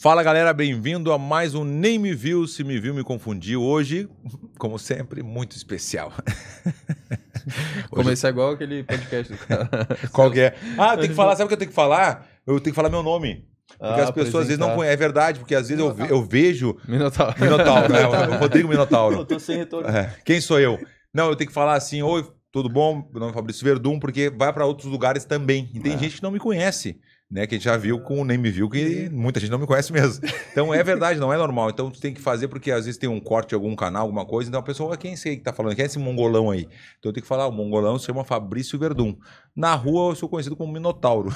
Fala galera, bem-vindo a mais um Nem Me Viu, Se Me Viu Me Confundiu. Hoje, como sempre, muito especial. Começar igual aquele podcast do cara. Qual que é? Ah, eu tenho que falar, sabe o que eu tenho que falar? Eu tenho que falar meu nome. Porque as pessoas às vezes não conhecem. É verdade, porque às vezes eu vejo... Minotauro. Minotauro, né? O Rodrigo Minotauro. Eu tô sem retorno. Quem sou eu? Não, eu tenho que falar assim, oi, tudo bom? Meu nome é Fabrício Verdun, porque vai para outros lugares também. E tem gente que não me conhece. Né, que a gente já viu com o Nem Me Viu, que muita gente não me conhece mesmo. Então é verdade, não é normal. Então tu tem que fazer, porque às vezes tem um corte de algum canal, alguma coisa, então a pessoa, quem sei que tá falando? Quem é esse mongolão aí? Então eu tenho que falar, o mongolão se chama Fabrício Verdun. Na rua eu sou conhecido como Minotauro.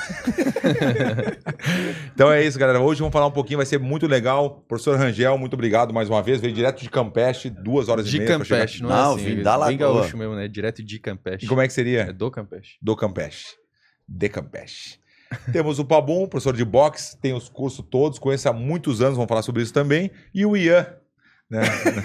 Então é isso, galera. Hoje vamos falar um pouquinho, vai ser muito legal. Professor Rangel, muito obrigado mais uma vez. Veio direto de Campeche, 2 horas e meia. De Campeche, não é assim. Vim da Lagoa. Bem gaúcho mesmo, né? Direto de Campeche. E como é que seria? É do Campeche. Do Campeche. De Campeche. Temos o Pabum, professor de boxe, tem os cursos todos, conheço há muitos anos, vamos falar sobre isso também. E o Ian, né?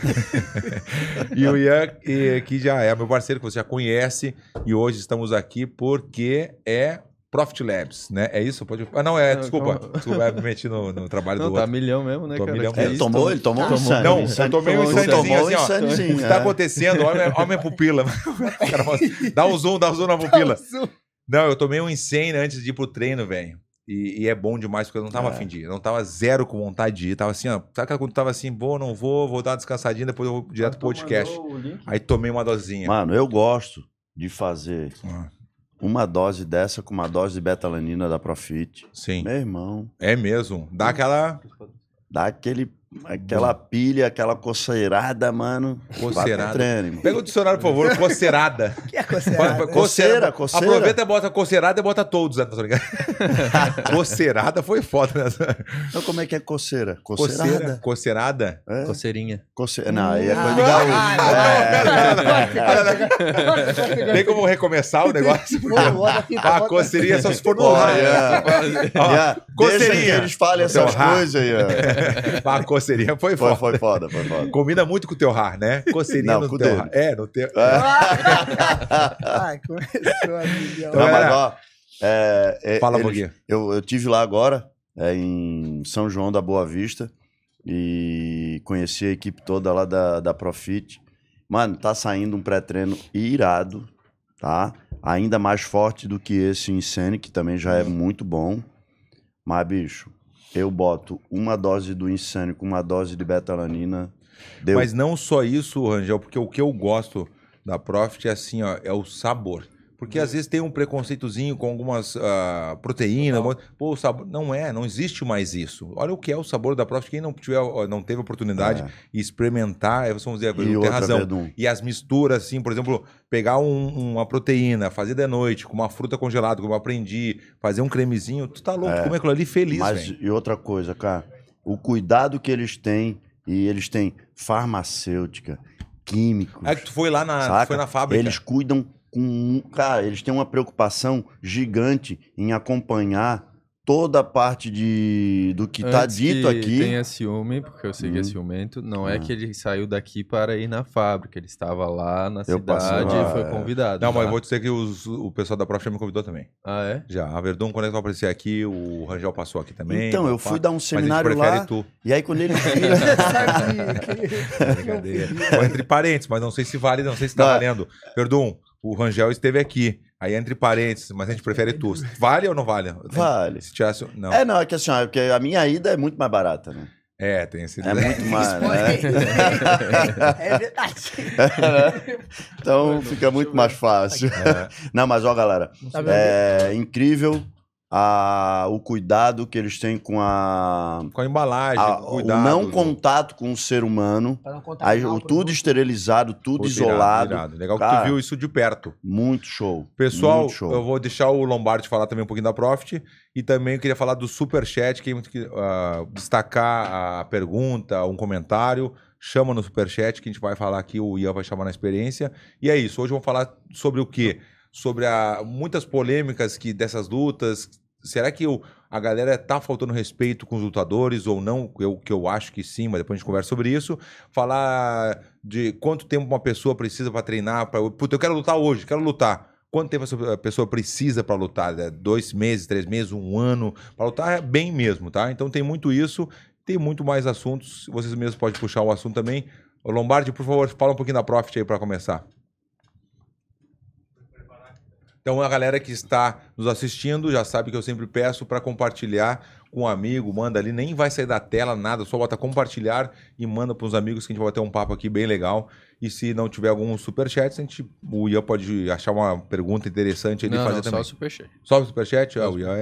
E o Ian, que já é meu parceiro, que você já conhece. E hoje estamos aqui porque é Profit Labs, né? É isso? Pode... Ah, não, desculpa, me meti no trabalho do outro. Tá milhão mesmo, né, cara? Milhão. Ele tomou um insane. Não, eu tomei um insanezinho assim, ó. O que tá é. acontecendo? Olha minha pupila. Dá um zoom na pupila. Não, eu tomei um insane antes de ir pro treino, velho. E é bom demais, porque eu não tava afim de ir. Eu não tava zero com vontade de ir. Tava assim, ó. Sabe quando tava assim, não vou dar uma descansadinha, depois eu vou direto pro podcast. Aí tomei uma dosinha. Mano, eu gosto de fazer uma dose dessa com uma dose de betalanina da Profit. Sim. Meu irmão. É mesmo. Dá aquela pilha, aquela coceirada, mano. Coceirada. Treino, Pega o dicionário, por favor. Coceirada. O que é coceirada? Coceira. Aproveita e bota coceirada e bota todos, né? Coceirada foi foda, né? Então, como é que é coceira? Coceirada? É. Coceirinha. Não, aí é coisa de gaúcho. Tem como recomeçar o negócio? A coceirinha só se for no ar. Deixa que eles falem essas coisas aí. A coceirinha foi foda. Foi foda. Combina muito com o teu rar, né? Coceirinha no teu rar. No teu... Ai, começou a milhão. Não, mas ó... Fala um pouquinho. Eu tive lá agora, em São João da Boa Vista, e conheci a equipe toda lá da Profit. Mano, tá saindo um pré-treino irado, tá? Ainda mais forte do que esse Insane, que também já é muito bom. Mas, bicho, eu boto uma dose do Insane com uma dose de betalanina. Deu. Mas não só isso, Rangel, porque o que eu gosto da Profit é assim, ó, é o sabor. Porque às vezes tem um preconceitozinho com algumas proteínas. Pô, o sabor. Não existe mais isso. Olha o que é o sabor da Profit. Quem não teve oportunidade de experimentar, vamos dizer, tem razão. E as misturas, assim, por exemplo, pegar uma proteína, fazer de noite, com uma fruta congelada, como eu aprendi, fazer um cremezinho, tu tá louco, como é aquilo ali feliz, velho. E outra coisa, cara, o cuidado que eles têm, e eles têm farmacêutica, químicos. É que tu foi lá foi na fábrica. Eles cuidam cara, eles têm uma preocupação gigante em acompanhar toda a parte do que tá dito aqui. Tenha ciúme, porque eu sei que é ciumento. Não é que ele saiu daqui para ir na fábrica. Ele estava lá na cidade e foi convidado. Não, mas eu vou dizer que o pessoal da Profit já me convidou também. Ah, é? Já. A Verdun, quando ele vai aparecer aqui, o Rangel passou aqui também. Então, eu fui dar um seminário lá. Tu. E aí, quando ele Entre parênteses, mas não sei se vale, não sei se tá valendo. Verdun, o Rangel esteve aqui. Aí entre parênteses, mas a gente prefere tu. Vale ou não vale? Vale. Se tirasse... Não. Não, é que assim, porque a minha ida é muito mais barata, né? Tem esse... É muito mais, né? É verdade. Então fica muito mais fácil. Não, mas ó, galera, é incrível o cuidado que eles têm com a embalagem, o não contato com o ser humano, tudo esterilizado, tudo isolado. Irado. Legal que cara, tu viu isso de perto. Muito show. Pessoal, muito show. Eu vou deixar o Lombardi falar também um pouquinho da Profit e também eu queria falar do Superchat, quem destacar a pergunta, um comentário, chama no Superchat que a gente vai falar aqui, o Ian vai chamar na experiência. E é isso, hoje vamos falar sobre o quê? Sobre muitas polêmicas dessas lutas. Será que a galera tá faltando respeito com os lutadores ou não? Que eu acho que sim, mas depois a gente conversa sobre isso. Falar de quanto tempo uma pessoa precisa para treinar. Puta, eu quero lutar hoje, quero lutar. Quanto tempo essa pessoa precisa para lutar? 2 meses, 3 meses, 1 ano? Para lutar é bem mesmo, tá? Então tem muito isso. tem muito mais assuntos. Vocês mesmos podem puxar o assunto também. Ô Lombardi, por favor, fala um pouquinho da Profit aí para começar. Então, a galera que está nos assistindo já sabe que eu sempre peço para compartilhar com um amigo, manda ali, nem vai sair da tela, nada, só bota compartilhar e manda para os amigos que a gente vai bater um papo aqui bem legal. E se não tiver algum superchat, o Ian pode achar uma pergunta interessante ali fazer também. Só o superchat. Só o superchat? O Ian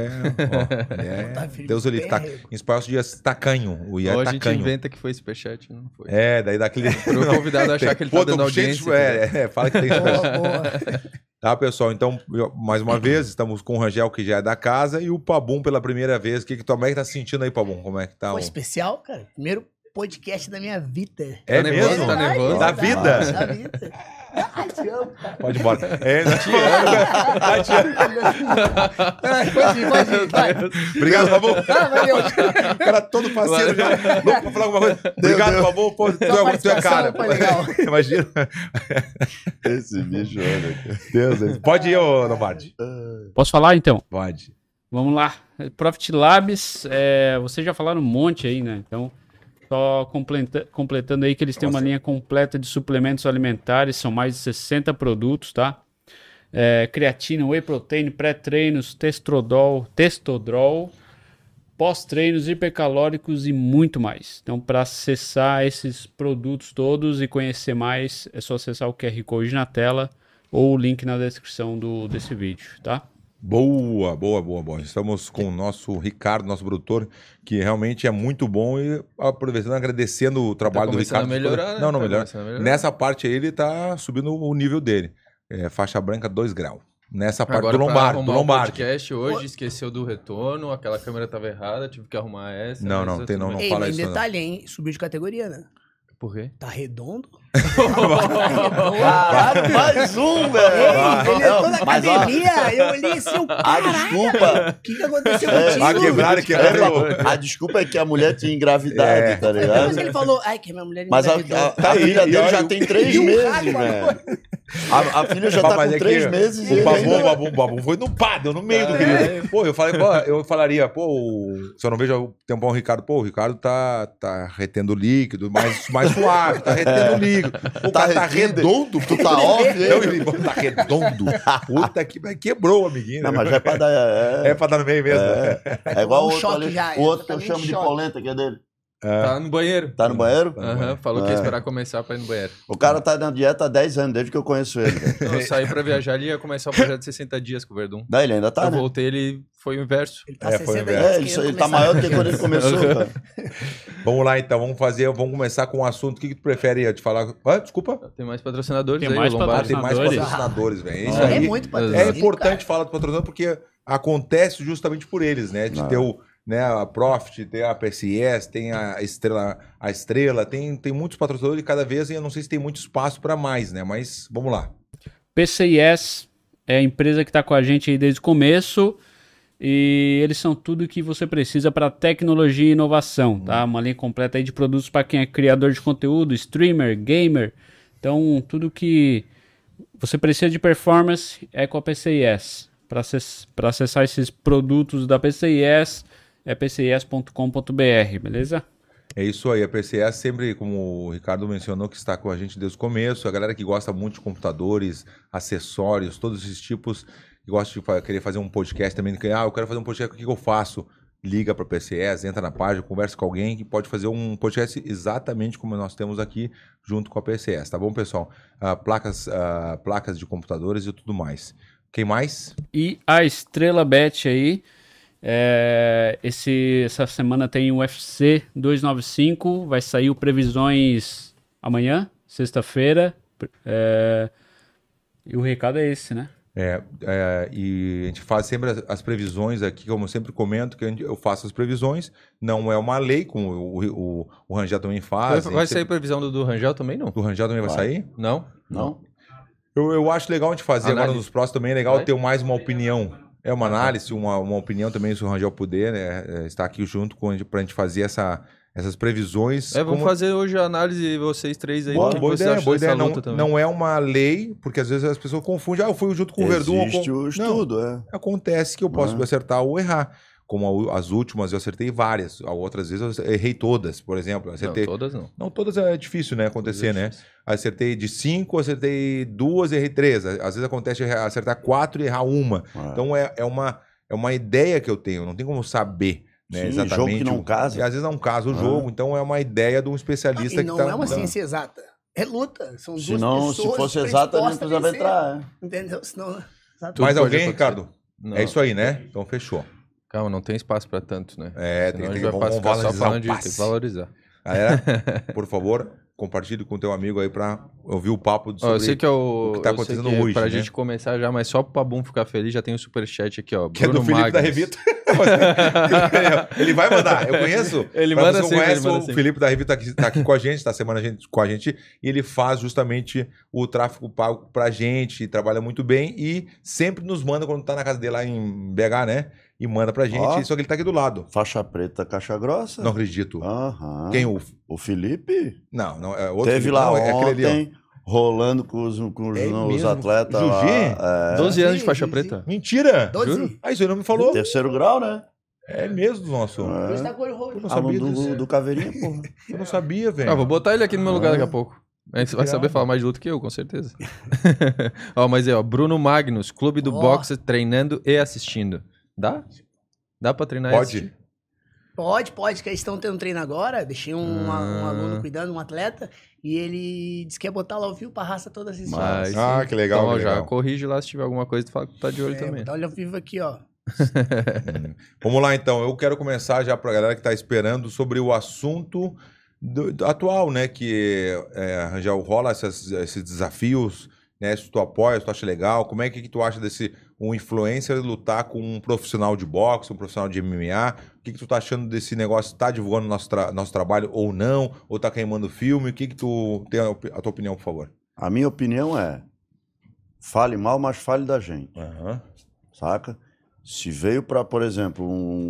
Deus ele tá em espanhol se diz tacanho. O Ian é tacanho. A gente inventa que foi superchat, não foi. Daí dá aquele... Pro convidado achar que ele tá dando audiência. Fala que tem superchat. Tá, pessoal? Então, mais uma vez, estamos com o Rangel, que já é da casa, e o Pabum pela primeira vez. Como é que tá se sentindo aí, Pabum? Como é que tá? Foi especial, cara. Primeiro podcast da minha vida. É mesmo? Tá nervoso? Da vida? Da vida. Te amo, cara. Pode ir embora. Te amo. Pode ir, vai. Obrigado, Pabum. Valeu. O cara todo parceiro já. Louco pra falar alguma coisa. Obrigado, Pabum. Pô, tu é cara. Foi legal. Imagina. Esse bicho, olha. Deus. Pode ir, ô Lombardi. Posso falar, então? Pode. Vamos lá. Profit Labs, vocês já falaram um monte aí, né? Então, só completando aí que eles têm uma linha completa de suplementos alimentares, são mais de 60 produtos, tá? Creatina, whey protein, pré-treinos, testodrol, pós-treinos, hipercalóricos e muito mais. Então, para acessar esses produtos todos e conhecer mais, é só acessar o QR Code na tela ou o link na descrição desse vídeo, tá? Boa. Estamos com o nosso Ricardo, nosso produtor, que realmente é muito bom e aproveitando, agradecendo o trabalho do Ricardo. Melhorar, Não melhora. Nessa parte aí ele tá subindo o nível dele. Faixa branca 2 graus. Nessa parte agora, do Lombardi. O podcast hoje esqueceu do retorno, aquela câmera estava errada, tive que arrumar essa. Não fala isso. Detalhe, hein? Subiu de categoria, né? Por quê? Tá redondo? Caralho, mais um, velho. Ele entrou na academia, eu olhei assim, desculpa. O que aconteceu contigo? Quebraram. A desculpa é que a mulher tinha engravidado, tá ligado? Mas ele falou, que minha mulher Mas engravidou. a filha dele já tem 3 meses, velho. A filha já tá com 3 meses. O Babum foi no deu no meio do querido. Pô, eu falaria, se eu não vejo o tempão o Ricardo, o Ricardo tá retendo líquido, mais suave, tá retendo líquido. O cara tá redondo. Tu tá óbvio. Não, tá redondo. Puta que quebrou o amiguinho. Não, mas já é pra dar... É pra dar no meio mesmo. É igual o choque outro, já, o outro que eu chamo de polenta, que é dele. Tá no banheiro. Tá no banheiro? Falou que ia esperar começar pra ir no banheiro. O cara tá na dieta há 10 anos, desde que eu conheço ele. Eu saí pra viajar, ele ia começar o projeto de 60 dias com o Verdun. Daí ele ainda tá, Eu né? voltei, ele foi o inverso. Ele tá 60 dias. Ele tá maior do que quando ele começou, cara. Vamos lá, então. Vamos começar com um assunto. O que tu prefere eu te falar? Desculpa. Tem mais patrocinadores Tem mais patrocinadores, velho. Isso aí é muito patrocinador. É importante falar do patrocinador porque acontece justamente por eles, né? De ter a Profit, tem a PCS, tem a Estrela, tem muitos patrocinadores e cada vez eu não sei se tem muito espaço para mais, né? Mas vamos lá. PCS é a empresa que está com a gente aí desde o começo e eles são tudo que você precisa para tecnologia e inovação, tá? Uma linha completa aí de produtos para quem é criador de conteúdo, streamer, gamer. Então, tudo que você precisa de performance é com a PCS. Para acessar esses produtos da PCS, é pcis.com.br, beleza? É isso aí, a PCS sempre, como o Ricardo mencionou, que está com a gente desde o começo, a galera que gosta muito de computadores, acessórios, todos esses tipos, que gosta de querer fazer um podcast também, eu quero fazer um podcast, o que eu faço? Liga para a PCS, entra na página, conversa com alguém que pode fazer um podcast exatamente como nós temos aqui, junto com a PCS, tá bom, pessoal? Placas de computadores e tudo mais. Quem mais? E a Estrela Bet aí, essa semana tem o UFC 295, vai sair o Previsões amanhã, sexta-feira, e o recado é esse, né? E a gente faz sempre as previsões aqui, como eu sempre comento, que eu faço as previsões, não é uma lei, como o Rangel também faz. Vai sair previsão do Rangel também, não? Do Rangel também vai sair? Não. Eu acho legal a gente fazer análise. Agora nos próximos também, é legal ter mais uma opinião. É uma análise, uma opinião também, se o Rangel puder, né, estar aqui junto pra gente fazer essas previsões. Vamos fazer hoje a análise, vocês três aí. Boa ideia. Não é uma lei, porque às vezes as pessoas confundem. Eu fui junto com o Verdun. Existe o estudo, Acontece que eu posso acertar ou errar. como as últimas, eu acertei várias. Outras vezes eu errei todas, por exemplo. Acertei... Não, todas não. Não, todas é difícil, né? Acontecer, né? Acertei de 5, acertei 2, errei 3. Às vezes acontece acertar 4 e errar uma. Então é uma ideia que eu tenho, não tem como saber, né? Sim, exatamente. jogo que não casa. E às vezes não casa o jogo, então é uma ideia de um especialista E não é uma ciência exata. É luta. São duas pessoas. Se fosse exata, a gente precisava entrar. Entendeu? Senão... Mais alguém, Ricardo? Não. É isso aí, né? Então fechou. Calma, não tem espaço pra tanto, né? Tem que vamos valorizar só falando o passe. tem que valorizar. Galera, por favor, compartilhe com o teu amigo aí pra ouvir o papo sobre eu sei que o que tá acontecendo hoje, pra né? gente começar já, mas só pro Babum ficar feliz, já tem um superchat aqui, ó. Que Bruno é do Felipe da Magnus. Revita. Ele vai mandar, eu conheço. Ele Pra manda você sempre, conhece, ele manda o sempre. Felipe da Revita tá aqui com a gente, tá semana com a gente, e ele faz justamente o tráfego pago pra gente, trabalha muito bem e sempre nos manda quando tá na casa dele lá em BH, né? E manda pra gente, só que ele tá aqui do lado. Faixa preta, caixa grossa. Não acredito. Aham. Quem? O Felipe? Não, é outro Teve Felipe. lá Não, é aquele ali, ontem, rolando com os mesmo? atletas Jugi? lá. 12 anos de Sim, faixa sim, preta. ó. Mentira! 12. Juro? Isso aí não me falou. Terceiro grau, né? É mesmo, nosso. Hoje tá com o olho Eu roxo. não sabia disso. Do Caveirinha, porra. Eu não sabia, velho. Vou botar ele aqui no meu lugar daqui a pouco. Aí você vai saber falar mais de luta que eu, com certeza. Mas Bruno Magnus, Clube do Boxe, treinando e assistindo. Dá? Dá pra treinar e assistir? Pode, que eles estão tendo treino agora. Deixei um aluno cuidando, um atleta, e ele disse que ia botar lá ao vivo pra raça toda assistir. Mas, que legal. Então, que já legal. corrige lá se tiver alguma coisa, tu fala que tu tá de olho também. Botar ele ao vivo aqui, ó. Vamos lá, então. Eu quero começar já pra galera que tá esperando sobre o assunto atual, né? Que já rola esses desafios, né? Se tu apoia, se tu acha legal. Como é que tu acha desse um influencer lutar com um profissional de boxe, um profissional de MMA? O que tu tá achando desse negócio? Tá divulgando nosso trabalho ou não? Ou tá queimando filme? O que tu tem a tua opinião, por favor? A minha opinião é: fale mal, mas fale da gente. Saca? Se veio para, por exemplo,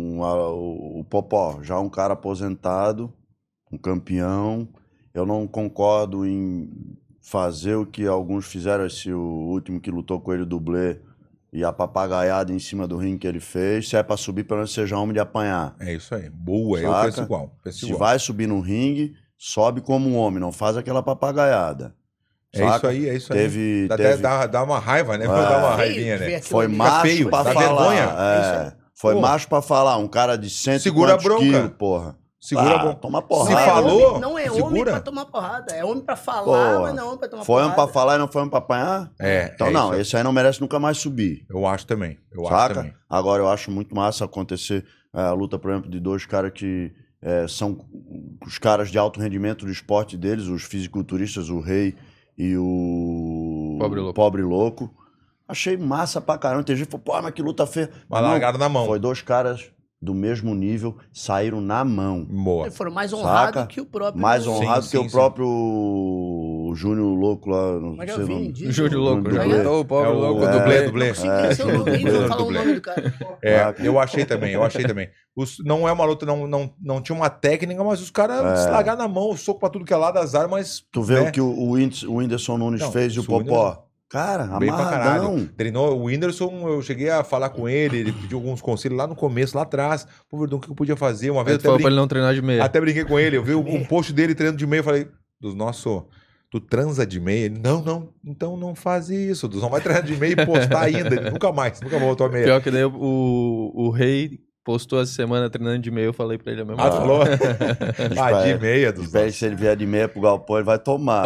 o Popó, já um cara aposentado, um campeão, eu não concordo em fazer o que alguns fizeram, o último que lutou com ele, o dublê, e a papagaiada em cima do ringue que ele fez. Se é para subir, pelo menos seja homem de apanhar. É isso aí. Boa, Saca? eu penso igual. Se vai subir no ringue, sobe como um homem, não faz aquela papagaiada. Saca? É isso aí. Até dá uma raiva, né? Dá uma raivinha, né? Foi macho feio, pra dá falar. vergonha. Foi macho pra falar. Um cara de 100 Segura a bronca. quilos, porra. Segura a bronca. Toma porrada. Se falou, Não é segura. homem pra tomar porrada. É homem pra falar, Porra. mas não é homem pra tomar Foi porrada. homem pra falar e não foi homem pra apanhar? Então não, isso. esse aí não merece nunca mais subir. Eu acho também. Saca? Agora eu acho muito massa acontecer a luta, por exemplo, de dois caras que são os caras de alto rendimento do esporte deles, os fisiculturistas, o Rei e o Pobre Louco. Achei massa pra caramba. Tem gente que falou, pô, mas que luta feia. Mas largaram na mão. Foi dois caras do mesmo nível, saíram na mão. Boa. Eles foram mais honrados Saca? que o próprio... Mais honrado que sim. o próprio Júnior Louco lá. Não Mas sei eu o nome. vi. Júlio Louco, já Dublê. botou o pobre louco. Dublê. Esse é o nome, não falar o nome do cara. Eu achei também. Não é uma luta, não tinha uma técnica, mas os caras se largaram na mão, soco pra tudo que é lado, as armas. Tu vê né? o que o Whindersson Nunes fez e o Popó. Cara, Bem pra caralho. amarradão. Treinou o Whindersson, eu cheguei a falar com ele pediu alguns conselhos lá no começo, lá atrás. Pô, Verdão, o que eu podia fazer? Uma vez Ele falou pra ele não treinar de meia. até brinquei com ele. Eu vi um post dele treinando de meia, eu falei, tu transa de meia? Ele, não, então não faz isso. Tu não vai treinar de meia e postar ainda. Ele, nunca voltou a meia. Pior que daí o Rei postou essa semana treinando de meia, eu falei pra ele a mesma Tu coisa. falou? De meia. Se ele vier de meia pro galpão, ele vai tomar.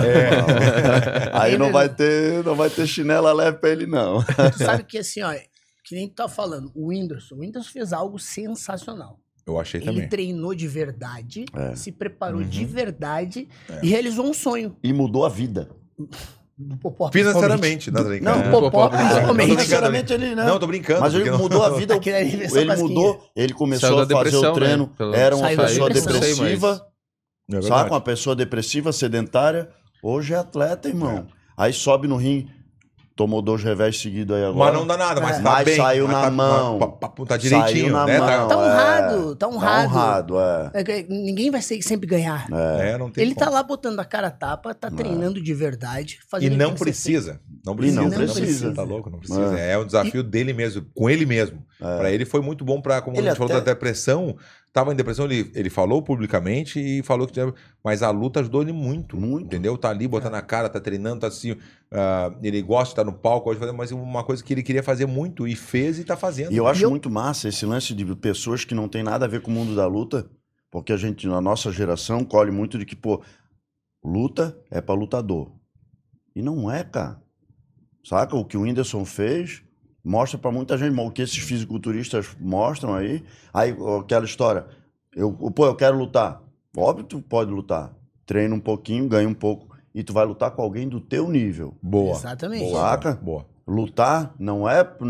Aí não vai ter chinela leve pra ele, não. Tu sabe que assim, ó, que nem tu tá falando, o Whindersson fez algo sensacional. Eu achei Ele também. treinou de verdade, se preparou de verdade e realizou um sonho. E mudou a vida. Do Popó, Financeiramente, não, tô brincando. Não, o Popó, Não, principalmente. Financeiramente ele, né? Não, tô brincando. Mas ele porque mudou a vida. Aquele ali veio só Ele casquinha. mudou, ele começou Saiu a da fazer depressão, o treino. né? Pelo- Era uma Saiu da pessoa depressão. depressiva. É verdade. Saca? Uma pessoa depressiva, sedentária. Hoje é atleta, irmão. Aí sobe no ringue. tomou 2 revés seguidos aí agora. Mas não dá nada, mas tá Mas bem. saiu mas na tá, mão. Tá direitinho, Saiu na né? mão. Tá honrado, tá honrado. Tá honrado, Ninguém vai sempre ganhar. Não tem Ele como. tá lá botando a cara a tapa, tá treinando de verdade, E fazendo o que não tem que ser precisa. Não E precisa. não precisa. Tá louco, não precisa. É um desafio dele mesmo, com ele mesmo. Pra ele foi muito bom pra, como Ele a gente falou até- da depressão, tava em depressão, ele falou publicamente e falou que tinha... Mas a luta ajudou ele muito. Muito. Entendeu? Tá ali, botando a cara, tá treinando, tá assim... ele gosta de estar no palco, gosta de fazer, mas uma coisa que ele queria fazer muito e fez e tá fazendo. E eu acho muito massa esse lance de pessoas que não tem nada a ver com o mundo da luta, porque a gente, na nossa geração, colhe muito de que, pô, luta é pra lutador. E não é, cara. Saca? O que o Whindersson fez mostra pra muita gente, o que esses fisiculturistas mostram aí. Aí, aquela história, eu quero lutar. Óbvio que tu pode lutar. Treina um pouquinho, ganha um pouco, e tu vai lutar com alguém do teu nível. Boa. Exatamente. Boa, Saca? Boa. Lutar não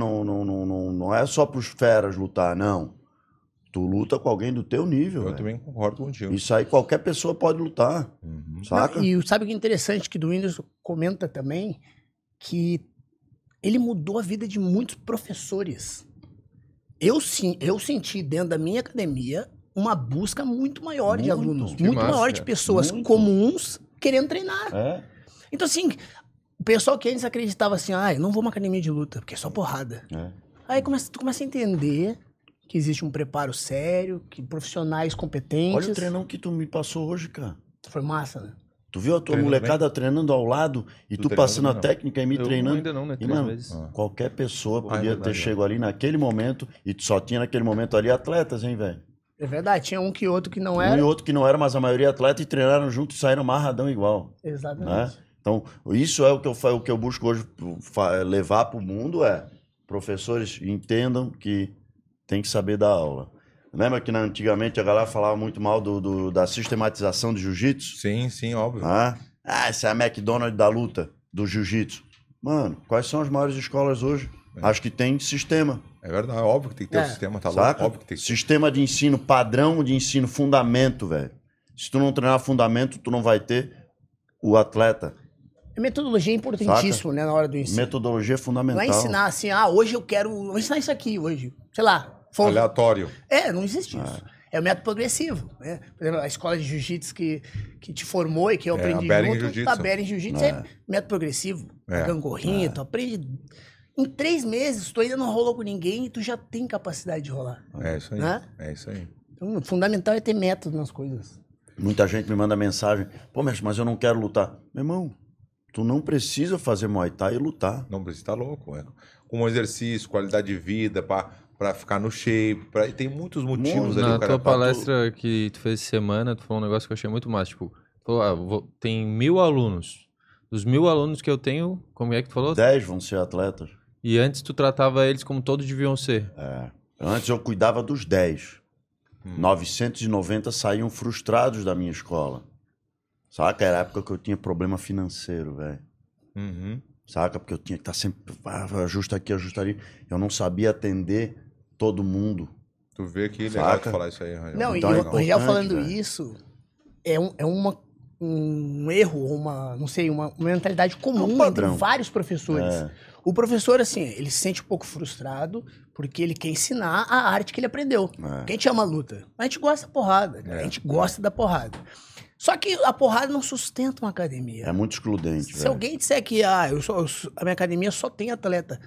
é só pros feras lutar, não. Tu luta com alguém do teu nível. Eu velho. também concordo contigo. Isso aí qualquer pessoa pode lutar. Saca? Não, e sabe o que é interessante que do Whindersson comenta também? Que ele mudou a vida de muitos professores. Eu senti dentro da minha academia uma busca muito maior de Muito. alunos, Que muito massa, maior de cara. pessoas Muito. comuns querendo treinar. É. Então, assim, o pessoal que antes acreditava assim, eu não vou uma academia de luta, porque é só porrada. É. Aí tu começa a entender que existe um preparo sério, que profissionais competentes. Olha o treinão que tu me passou hoje, cara. Foi massa, né? Tu viu a tua Treinando molecada treinando ao lado e tu treinando passando a bem, não. técnica e me Eu treinando. ainda não, né? E, 3 mano, meses. qualquer pessoa é podia ter verdade, chego ali naquele momento e tu só tinha naquele momento ali atletas, hein, velho? É verdade, tinha um que outro que não Um era. e outro que não era, mas a maioria atleta e treinaram junto e saíram amarradão igual. Exatamente. Né? Então, isso é o que eu busco hoje levar para o mundo, professores entendam que tem que saber dar aula. Lembra que antigamente a galera falava muito mal da sistematização de jiu-jitsu? Sim, óbvio. Essa é a McDonald's da luta, do jiu-jitsu. Mano, quais são as maiores escolas hoje? Acho que tem sistema. É verdade, óbvio que tem que ter o sistema, tá louco? Saca? Óbvio que tem que ter. Sistema de ensino, padrão de ensino, fundamento, velho. Se tu não treinar fundamento, tu não vai ter o atleta. A metodologia é importantíssima, né, na hora do ensino. Metodologia fundamental. Não é ensinar assim, hoje vou ensinar isso aqui, hoje. Sei lá. Aleatório. Não existe isso. É o método progressivo, né? Por exemplo, a escola de jiu-jitsu que te formou e que eu aprendi a Bering junto, Jiu-Jitsu. a Bering Jiu-Jitsu é método progressivo. Gangorrinha, tu aprende... Em 3 meses, tu ainda não rolou com ninguém e tu já tem capacidade de rolar. É isso aí. Né? É isso aí. Então, o fundamental é ter método nas coisas. Muita gente me manda mensagem. Pô, mestre, mas eu não quero lutar. Meu irmão, tu não precisa fazer Muay Thai e lutar. Não precisa estar louco. Com um exercício, qualidade de vida, pra ficar no shape. Tem muitos motivos ali. Na o cara tua palestra que tu fez essa semana, tu falou um negócio que eu achei muito massa. Tipo, tu falou, tem 1000 alunos. Dos 1000 alunos que eu tenho, como é que tu falou? 10 vão ser atletas. E antes tu tratava eles como todos deviam ser. Antes eu cuidava dos 10. 990 saíam frustrados da minha escola. Saca? Era a época que eu tinha problema financeiro, velho. Saca? Porque eu tinha que estar sempre... ajusta aqui, ajusta ali. Eu não sabia atender todo mundo. Tu vê que legal Saca? tu falar isso aí, Rangel. Não, Então e é o Rangel importante, falando velho. isso é um erro, uma mentalidade comum um padrão. entre vários professores. O professor, assim, ele se sente um pouco frustrado porque ele quer ensinar a arte que ele aprendeu. Porque a gente ama a luta. Mas a gente gosta da porrada. A gente gosta da porrada. Só que a porrada não sustenta uma academia. É muito excludente, Se velho. alguém disser que a minha academia só tem atleta,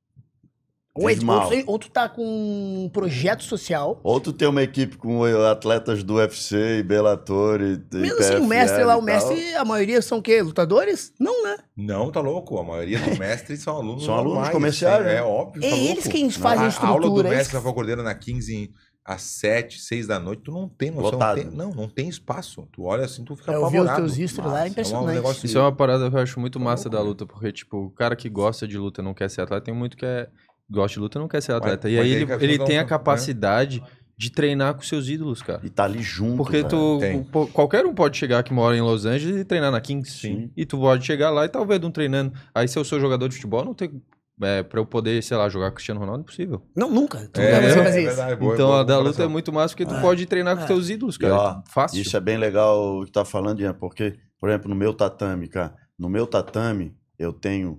Vive mal. ou tu tá com um projeto social. Ou tu tem uma equipe com atletas do UFC e Bellator e Mesmo assim, o mestre lá, a maioria são o quê? Lutadores? Não, né? Não, tá louco. A maioria dos mestres são alunos São alunos normais, comerciais, né? É óbvio. É tá eles louco. quem fazem a A aula do estrutura. mestre Rafael Cordeiro na 15 às 7, 6 da noite, tu não tem noção. Lotado. Não tem espaço. Tu olha assim, tu fica Eu vi os apavorado. teus history lá, é impressionante. negócio- Isso é uma parada que eu acho muito massa louco, da né? luta, porque, tipo, o cara que gosta de luta não quer ser atleta, tem muito que gosta de luta e não quer ser atleta. E mas aí aí que as ele pessoas tem não- a capacidade de treinar com seus ídolos, cara. E tá ali junto, Porque velho. qualquer um pode chegar que mora em Los Angeles e treinar na Kings. Sim. E tu pode chegar lá e talvez não treinando. Aí se eu sou jogador de futebol, não tem... pra eu poder, sei lá, jogar Cristiano Ronaldo, é impossível. Não, nunca. Tu É, nunca vai é fazer isso. verdade, boa- Então boa a da luta comparação. é muito massa porque tu pode treinar com teus ídolos, E, cara. ó, Fácil. Isso é bem legal o que tá falando, Ian, porque, por exemplo, no meu tatame, cara, eu tenho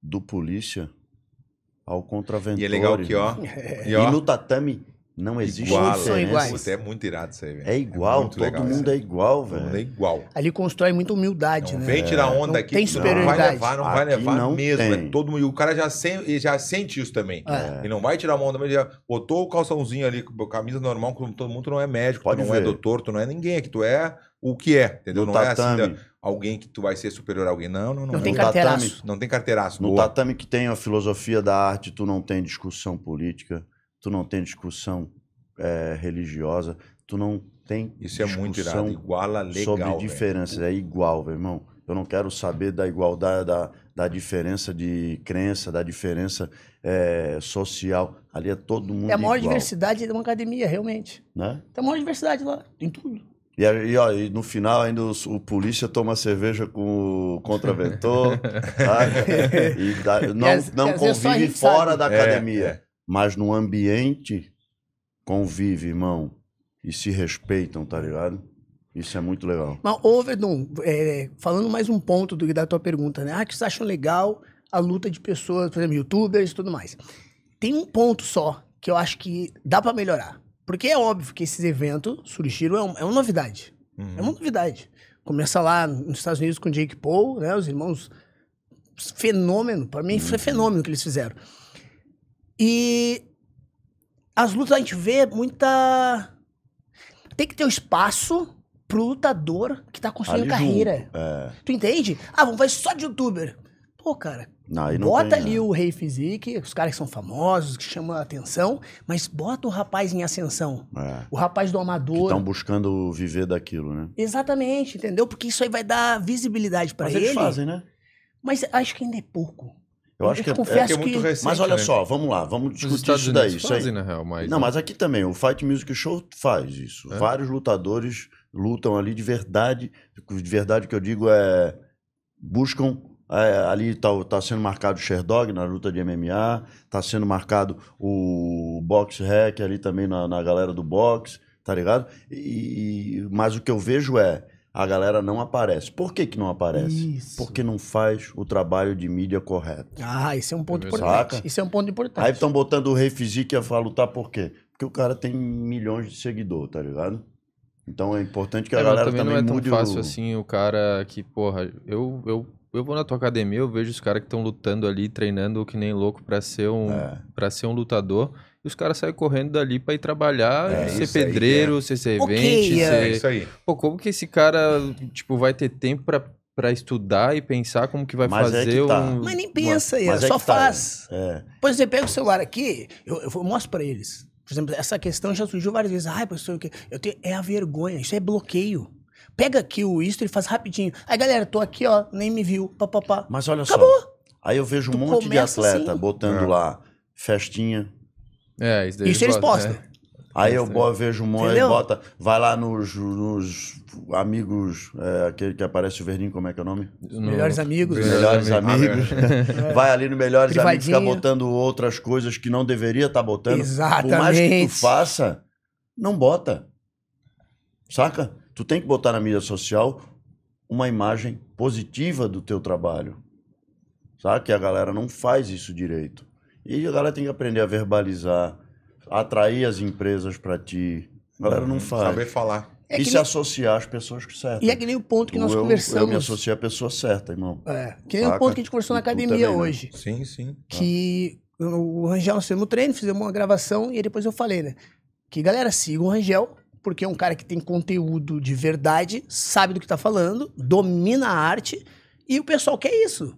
do polícia ao contraventor. E é legal que, ó. E no tatame não existe igual, diferença. Puta, é muito irado isso aí, velho. É igual, muito todo legal mundo isso aí. é igual, Todo mundo é velho. igual. Ali constrói muita humildade, Não né? vem tirar onda Não aqui, tem que não vai superioridade. levar, não vai Aqui levar não mesmo. tem. É todo mundo, e o cara já sente isso também. Ele não vai tirar uma onda, mas ele já botou o calçãozinho ali, camisa normal, como todo mundo, tu não é médico, Pode tu não ver. é doutor, tu não é ninguém aqui, tu é o que é, entendeu? No Não tatame. é assim, alguém que tu vai ser superior a alguém. Não. Não tem No carteiraço. tatame, Não tem carteiraço. No boa. tatame que tem a filosofia da arte, tu não tem discussão política, tu não tem discussão religiosa, tu não tem Isso é muito discussão irado, iguala legal, sobre velho. diferenças. É igual, meu irmão. Eu não quero saber da igualdade, da diferença de crença, da diferença social. Ali é todo mundo É a maior igual, diversidade de uma academia, realmente. né? Tem a maior diversidade lá, em tudo. E no final ainda o polícia toma cerveja com o contraventor, tá? Não às vezes só a convive gente fora sabe. da academia, mas no ambiente convive, irmão, e se respeitam, tá ligado? Isso é muito legal. Mas, ô, Verdun, falando mais um ponto da tua pergunta, né? Ah, que vocês acham legal a luta de pessoas, por exemplo, youtubers e tudo mais. Tem um ponto só que eu acho que dá pra melhorar. Porque é óbvio que esses eventos surgiram, é uma novidade. É uma novidade. Começa lá nos Estados Unidos com Jake Paul, né? Os irmãos, fenômeno. Pra mim foi fenômeno o que eles fizeram. E as lutas a gente vê muita... Tem que ter um espaço pro lutador que tá construindo Ali carreira. junto, é. Tu entende? Ah, vamos fazer só de youtuber. Pô, cara, Não, aí não bota tem, ali né? o Rei Physique, os caras que são famosos, que chamam a atenção, mas bota o rapaz em ascensão. O rapaz do Que amador. estão buscando viver daquilo, né? Exatamente, entendeu? Porque isso aí vai dar visibilidade pra Mas ele. eles fazem, né? Mas acho que ainda é pouco. Eu acho que é confesso é muito recente, Mas olha né? só, vamos lá, vamos Os discutir Estados isso daí. Unidos Isso aí. fazem, na real, mas... Não, mas aqui também, o Fight Music Show faz isso. É? Vários lutadores lutam ali de verdade que eu digo buscam, ali tá sendo marcado o Sherdog na luta de MMA, tá sendo marcado o Box Rec ali também na galera do boxe, tá ligado? Mas o que eu vejo a galera não aparece. Por que não aparece? Isso. Porque não faz o trabalho de mídia correto. Ah, esse é um ponto Saca? importante. Isso é um ponto importante. Aí estão botando o Rei Physique a lutar por quê? Porque o cara tem milhões de seguidores, tá ligado? Então é importante que a mas galera também também não é tão mude fácil assim o cara que, porra, eu vou na tua academia, eu vejo os caras que estão lutando ali, treinando que nem louco pra ser um lutador, e os caras saem correndo dali pra ir trabalhar, ser isso aí, pedreiro, ser servente, Ok, É isso aí. Pô, como que esse cara, tipo, vai ter tempo pra estudar e pensar como que vai Mas fazer que tá. Mas nem pensa aí, Mas só que tá, faz. É. Por exemplo, pega o celular aqui, eu mostro pra eles. Por exemplo, essa questão já surgiu várias vezes. Ai, professor, é a vergonha, isso é bloqueio. Pega aqui o history e faz rapidinho. Aí, galera, tô aqui, ó, nem me viu, papapá. Mas olha Acabou. só, aí eu vejo um Tu monte de começa atleta assim. botando lá festinha. isso daí Isso eles gostam, postam. Aí eu vejo um monte, Entendeu? vai lá nos amigos, aquele que aparece o verdinho, como é que é o nome? Melhores amigos. Melhores amigos. Vai ali no Melhores Amigos, ficar Privadinho. botando outras coisas que não deveria estar botando. Exatamente. Por mais que tu faça, não bota. Saca? Tu tem que botar na mídia social uma imagem positiva do teu trabalho. Saca? Que a galera não faz isso direito. E a galera tem que aprender a verbalizar, atrair as empresas pra ti. A galera não faz. Saber falar. É E que se nem- associar às pessoas certas. E é que nem o ponto que nós Eu conversamos. me associei à pessoa certa, irmão. Que nem o Saca? ponto que a gente conversou na E tu academia também, né? hoje. Sim, sim. Que o Rangel, nós fizemos um treino, fizemos uma gravação e aí depois eu falei, né? Que galera, sigam o Rangel, porque é um cara que tem conteúdo de verdade, sabe do que tá falando, domina a arte e o pessoal quer isso.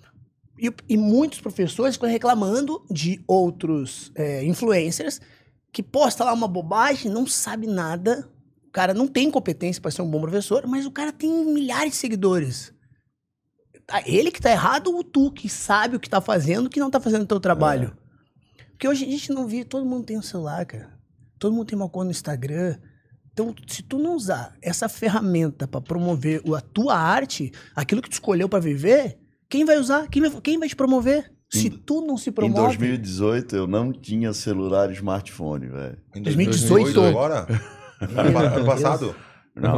E muitos professores ficam reclamando de outros influencers que posta lá uma bobagem, não sabe nada, o cara não tem competência para ser um bom professor, mas o cara tem milhares de seguidores. Ele que tá errado ou tu que sabe o que tá fazendo, que não tá fazendo o teu trabalho? Porque hoje a gente não vive, todo mundo tem um celular, cara. Todo mundo tem uma conta no Instagram. Então, se tu não usar essa ferramenta pra promover a tua arte, aquilo que tu escolheu pra viver, quem vai usar? Quem vai te promover? Se tu não se Em promove... 2018, eu não tinha celular e smartphone, velho. Em 2018 agora? Ano passado? Não.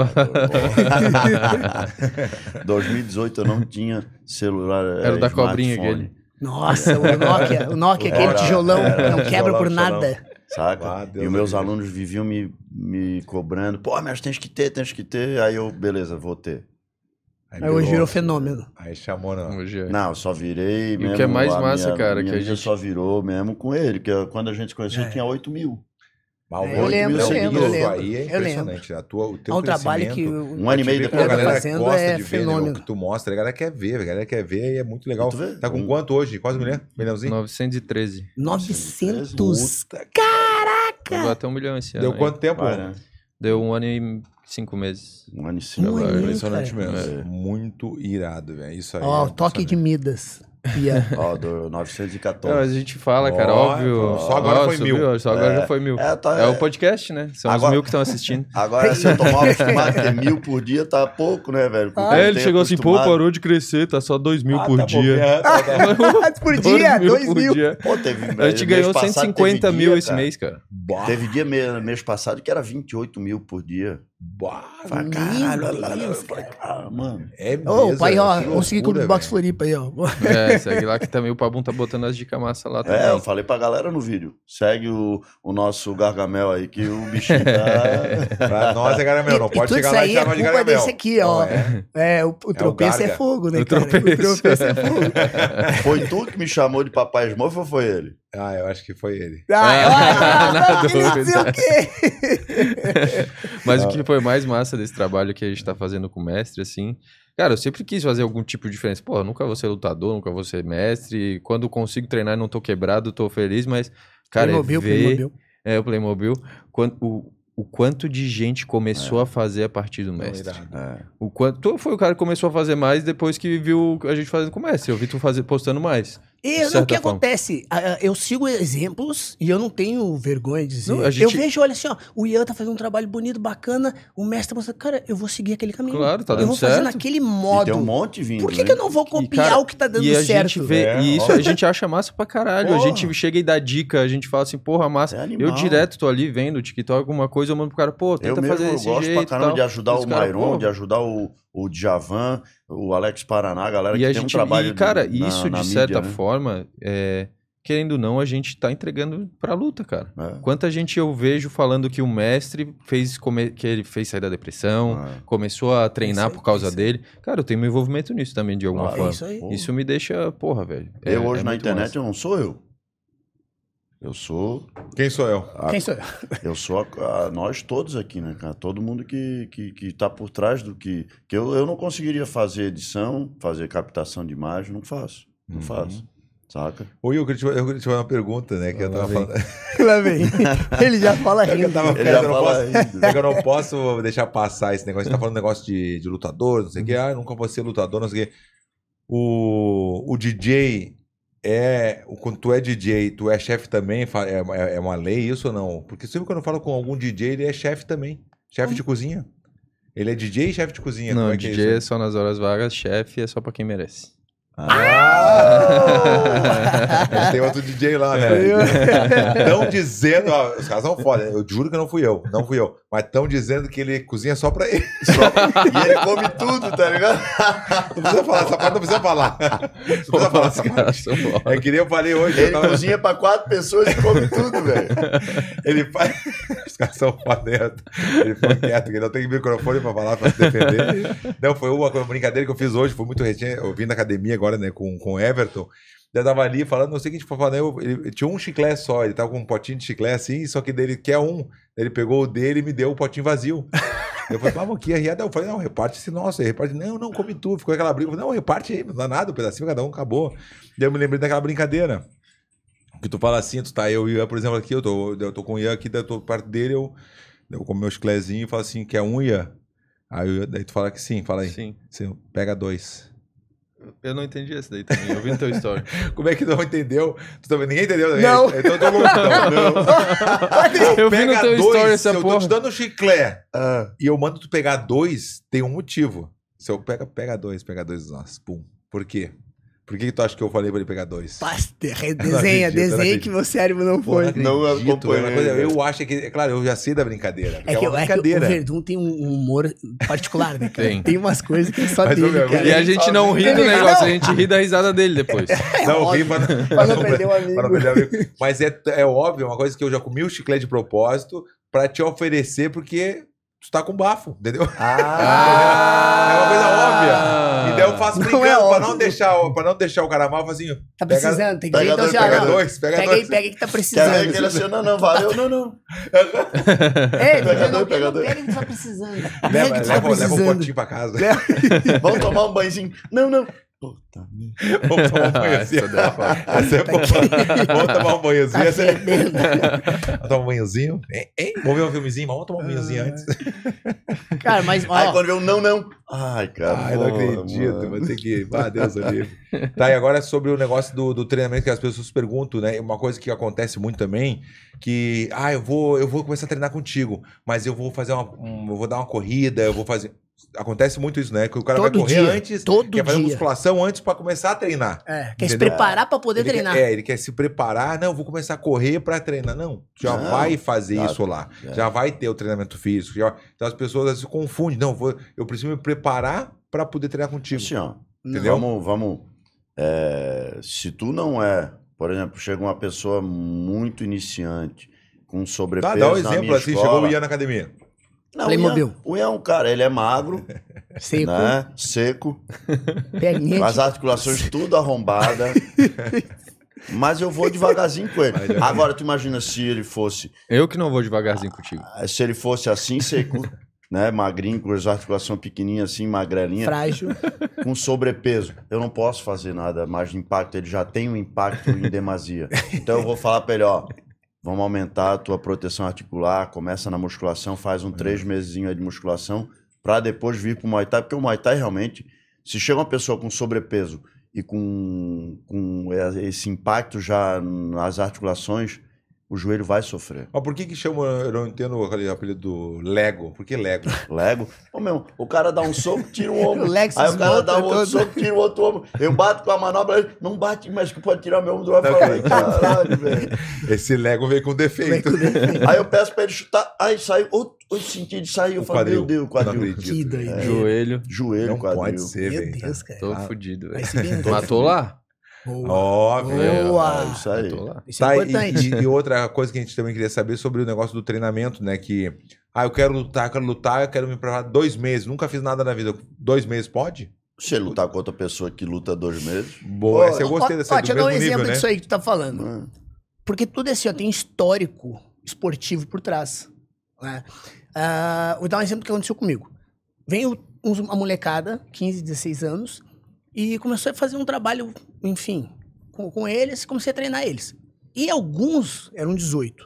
2018 eu não tinha celular. Era o da cobrinha smartphone. Nossa, o Nokia, aquele tijolão que não quebra por nada. Saca? E os meus alunos viviam me cobrando. Pô, mas tens que ter. Aí eu, beleza, vou ter. Aí hoje virou fenômeno. Aí chamou, não. Não, eu só virei mesmo. E o que é mais massa, cara, que a gente só virou mesmo com ele. Que quando a gente se conheceu, tinha 8 mil. Eu lembro. Isso aí é impressionante. O teu trabalho que um ano e meio depois a galera fazendo gosta é de ver, fenômeno. o que tu mostra, a galera quer ver e é muito legal. Tá com quanto hoje? Quase milhãozinho? 913. 900? Chegou Caraca! até 1 milhão esse ano. Deu quanto tempo? Deu 1 ano e 5 meses. 1 ano e 5 meses. Impressionante cara. mesmo. Muito irado, velho. Isso aí. Ó, o toque de Midas. Ó, do 914. Não, a gente fala, cara, óbvio. Só agora foi 1000. Só agora já foi 1000. É o podcast, né? São agora, os 1000 que estão assistindo. Agora, se eu tô mal acostumado, ter 1000 por dia tá pouco, né, velho? Ele chegou assim, pô, parou de crescer, tá só 2000 por dia. Por dia? 2000. Pô, teve. A gente ganhou 150 mil esse mês, cara. Teve dia mês passado que era 28 mil por dia. Falei, caralho, mano. É mesmo. Ô, pai, ó, consegui com o Box Floripa aí, ó. Segue lá que também o Pabum tá botando as dicas massa lá também. Eu falei pra galera no vídeo. Segue o nosso Gargamel aí, que o bichinho tá... Pra nós é Gargamel, não pode chegar lá e chamar de Gargamel. Desse aqui, ó. O tropeço é fogo, né, cara? O tropeço é fogo. Foi tu que me chamou de Papai Smurf ou foi ele? Eu acho que foi ele. Mas o que foi mais massa desse trabalho que a gente tá fazendo com o mestre, assim... Cara, eu sempre quis fazer algum tipo de diferença. Pô, eu nunca vou ser lutador, nunca vou ser mestre. Quando consigo treinar e não tô quebrado, tô feliz, mas... Cara, Playmobil. O Playmobil. O quanto de gente começou a fazer a partir do mestre. O quanto... Tu foi o cara que começou a fazer mais depois que viu a gente fazendo com o mestre. Eu vi tu postando mais. O que acontece? Eu sigo exemplos e eu não tenho vergonha de dizer. Não, Eu vejo, olha assim, ó, o Ian tá fazendo um trabalho bonito, bacana, o mestre tá mostrando, cara, eu vou seguir aquele caminho. Claro, tá dando certo. Eu vou fazer naquele modo. E tem um monte vindo. Por que eu não vou copiar o que tá dando certo? Gente vê, e isso a gente acha massa pra caralho. Porra. A gente chega e dá dica, a gente fala assim, porra, massa. Eu direto tô ali vendo o TikTok, alguma coisa, eu mando pro cara, pô, tenta fazer desse jeito. Eu gosto pra caramba de ajudar o Myron, de ajudar o Djavan, o Alex Paraná, a galera que tem um trabalho. E, cara, isso de certa forma, querendo ou não, a gente tá entregando pra luta, cara. Quanta gente eu vejo falando que o mestre que ele fez sair da depressão, começou a treinar por causa dele. Cara, eu tenho meu envolvimento nisso também, de alguma forma. Isso me deixa, porra, velho. Eu hoje na internet massa. Eu não sou eu. Eu sou... Quem sou eu? Quem sou eu? Eu sou nós todos aqui, né, cara? Todo mundo que tá por trás do que eu não conseguiria fazer edição, fazer captação de imagem, não faço. Não faço. Saca? Oi, eu queria te fazer uma pergunta, né? Que eu tava falando. Lá vem. Ele já fala rindo. Eu não posso deixar passar esse negócio. Você tá falando negócio de lutador, não sei o quê. Nunca vou ser lutador, não sei o quê. O DJ... quando tu é DJ, tu é chefe também? É uma lei isso ou não? Porque sempre quando eu falo com algum DJ, ele é chefe também. Chefe de cozinha. Ele é DJ e chefe de cozinha. Não, DJ é só nas horas vagas, chefe é só pra quem merece. Tem outro DJ lá, né? Estão dizendo, os caras são foda, eu juro que não fui eu, mas estão dizendo que ele cozinha só pra ele. E ele come tudo, tá ligado? Não precisa falar essa parte, não precisa falar. Não precisa falar essa parte. É que nem eu falei hoje. Ele cozinha pra 4 pessoas e come tudo, velho. Ele faz. Os caras são foda. Ele ficou quieto, ele não tem microfone pra falar, pra se defender. Não, foi uma brincadeira que eu fiz hoje, foi muito recente. Eu vim na academia agora, né, com o Everton. Eu tava ali falando, não sei o que a gente foi falando, ele tinha um chiclete só, ele tava com um potinho de chiclete assim, só que dele quer um. Ele pegou o dele e me deu o potinho vazio. Eu falei, vamos aqui, eu falei, não, reparte esse nosso aí, reparte. Não, come tu. Ficou aquela briga, eu falei, não, reparte aí, não dá nada, um pedacinho, cada um, acabou. Daí eu me lembrei daquela brincadeira. Que tu fala assim, tu tá, eu e o Ian, por exemplo, aqui, eu tô com o Ian aqui, daí eu tô perto dele, eu como meu chicletezinho e falo assim, quer um, Ian? Daí tu fala que sim, fala aí. Sim. Pega 2. Eu não entendi esse daí também, eu vi no teu story. Como é que não entendeu? Tu também, ninguém entendeu também? Não. Então eu tô louco, não. Eu vi no teu story essa porra. Se eu tô te dando chiclete e eu mando tu pegar 2, tem um motivo. Se eu pega 2 nossos, pum. Por quê? Por que tu acha que eu falei pra ele pegar 2? Desenha que meu cérebro não foi. Não acompanhei. Eu acho que, claro, eu já sei da brincadeira. É que, uma brincadeira. O Verdun tem um humor particular, né? Tem umas coisas que é só Mas, dele, meu, cara. E a gente não ri do negócio, a gente ri da risada dele depois. Não, ri pra não perder o amigo. pra não perder o amigo. Mas é óbvio, é uma coisa que eu já comi o chiclete de propósito pra te oferecer, porque tu tá com bafo, entendeu? É uma coisa óbvia. E daí eu faço brincando pra não deixar o cara mal, facinho. Tá precisando, tem que pega ver, então dois, já. Pega não. dois. Pega aí que tá precisando. Quer ver aquele assim, não, valeu, não. Pega dois. Pega que tu tá precisando. Leva um potinho pra casa. Vamos tomar um banhozinho. Não. Puta merda. Vamos tomar um banho assim. Essa é boa. Vamos tomar um banhozinho. Vamos tomar um banhozinho? Hein? Vamos ver um filmezinho? Vamos tomar um banhozinho antes. Cara, mas... Aí quando vê um não. Ai, cara. Ai, não acredito. Vai ter que... Ah, Deus do livre. Tá, e agora sobre o negócio do treinamento que as pessoas perguntam, né? Uma coisa que acontece muito também, que... eu vou começar a treinar contigo, mas eu vou fazer eu vou dar uma corrida, eu vou fazer... Acontece muito isso, né? Que o cara vai correr antes, quer fazer musculação antes pra começar a treinar. Quer se preparar pra poder treinar. Ele quer se preparar. Não, eu vou começar a correr pra treinar. Não, vai fazer isso lá. Já vai ter o treinamento físico. Então as pessoas se confundem. Não, eu preciso me preparar pra poder treinar contigo. Assim, ó, entendeu? Vamos. Se tu não por exemplo, chega uma pessoa muito iniciante, com sobrepeso Dá um exemplo assim, escola, chegou o Ian na academia. Não, o Ian é um cara, ele é magro, seco, né? Seco, perninha com as articulações tudo arrombadas, mas eu vou devagarzinho com ele. Agora, tu imagina se ele fosse... Eu que não vou devagarzinho contigo. Se ele fosse assim, seco, né? Magrinho, com as articulações pequenininhas assim, magrelinha. Frágil. Com sobrepeso. Eu não posso fazer nada mais de impacto, ele já tem um impacto em demasia. Então eu vou falar pra ele, vamos aumentar a tua proteção articular, começa na musculação, faz 3 mesezinho aí de musculação, para depois vir pro Muay Thai, porque o Muay Thai realmente, se chega uma pessoa com sobrepeso e com esse impacto já nas articulações, o joelho vai sofrer. Mas por que chama, eu não entendo aquele apelido do Lego? Por que Lego? Lego? O cara dá um soco, tira um ombro. Aí o cara dá um outro soco, tira o outro ombro. Eu bato com a manobra, ele não bate, mas que pode tirar meu ombro. Vai falar, caralho, velho. Esse Lego veio com defeito. Aí eu peço pra ele chutar, aí saiu, outro sentido, saiu. Eu falo, meu Deus, quadril. Que doido. Joelho, não quadril. Pode ser, velho. Meu Deus, cara. Tô fudido, velho. Bem, Matou lá? Óbvio. Boa. Isso aí. Isso é importante. E outra coisa que a gente também queria saber sobre o negócio do treinamento, né? Que, eu quero lutar, eu quero me preparar 2 meses. Nunca fiz nada na vida. 2 meses pode? Se ele lutar com outra pessoa que luta 2 meses. Boa, essa eu gostei dessa Deixa eu dar um exemplo nível, né? disso aí que tu tá falando. Porque tudo assim, tem histórico esportivo por trás. Né? Vou dar um exemplo do que aconteceu comigo. Veio uma molecada, 15, 16 anos, e começou a fazer um trabalho, enfim, com eles, comecei a treinar eles. E alguns eram 18.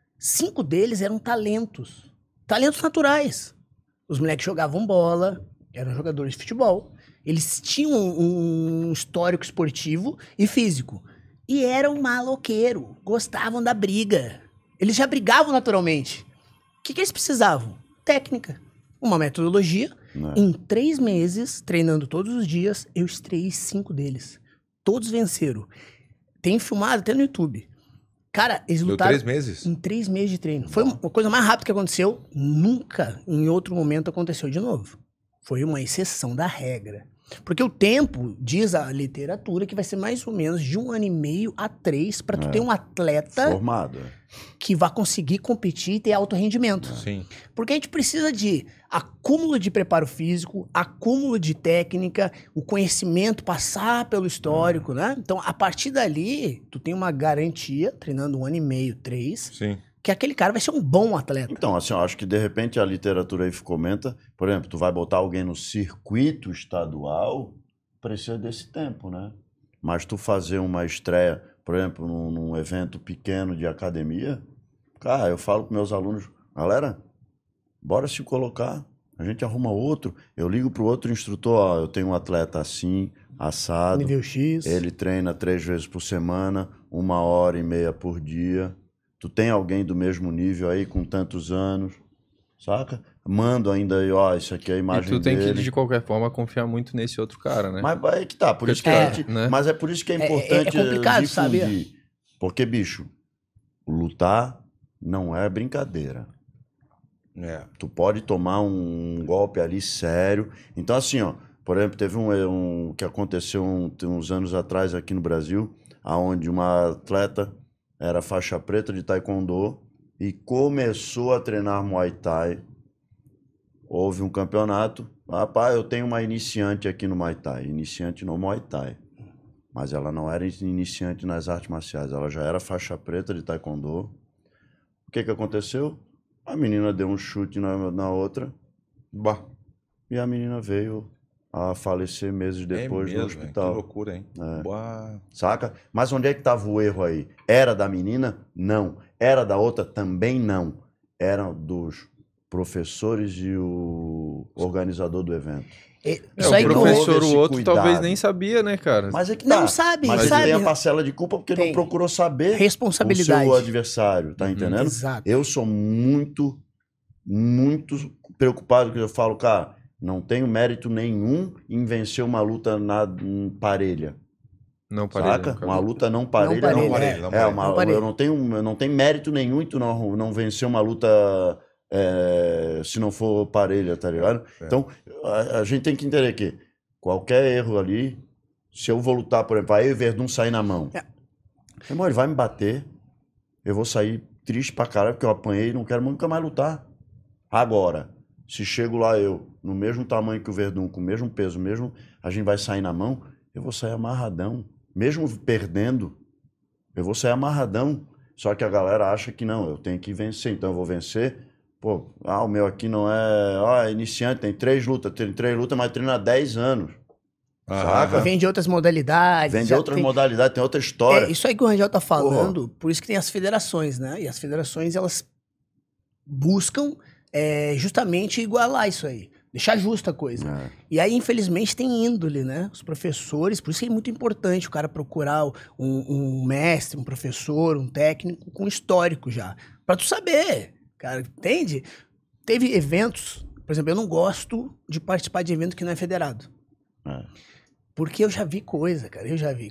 5 deles eram talentos naturais. Os moleques jogavam bola, eram jogadores de futebol. Eles tinham um histórico esportivo e físico. E eram maloqueiro, gostavam da briga. Eles já brigavam naturalmente. O que eles precisavam? Técnica. Uma metodologia. Em 3 meses, treinando todos os dias, eu estreiei 5 deles. Todos venceram. Tem filmado até no YouTube. Cara, eles lutaram... 3 meses? Em 3 meses de treino. Foi uma coisa mais rápida que aconteceu. Nunca, em outro momento, aconteceu de novo. Foi uma exceção da regra. Porque o tempo, diz a literatura, que vai ser mais ou menos de 1 ano e meio a 3 para tu ter um atleta formado que vai conseguir competir e ter alto rendimento. Sim. Porque a gente precisa de acúmulo de preparo físico, acúmulo de técnica, o conhecimento, passar pelo histórico, né? Então, a partir dali, tu tem uma garantia, treinando 1 ano e meio, 3, Sim. que aquele cara vai ser um bom atleta. Então, assim, eu acho que de repente a literatura aí comenta, por exemplo, tu vai botar alguém no circuito estadual, precisa desse tempo, né? Mas tu fazer uma estreia, por exemplo, num evento pequeno de academia, cara, eu falo com meus alunos, galera, bora se colocar, a gente arruma outro, eu ligo pro outro instrutor, eu tenho um atleta assim, assado, Nível X. ele treina 3 vezes por semana, 1h30 por dia. Tu tem alguém do mesmo nível aí com tantos anos, saca? mando ainda, ó, isso aqui é a imagem E tu tem dele. que, de qualquer forma, confiar muito nesse outro cara, né? Mas vai que tá, por isso que a gente, né? mas é por isso que é importante complicado, difundir. sabe? Porque, bicho, lutar não é brincadeira. Tu pode tomar um golpe ali sério. Então, assim, ó, por exemplo, teve um que aconteceu uns anos atrás aqui no Brasil, onde uma atleta era faixa preta de taekwondo e começou a treinar Muay Thai. Houve um campeonato. Rapaz, eu tenho uma iniciante aqui no Muay Thai. Iniciante no Muay Thai. Mas ela não era iniciante nas artes marciais. Ela já era faixa preta de taekwondo. O que aconteceu? A menina deu um chute na outra. Bah. E a menina veio a falecer meses depois no hospital. Que loucura, hein? Saca? Mas onde é que tava o erro aí? Era da menina? Não. Era da outra? Também não. Era dos professores e o organizador do evento. Isso aí o que professor, esse o outro, cuidado. talvez nem sabia, né, cara? Mas é que Não tá. sabe, Mas sabe. ele tem a parcela de culpa porque Tem. não procurou saber Responsabilidade. o seu adversário, tá entendendo? Exato. Eu sou muito preocupado, que eu falo, cara, não tenho mérito nenhum em vencer uma luta parelha. Não parelha. Saca? nunca uma vi. luta não parelha. Não Não parelha, parelha. não parelha. Eu não tenho mérito nenhum em tu não vencer uma luta se não for parelha, tá ligado? Então, a gente tem que entender que qualquer erro ali, se eu vou lutar, por exemplo, aí o Verdun sair na mão, irmão, ele vai me bater, eu vou sair triste pra caralho porque eu apanhei e não quero nunca mais lutar. Agora, se chego lá eu, no mesmo tamanho que o Verdun, com o mesmo peso, a gente vai sair na mão, eu vou sair amarradão. Mesmo perdendo, eu vou sair amarradão. Só que a galera acha que não, eu tenho que vencer, então eu vou vencer. Pô, o meu aqui não é iniciante, tem 3 lutas, mas treina há 10 anos. Saca? Vem de outras modalidades. Vem de outras modalidades, tem outra história. Isso aí que o Rangel tá falando, por isso que tem as federações, né? E as federações, elas buscam justamente igualar isso aí. Deixar justa a coisa. E aí, infelizmente, tem índole, né? Os professores, por isso que é muito importante o cara procurar um mestre, um professor, um técnico com histórico já. Pra tu saber, cara, entende? Teve eventos, por exemplo, eu não gosto de participar de evento que não é federado. Porque eu já vi coisa, cara,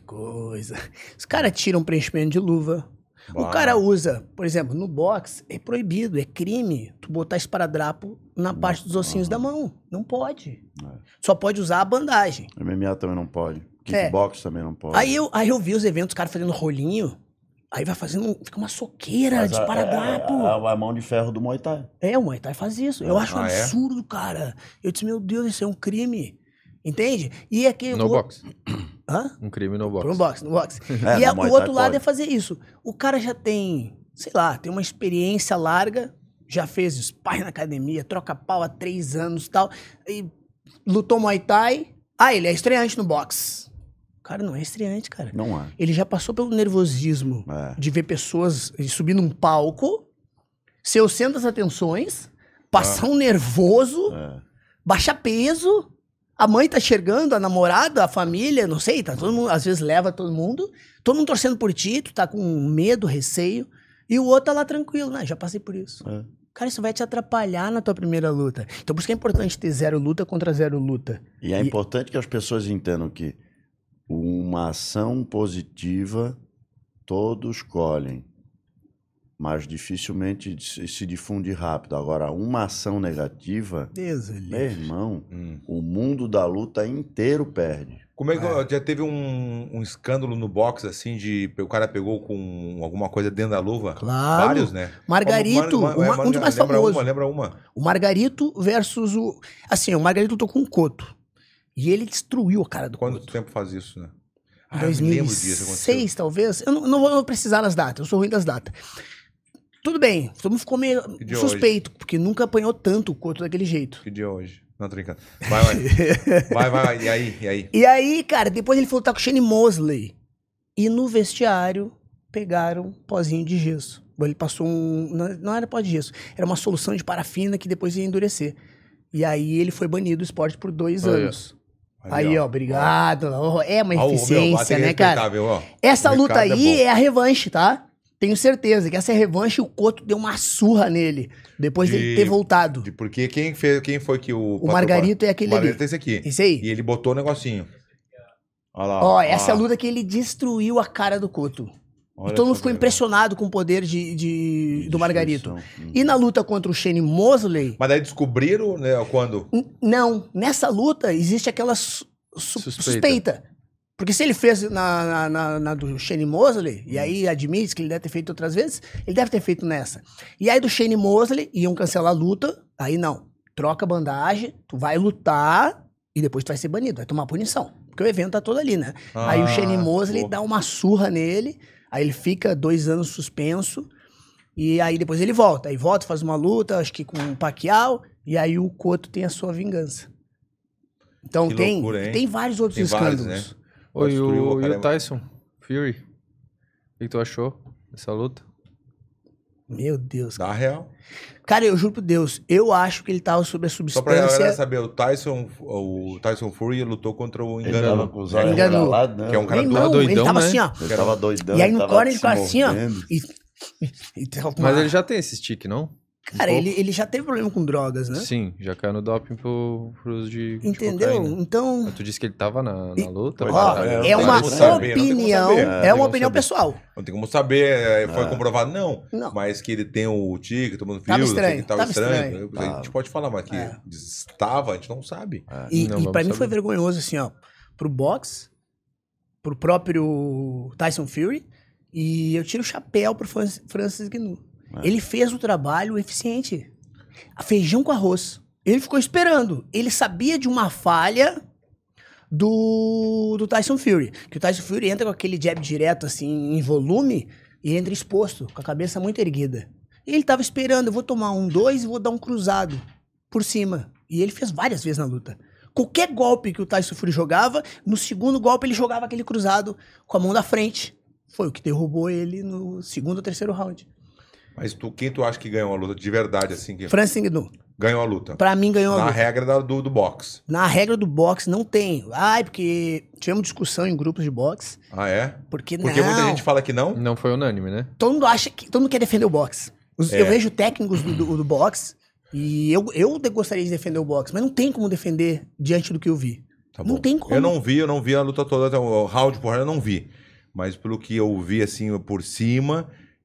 Os caras tiram preenchimento de luva. O cara usa, por exemplo, no boxe, é proibido, é crime tu botar esparadrapo na parte dos ossinhos da mão. Não pode. Só pode usar a bandagem. MMA também não pode. Kickbox também não pode. Aí eu vi os eventos, os caras fazendo rolinho, aí vai fazendo, fica uma soqueira de esparadrapo. A mão de ferro do Muay Thai. O Muay Thai faz isso. Eu acho um absurdo, cara. Eu disse, meu Deus, isso é um crime. Entende? E aqui... No boxe. Hã? Um crime no boxe. No boxe. E o outro lado é fazer isso. O cara já tem, sei lá, tem uma experiência larga, já fez sparring na academia, troca pau há 3 anos e tal, e lutou Muay Thai. Ele é estreante no boxe. O cara não é estreante, cara. Não é. Ele já passou pelo nervosismo de ver pessoas subir num palco, ser o centro das atenções, passar um nervoso, baixar peso... A mãe tá enxergando, a namorada, a família, não sei, tá todo mundo, às vezes leva todo mundo torcendo por ti, tu tá com medo, receio, e o outro tá lá tranquilo, né? Já passei por isso. Cara, isso vai te atrapalhar na tua primeira luta. Então por isso que é importante ter 0 luta contra 0 luta. E é importante que as pessoas entendam que uma ação positiva todos colhem, mas dificilmente se difunde rápido. Agora, uma ação negativa, meu irmão, o mundo da luta inteiro perde. Como é que já teve um escândalo no boxe, assim, de o cara pegou com alguma coisa dentro da luva? Claro. Vários, né? Margarito, um dos mais famosos. Lembra uma. O Margarito versus o... Assim, o Margarito lutou com o Couto. E ele destruiu a cara do Couto. Quanto tempo faz isso, né? 2006, talvez. Eu não vou precisar das datas, eu sou ruim das datas. Tudo bem, todo mundo ficou meio suspeito, porque nunca apanhou tanto o Couto daquele jeito. Que dia hoje? Não, tô brincando. Vai. E aí? E aí, cara, depois ele foi lutar com o Shane Mosley. E no vestiário, pegaram um pozinho de gesso. Ele passou não era pó de gesso, era uma solução de parafina que depois ia endurecer. E aí ele foi banido do esporte por 2 anos. Aí, obrigado. É uma eficiência, né, cara? Essa luta aí é a revanche, tá? Tenho certeza que essa revanche, o Cotto deu uma surra nele, depois dele ter voltado. Porque quem foi que O Margarito é aquele ali. O Margarito ali. é esse aqui. Esse aí. E ele botou o negocinho. Olha lá. Ó, essa é a luta que ele destruiu a cara do Cotto. Olha E todo mundo essa ficou vergonha. impressionado com o poder do Margarito. E na luta contra o Shane Mosley... Mas daí descobriram, né, quando? Não, nessa luta existe aquela suspeita. Porque se ele fez na do Shane Mosley, e aí admite que ele deve ter feito outras vezes, ele deve ter feito nessa. E aí do Shane Mosley, iam cancelar a luta, aí não. Troca a bandagem, tu vai lutar e depois tu vai ser banido, vai tomar punição. Porque o evento tá todo ali, né? Aí o Shane Mosley dá uma surra nele, aí ele fica 2 anos suspenso, e aí depois ele volta. Aí volta, faz uma luta, acho que com o Pacquiao, e aí o Cotto tem a sua vingança. Então Que tem, loucura, hein? tem vários outros Tem vários, escândalos. né? Oi, Destruiu a e cara- o Tyson Fury? O que tu achou dessa luta? Meu Deus. Dá real. Cara, eu juro por Deus, eu acho que ele tava sob a Só pra galera substância... saber, o Tyson Fury lutou contra o Ele tava Engano. com os olhos Enganou. regalados, né? Que é um cara Meu irmão, doidão, ele tava né? assim, ó. Ele tava doidão. E aí ele no tava corner ele se ficava assim, ó. mordendo. Mas ele já tem esse tique, não? Cara, Um ele já teve problema com drogas, né? Sim, já caiu no doping pro uso de Entendeu? cocaína. Então, Mas tu disse que ele tava na luta? Pois ó, é, é não tem uma como saber, não tem como opinião, saber. é tem uma como opinião saber. pessoal. Não tem como saber, foi comprovado, não. Não. Mas que ele tem o tique, todo mundo viu, Tava não sei o estranho, que, tava tava estranho. estranho. A gente pode falar, mas que estava, a gente não sabe. E, Não, e vamos pra mim saber. foi vergonhoso, assim, ó, pro boxe, pro próprio Tyson Fury, e eu tiro o chapéu pro Francis Ngannou. Ele fez o trabalho eficiente. Feijão com arroz. Ele ficou esperando. Ele sabia de uma falha do Tyson Fury. Que o Tyson Fury entra com aquele jab direto, assim, em volume, e entra exposto, com a cabeça muito erguida. E ele tava esperando, eu vou tomar 1-2 e vou dar um cruzado por cima. E ele fez várias vezes na luta. Qualquer golpe que o Tyson Fury jogava, no segundo golpe ele jogava aquele cruzado com a mão da frente. Foi o que derrubou ele no segundo ou terceiro round. Mas quem tu acha que ganhou a luta de verdade, assim, que Francis Ngannou. ganhou a luta? Pra mim ganhou a Na luta. regra do boxe. Na regra do boxe não tem. Ai, porque tivemos discussão em grupos de boxe. Ah, é? Porque Porque não. muita gente fala que não. Não foi unânime, né? Todo mundo acha que. Todo mundo quer defender o boxe. Eu vejo técnicos do boxe e eu gostaria de defender o boxe, mas não tem como defender diante do que eu vi. Tá Não bom. tem como. Eu não vi a luta toda, até o round por round eu não vi. Mas pelo que eu vi, assim, por cima,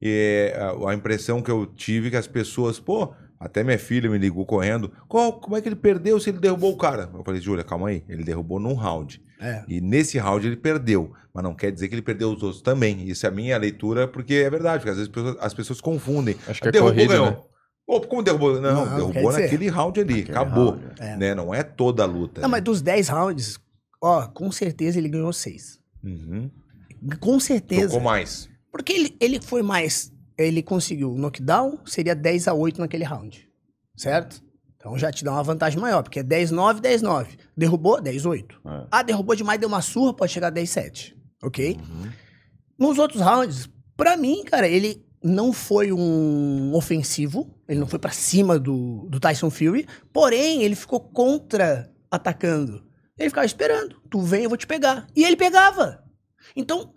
a impressão que eu tive que as pessoas, pô, até minha filha me ligou correndo, como é que ele perdeu se ele derrubou o cara? Eu falei, Júlia, calma aí, ele derrubou num round. É. E nesse round ele perdeu, mas não quer dizer que ele perdeu os outros também. Isso é a minha leitura, porque é verdade, porque às vezes as pessoas confundem. Acho que é Derrubou, corrida, ganhou. né? Pô, como derrubou? Não, Não, derrubou quer dizer. naquele round ali, acabou. round, Né? Não é toda a luta. Não, né? mas dos 10 rounds, ó, com certeza ele ganhou 6. Uhum. Com certeza. Tocou mais. Porque ele foi mais. Ele conseguiu o knockdown, seria 10-8 naquele round. Certo? Então já te dá uma vantagem maior, porque é 10-9, 10-9. Derrubou, 10-8. É. Ah, derrubou demais, deu uma surra, pode chegar a 10-7. Ok? Nos outros rounds, pra mim, cara, ele não foi um ofensivo, ele não foi pra cima do Tyson Fury, porém, ele ficou contra-atacando. Ele ficava esperando. Tu vem, eu vou te pegar. E ele pegava. Então,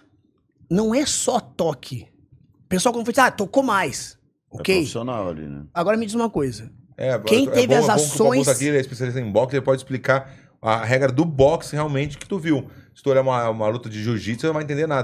não é só toque. O pessoal, quando fala, tocou mais. É Ok? profissional ali, né? Agora me diz uma coisa. É, Quem teve as que o ações- Babuta aqui, ele é especialista em boxe, ele pode explicar a regra do boxe realmente que tu viu. Se tu olhar uma luta de jiu-jitsu, você não vai entender nada.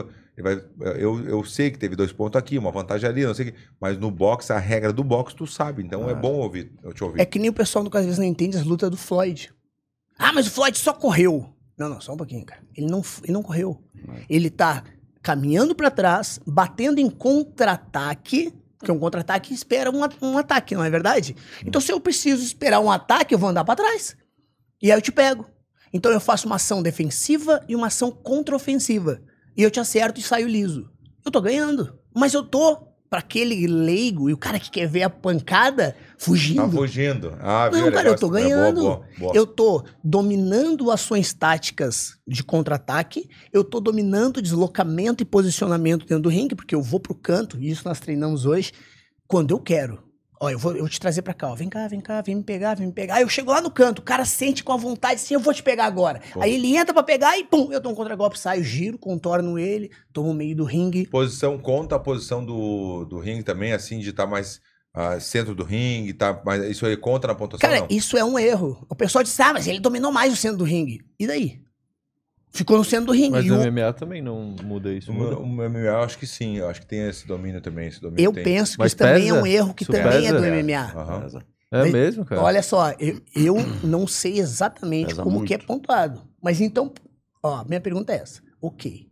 Eu sei que teve 2 pontos aqui, uma vantagem ali, não sei o que. Mas no boxe, a regra do boxe, tu sabe. Então é bom eu te ouvir. É que nem o pessoal às vezes não entende as lutas do Floyd. Ah, mas o Floyd só correu. Não, só um pouquinho, cara. Ele não correu. Ele tá caminhando pra trás, batendo em contra-ataque, porque um contra-ataque espera um ataque, não é verdade? Então se eu preciso esperar um ataque, eu vou andar pra trás. E aí eu te pego. Então eu faço uma ação defensiva e uma ação contra-ofensiva. E eu te acerto e saio liso. Eu tô ganhando. Mas eu tô, pra aquele leigo e o cara que quer ver a pancada, fugindo. Tá fugindo. Ah, Não, viu? cara, eu tô ganhando. Boa. Eu tô dominando ações táticas de contra-ataque, eu tô dominando deslocamento e posicionamento dentro do ringue, porque eu vou pro canto, e isso nós treinamos hoje, quando eu quero. Ó, eu vou te trazer pra cá, ó. Vem cá, vem me pegar. Aí eu chego lá no canto, o cara sente com a vontade assim, eu vou te pegar agora. Pô. Aí ele entra pra pegar e pum, eu dou um contra-golpe, saio, giro, contorno ele, tomo o meio do ringue. Posição, conta a posição do ringue também, assim, de estar mais centro do ringue, tá, mas isso aí conta na pontuação, Cara, não? isso é um erro. O pessoal diz, mas ele dominou mais o centro do ringue. E daí? Ficou no centro do ringue. Mas E no o- MMA também não muda isso. O MMA eu acho que sim, eu acho que tem esse domínio também, esse domínio Eu tem. penso que Mas isso também é pesa? um erro que Isso também é pesa? do MMA. Aham. É Mas- mesmo, cara? Olha só, eu não sei exatamente Pesa como muito. que é pontuado. Mas então, ó, minha pergunta é essa. Ok.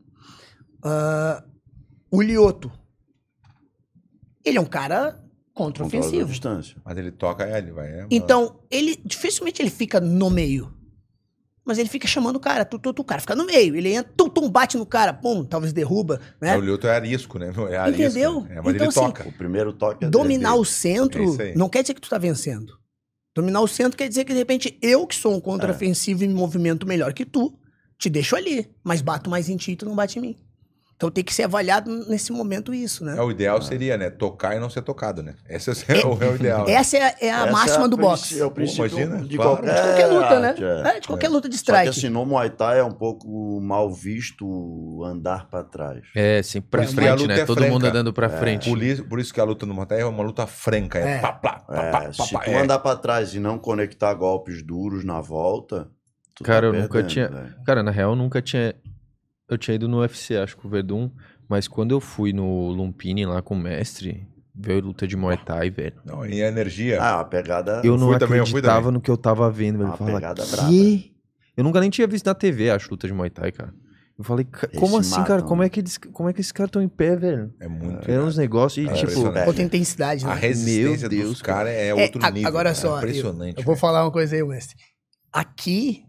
O Lyoto. Ele é um cara Controla a contra-ofensivo. distância. Mas ele toca, ele vai. Então, dificilmente ele fica no meio. Mas ele fica chamando o cara, o cara fica no meio. Ele entra, bate no cara, pum, talvez derruba, né? O Lyoto é arisco, né? É arisco, Entendeu? né? Mas Então, ele assim, toca. O primeiro toque é Dominar dele. o centro É isso aí. não quer dizer que tu tá vencendo. Dominar o centro quer dizer que, de repente, eu que sou um contra-ofensivo e me movimento melhor que tu, te deixo ali, mas bato mais em ti e tu não bate em mim. Então tem que ser avaliado nesse momento isso, né? O ideal seria, né? Tocar e não ser tocado, né? Esse é o ideal. né? Essa é a Essa máxima do boxe. É o princípio imagina, de claro. qualquer, De qualquer luta, né? arte, é. De qualquer luta de Só que strike. assim, no Muay Thai é um pouco mal visto andar pra trás. É, sim, pra Porque a frente, luta né? é Todo franca. mundo andando pra frente. Por isso que a luta no Muay Thai é uma luta franca. É, É. pá, pá, pá, pá, pá, Se pá, tu é. andar pra trás e não conectar golpes duros na volta, tu Cara, eu tá nunca perdendo, tinha. velho. Cara, na real, eu nunca tinha. Eu tinha ido no UFC, acho que o Verdun. Mas quando eu fui no Lumpini lá com o mestre, veio luta de Muay Thai, velho. Não, e a energia. Ah, a pegada... Eu não fui também, acreditava no que eu tava vendo, velho. Uma Eu falava, pegada "Quê?" braba. Eu nunca nem tinha visto na TV, acho, luta de Muay Thai, cara. Eu falei, como Eles se assim, cara? matam, Como né? é que esses caras estão em pé, velho? É muito. Eram uns negócios e, É, tipo... impressionante. Outra intensidade, A né? resistência Meu Deus, dos caras é outro nível. Agora é só, impressionante. eu vou falar uma coisa aí, mestre. Aqui,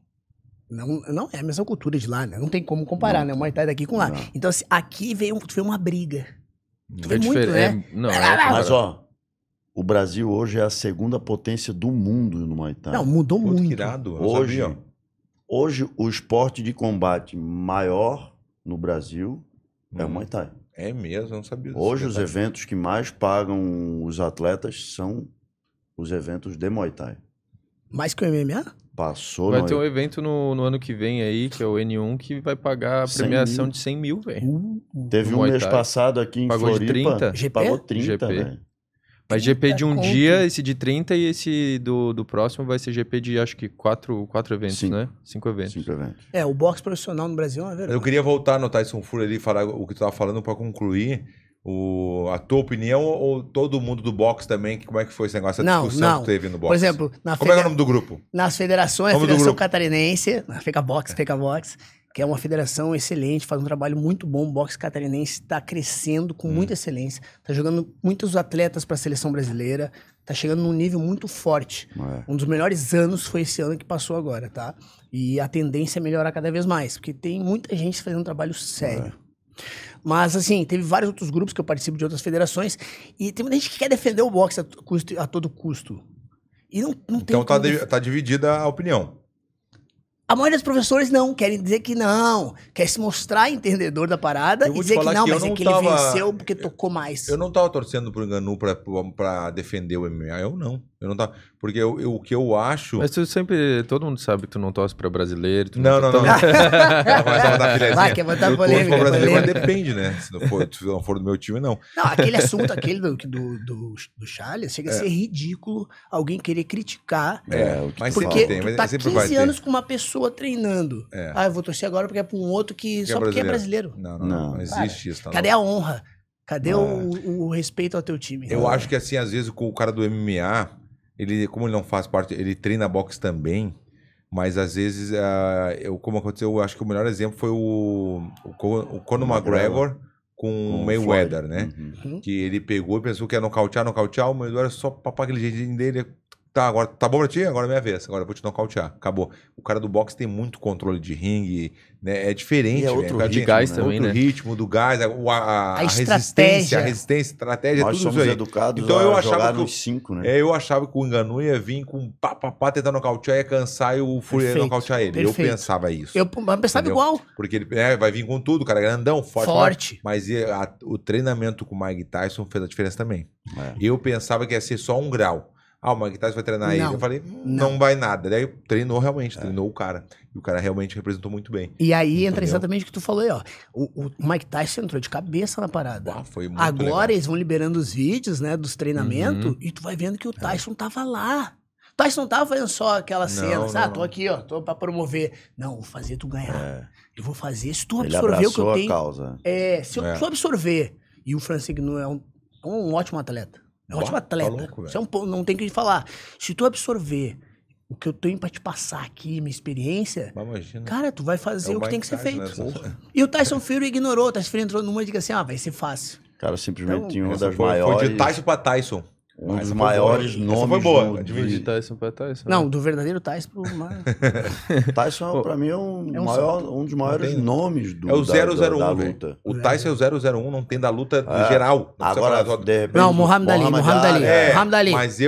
não é a mesma cultura de lá, né? Não tem como comparar, né? O Muay Thai daqui com lá. Não. Então, assim, aqui veio uma briga. velho. Foi muito, né? Não, Mas, ó, o Brasil hoje é a segunda potência do mundo no Muay Thai. Não, mudou Puta, que muito. irado. eu Hoje, sabia. hoje, o esporte de combate maior no Brasil é o Muay Thai. É mesmo, eu não sabia disso. Hoje, os Verdade. eventos que mais pagam os atletas são os eventos de Muay Thai. Mais que o MMA? Passou vai no... ter um evento no ano que vem aí, que é o N1, que vai pagar a 100 premiação mil. de 100 mil, velho. Teve no um Muay mês Thai. passado aqui em Pagou de Floripa. 30? GP? Pagou 30, GP. velho. Mas GP de um 30 dia, conto. esse de 30 e esse do próximo vai ser GP de acho que 4 eventos, Cinco. né? 5 eventos. 5 eventos. É, o boxe profissional no Brasil é uma Eu vergonha. queria voltar no Tyson Fury ali e falar o que tu tava falando pra concluir. A tua opinião ou todo mundo do boxe também? Como é que foi esse negócio? Essa discussão que tu teve no boxe? Por exemplo, Como é o nome do grupo? nas federações, a Nome do Federação grupo. Catarinense, a FECABOX, que é uma federação excelente, faz um trabalho muito bom. O boxe catarinense está crescendo com muita excelência, está jogando muitos atletas para a seleção brasileira, está chegando num nível muito forte. É. Um dos melhores anos foi esse ano que passou agora, tá? E a tendência é melhorar cada vez mais, porque tem muita gente fazendo um trabalho sério. Mas, assim, teve vários outros grupos que eu participo de outras federações e tem muita gente que quer defender o boxe a todo custo. E não tem Então como tá dividida a opinião. A maioria dos professores não, querem dizer que não, quer se mostrar entendedor da parada Eu e vou te dizer que falar não, que eu mas é não que ele tava- venceu porque tocou mais. Eu não tava torcendo pro Ngannou pra defender o MMA. Eu não. Eu não tava. Porque o que eu acho. Mas tu sempre, todo mundo sabe que tu não torce pra brasileiro. Tu Não. tu- Vai, quer botar eu torço polêmica, pra brasileiro, mas polêmica. depende, né? Se não for do meu time, não. Não, aquele assunto, aquele do Charles, chega a ser ridículo alguém querer criticar. o que mas tu Porque sempre tem, tu mas tá sempre 15 vai ter. anos com uma pessoa treinando. É. Ah, eu vou torcer agora porque é pra um outro que só porque é brasileiro. Não existe isso. Tá Cadê louco. a honra? Cadê o respeito ao teu time? Eu acho que assim, às vezes, com o cara do MMA, como ele não faz parte, ele treina boxe também, mas às vezes, como aconteceu, eu acho que o melhor exemplo foi o Conor McGregor com o Mayweather, né? Uhum. Que ele pegou e pensou que ia nocautear, o Mayweather só papar aquele jeitinho dele, Tá, agora tá bom pra ti? Agora é minha vez. Agora eu vou te nocautear. Acabou. O cara do boxe tem muito controle de ringue, né? É diferente. E é outro velho. de gás Tem também, outro né? ritmo do gás, a estratégia. resistência, estratégia, Nós tudo isso somos aí. educados Então a eu achava jogar que nos 5, né? eu achava que o Ngannou ia vir com pá, tentar nocautear, ia cansar e o Fury ia Perfeito, nocautear ele. perfeito. Eu pensava isso. Eu pensava Entendeu? igual. Porque ele vai vir com tudo, o cara é grandão, forte. Mas o treinamento com o Mike Tyson fez a diferença também. É. Eu pensava que ia ser só 1 grau. O Mike Tyson vai treinar ele. Não, Eu falei, não vai nada. Daí treinou o cara. E o cara realmente representou muito bem. E aí entra Entendeu? exatamente o que tu falou aí, ó. O Mike Tyson entrou de cabeça na parada. Uau, foi muito Agora legal. eles vão liberando os vídeos, né, dos treinamentos, e tu vai vendo que o Tyson tava lá. O Tyson não tava fazendo só aquela cena, não, sabe? Tô não. aqui, ó, tô pra promover. Não, vou fazer tu ganhar. Eu vou fazer, se tu Ele absorver o que eu abraçou a tenho... causa. Se eu absorver, e o Francis Ngannou é um ótimo atleta. É um ótimo atleta. Tá louco, Isso é não tem o que falar. Se tu absorver o que eu tenho pra te passar aqui, minha experiência, Mas imagina. cara, tu vai fazer o que Mike tem que ser Tyson, feito. né? E o Tyson Fury ignorou. O Tyson Fury entrou numa e disse assim, vai ser fácil. Cara, simplesmente Então, tinha uma Essa das foi maiores... de Tyson pra Tyson. Um dos Essa foi maiores boa. nomes Essa foi boa, do- admito. De Tyson pra Tyson. Não, do verdadeiro Tyson pro... Tyson, pra mim, é um dos maiores tem- nomes do, É o 001, da velho. luta. O Tyson é o 001, não tem da luta geral. Não precisa Agora, falar do- de repente... Não, Muhammad Ali, Muhammad Ali. Muhammad Ali. Mas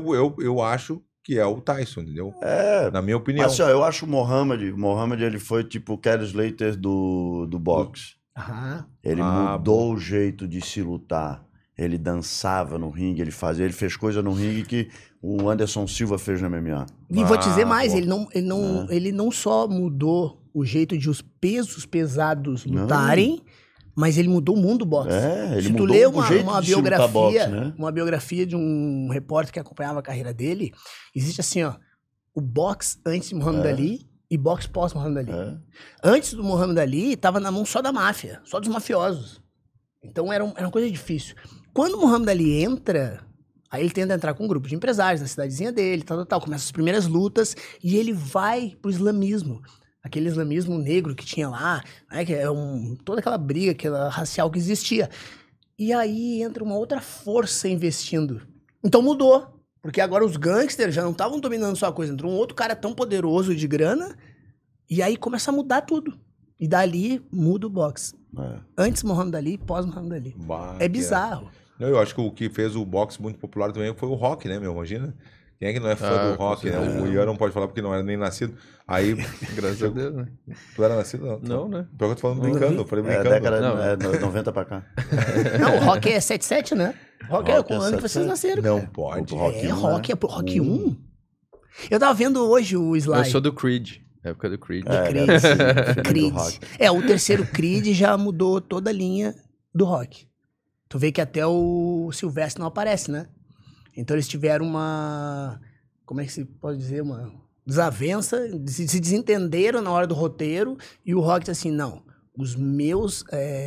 eu acho que é o Tyson, entendeu? Na minha opinião. Mas, assim, ó, eu acho o Mohamed, ele foi tipo o Kelly Slater do boxe. Aham. Ele Ah, mudou o jeito de se lutar. Ele dançava no ringue, ele fez coisa no ringue que o Anderson Silva fez no MMA. E vou te dizer mais, boa. ele não só mudou o jeito de os pesos pesados lutarem, mas ele mudou o mundo do boxe. Ele Se tu mudou lê o jeito uma de se lutar biografia, boxe, né? uma biografia de um repórter que acompanhava a carreira dele, existe assim, ó, o boxe antes de Muhammad Ali e boxe pós Muhammad Ali. Antes do Muhammad Ali, tava na mão só da máfia, só dos mafiosos. Então era uma coisa difícil. Quando o Muhammad Ali entra, aí ele tenta entrar com um grupo de empresários na cidadezinha dele, tal. Começa as primeiras lutas e ele vai pro islamismo. Aquele islamismo negro que tinha lá, né, que é toda aquela briga, aquela racial que existia. E aí entra uma outra força investindo. Então mudou. Porque agora os gangsters já não estavam dominando só a coisa. Entrou um outro cara tão poderoso de grana e aí começa a mudar tudo. E dali muda o boxe. Antes Muhammad Ali, pós Muhammad Ali. Bah, É bizarro. Não, eu acho que o que fez o boxe muito popular também foi o Rock, né, meu? Imagina. Quem é que não é fã do Rock, né? O Ian não pode falar porque não era nem nascido. Aí, Graças a Deus, né? tu era nascido? Não, Não, né? Pior que eu tô falando brincando, eu falei É, brincando. década Não. 90 pra cá. Não, o Rock é 77, né? Rock é Rock com é o ano que 77. vocês nasceram. Não cara. pode. O Rock É, 1, Rock, né? é Rock 1. Eu tava vendo hoje o Sly. Eu sou do Creed. Época do Creed. Creed. deve ser filho do Creed. Rock. O terceiro Creed já mudou toda a linha do Rock. Tu vê que até o Sylvester não aparece, né? Então eles tiveram uma... Como é que se pode dizer? Uma desavença. Se desentenderam na hora do roteiro. E o Rock disse assim, não. Os meus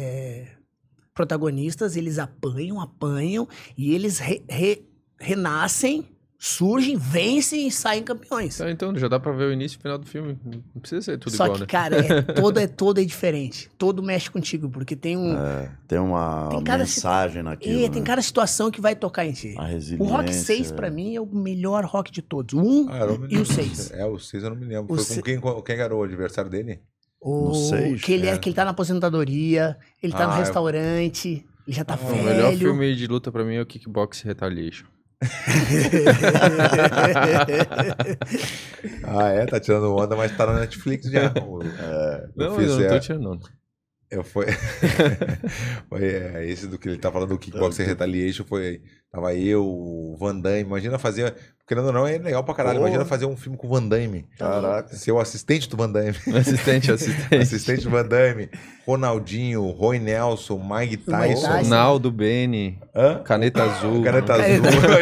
protagonistas, eles apanham. E eles renascem, surgem, vencem e saem campeões. Então já dá pra ver o início e o final do filme. Não precisa ser tudo Só igual, que, né? cara, todo é diferente. Todo mexe contigo, porque tem um... Tem uma Tem cada mensagem naquilo. tem né? cada situação que vai tocar em ti. A O resiliência. Rock 6, pra mim, é o melhor rock de todos. O 1 Ah, eu não me e o lembro. 6. É, o 6 eu não me lembro. O Foi se- com quem era o adversário dele? No 6, que ele tá na aposentadoria, ele tá no Ah, restaurante, ele já tá O melhor velho. filme de luta pra mim é o Kickbox Retaliation. Tá tirando onda, mas tá na Netflix já. Não, fiz, eu não tô tirando. foi esse do que ele tá falando do Kickboxer Retaliation, tava eu, o Van Damme, imagina fazer, querendo ou não, é legal pra caralho, Pô. imagina fazer um filme com o Van Damme, Caraca. ser o assistente do Van Damme, Assistente. do Van Damme, Ronaldinho, Roy Nelson, Mike Tyson, Tyson. Naldo, Beni, Hã? Caneta Azul. Caneta Azul,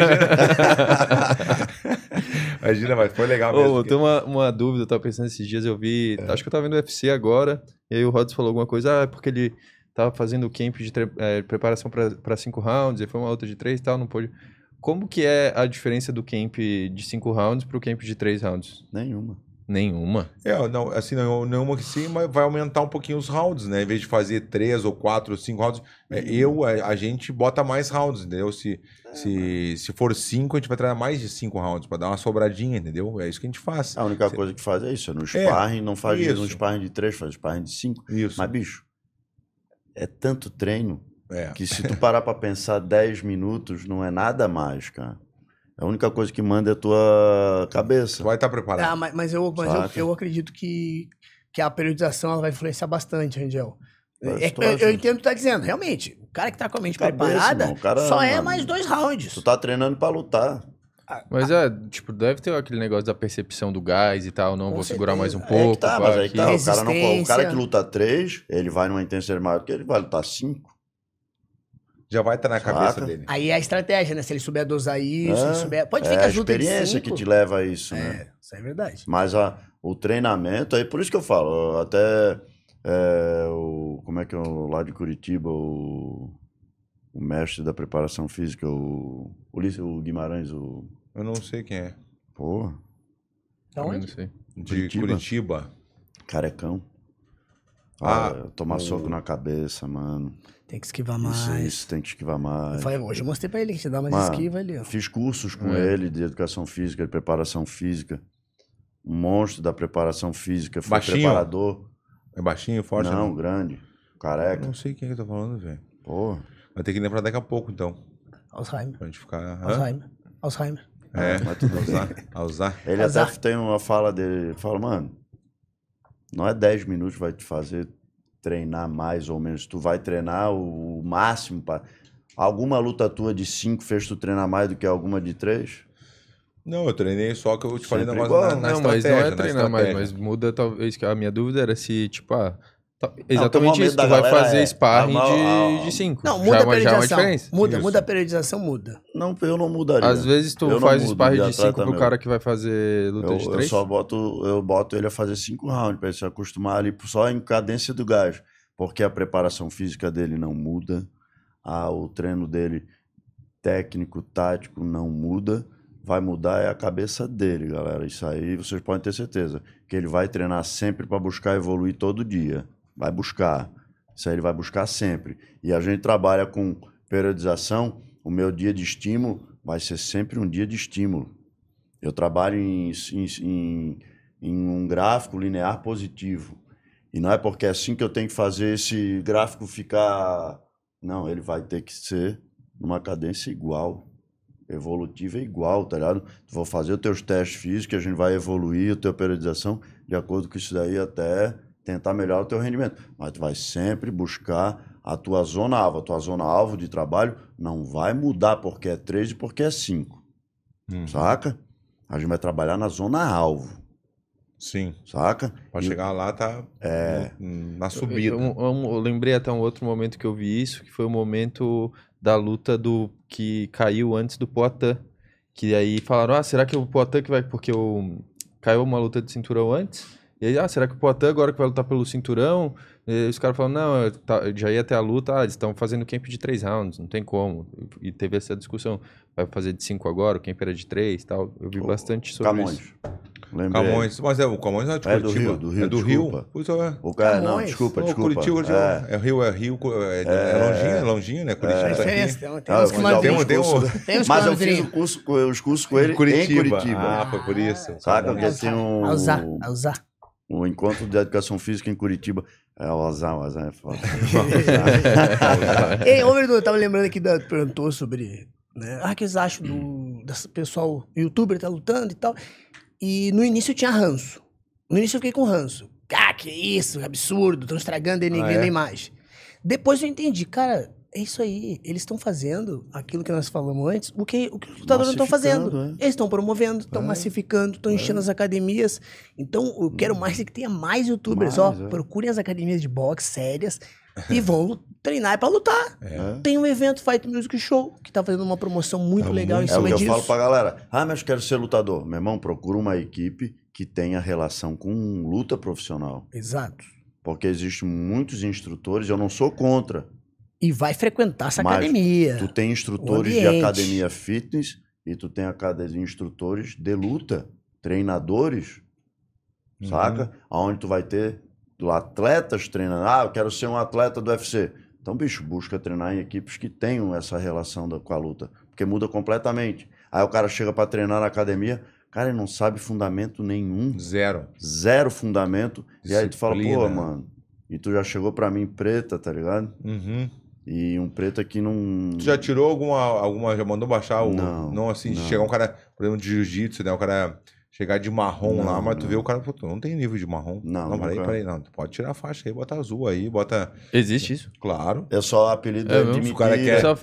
imagina, mas foi legal mesmo. Ô, tem uma dúvida, eu tava pensando esses dias, eu vi, acho que eu tava vendo o UFC agora, e aí o Rods falou alguma coisa, é porque ele tava fazendo o camp de preparação pra 5 rounds, e foi uma outra de 3 e tal, não pôde. Como que é a diferença do camp de 5 rounds pro camp de 3 rounds? Nenhuma. Nenhuma. Não, assim, nenhuma que sim, mas vai aumentar um pouquinho os rounds, né? Em vez de fazer 3 ou 4 ou 5 rounds, a gente bota mais rounds, entendeu? Se for 5, a gente vai treinar mais de 5 rounds, pra dar uma sobradinha, entendeu? É isso que a gente faz. A única coisa que faz é isso, no sparring, não faz isso. no sparring de 3, faz sparring de 5. Isso. Mas, bicho, é tanto treino É. que se tu parar pra pensar 10 minutos, não é nada mais, cara. A única coisa que manda é a tua cabeça. Tu vai estar preparado. Mas eu acredito que a periodização ela vai influenciar bastante, Rangel. Eu entendo o que tu tá dizendo. Realmente, o cara que tá com a mente preparada irmão, o cara, só é mano, mais 2 rounds. Tu tá treinando pra lutar. Mas tipo, deve ter aquele negócio da percepção do gás e tal, não, Com vou segurar mais um certeza. pouco. Mas aí que tá. Resistência. O cara que luta 3, ele vai numa intensidade maior que ele vai lutar 5. Já vai estar na cabeça Saca? dele. Aí é a estratégia, né? Se ele souber dosar isso, se souber... Pode ver que a as lutas de experiência 5... que te leva a isso, né? Isso é verdade. Mas o treinamento, aí por isso que eu falo, até como é que é o lá de Curitiba, o mestre da preparação física, o Guimarães, Eu não sei quem é. pô, Então, Também não sei. De Curitiba. carecão. Tomar soco na cabeça, mano. tem que esquivar mais. Isso tem que esquivar mais. Hoje eu mostrei pra ele que você dá mais Mano, esquiva ali, ó. Fiz cursos com ele de educação física, de preparação física. Um monstro da preparação física. Foi Baixinho? preparador. É baixinho, forte? Não, grande. Careca. Não sei quem que eu tô falando, velho. Pô. Vai ter que lembrar daqui a pouco, então. Alzheimer. Pra gente ficar... Alzheimer. Mas tudo bem. Usar. Ele até tem uma fala dele. Ele fala, mano, não é 10 minutos que vai te fazer treinar mais ou menos. Tu vai treinar o máximo. Alguma luta tua de 5 fez tu treinar mais do que alguma de 3? Não, eu treinei só que eu te falei Sempre negócio igual. na Não, mas não estratégia, é na treinar mais, estratégia. mas muda talvez, que a minha dúvida era se, tipo, tem um exatamente momento isso, da tu vai galera, fazer sparring a- de 5. Não, muda a já é uma periodização. diferença. Muda a periodização, muda. Não, eu não mudaria. Às vezes tu Eu não faz mudo sparring de atleta 5 pro meu. cara que vai fazer luta de Eu 3. só boto ele a fazer 5 rounds pra ele se acostumar ali só em cadência do gás. Porque a preparação física dele não muda, o treino dele técnico, tático não muda. Vai mudar é a cabeça dele, galera. Isso aí vocês podem ter certeza. Que ele vai treinar sempre para buscar evoluir todo dia. Vai buscar. Isso aí ele vai buscar sempre. E a gente trabalha com periodização. O meu dia de estímulo vai ser sempre um dia de estímulo. Eu trabalho em um gráfico linear positivo. E não é porque é assim que eu tenho que fazer esse gráfico ficar... Não, ele vai ter que ser numa cadência igual. Evolutiva é igual, tá ligado? Tu vai fazer os teus testes físicos, a gente vai evoluir a tua periodização de acordo com isso daí até tentar melhorar o teu rendimento. Mas tu vai sempre buscar a tua zona alvo. A tua zona alvo de trabalho não vai mudar porque é 3 e porque é 5. Saca? A gente vai trabalhar na zona alvo. Sim. Saca? Pra chegar lá, tá na subida. Eu lembrei até um outro momento que eu vi isso, que foi o momento da luta do que caiu antes do Poatan. Que aí falaram, será que o Poatan que vai... Porque caiu uma luta de cinturão antes. E aí, será que o Poatan agora que vai lutar pelo cinturão? E os caras falaram, não, já ia ter a luta, eles estão fazendo camp de 3 rounds, não tem como. E teve essa discussão, vai fazer de 5 agora, o camp era de 3 e tal. Eu vi bastante sobre Camões. isso. Lembrei. Camões, mas o Camões não é de É do Curitiba. Rio, do Rio, É do desculpa. Rio? Pois é. O cara, não, Camões. desculpa. Curitiba, é Rio, é longinho, né? Curitiba Tem tá aqui. diferença, tem Ah, uns que eu mandam. Tem Tem uns Mas eu quadrinhos. fiz os cursos com ele Em Curitiba. em Curitiba. Ah, foi por isso. Saca? Porque tem A usar. um encontro de educação física em Curitiba. O Azar é foda. Ei, ô Verdun, eu tava lembrando aqui, tu perguntou sobre, né? O que eles acham desse pessoal, youtuber tá lutando e tal. E no início eu tinha ranço. No início eu fiquei com ranço. Que isso, absurdo, estão estragando e ninguém nem mais. Depois eu entendi, cara, é isso aí. Eles estão fazendo aquilo que nós falamos antes, o que os lutadores não estão fazendo. Eles estão promovendo, estão massificando, estão enchendo as academias. Então, eu quero mais é que tenha mais youtubers. Procurem as academias de boxe sérias e vão treinar pra lutar. Tem um evento, Fight Music Show, que tá fazendo uma promoção muito legal em É o cima que eu disso. falo pra galera. Mas eu quero ser lutador. Meu irmão, procura uma equipe que tenha relação com luta profissional. Exato. Porque existem muitos instrutores, eu não sou contra. E vai frequentar essa Mas academia. Tu tem instrutores de ambiente. academia fitness e tu tem instrutores de luta, treinadores. saca? Aonde tu vai ter atletas treinando. Eu quero ser um atleta do UFC. Então, bicho, busca treinar em equipes que tenham essa relação com a luta, porque muda completamente. Aí o cara chega pra treinar na academia, cara, ele não sabe fundamento nenhum. Zero fundamento. E aí tu fala, pô, mano, e tu já chegou pra mim preta, tá ligado? E um preto aqui não... Tu já tirou alguma já mandou baixar o... Não, assim, não. Chegar um cara, por exemplo, de jiu-jitsu, né? O cara chegar de marrom lá, mas tu vê o cara, pô, tu não tem nível de marrom. Não, peraí, não. Tu pode tirar a faixa aí, bota azul aí, bota... Existe isso? Claro. É só apelido de se o cara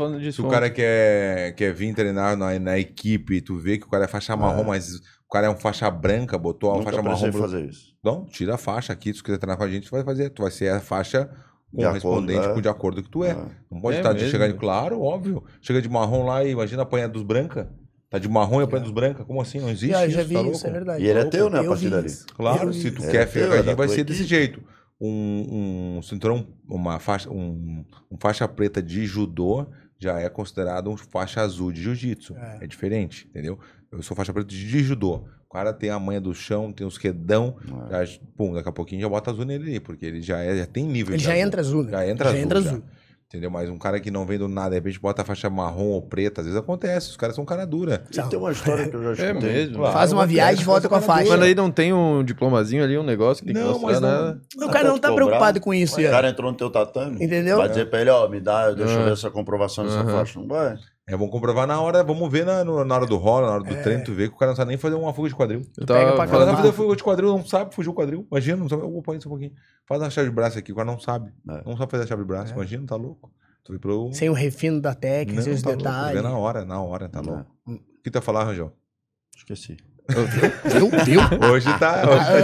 quer vir treinar na equipe, tu vê que o cara é faixa marrom, mas o cara é um faixa branca, botou a faixa marrom... fazer isso. Não, tira a faixa aqui, se tu quiser treinar com a gente, tu vai ser a faixa... correspondente de acordo que tu é. Não pode estar de chegar, claro, óbvio. Chega de marrom lá e imagina apanhar dos branca. Tá de marrom e apanha dos branca. Como assim? Não existe isso. Já vi tá isso, é verdade. E ele é teu, né, a partir dali. Claro, se tu quer ficar aqui, vai ser desse jeito. Um cinturão, uma faixa, um faixa preta de judô já é considerado um faixa azul de jiu-jitsu. É diferente, entendeu? Eu sou faixa preta de judô. O cara tem a manha do chão, tem os quedão, daqui a pouquinho já bota azul nele ali, porque ele já tem nível. Ele já entra azul, né? Já entra azul. Entendeu? Mas um cara que não vem do nada, de repente bota a faixa marrom ou preta, às vezes acontece, os caras são cara dura. E tem uma história que eu já escutei. É mesmo. Claro, faz uma viagem e volta com a faixa. Mas aí não tem um diplomazinho ali, um negócio que tem que mostrar nada. O cara não tá preocupado com isso. O cara entrou no teu tatame, entendeu? Vai dizer pra ele, deixa eu ver essa comprovação dessa faixa. Não vai. Vamos comprovar na hora, vamos ver na hora do rolo, na hora do treino, tu vê que o cara não sabe nem fazer uma fuga de quadril. O cara não sabe fazer fuga de quadril, não sabe fugir o quadril. Imagina, não sabe, eu vou pôr isso um pouquinho. Faz uma chave de braço aqui, o cara não sabe. Não sabe fazer a chave de braço, imagina, tá louco. Sem o refino da técnica, sem os detalhes. Na hora, tá louco. O que tu ia falar, Rangel? Esqueci. Hoje tá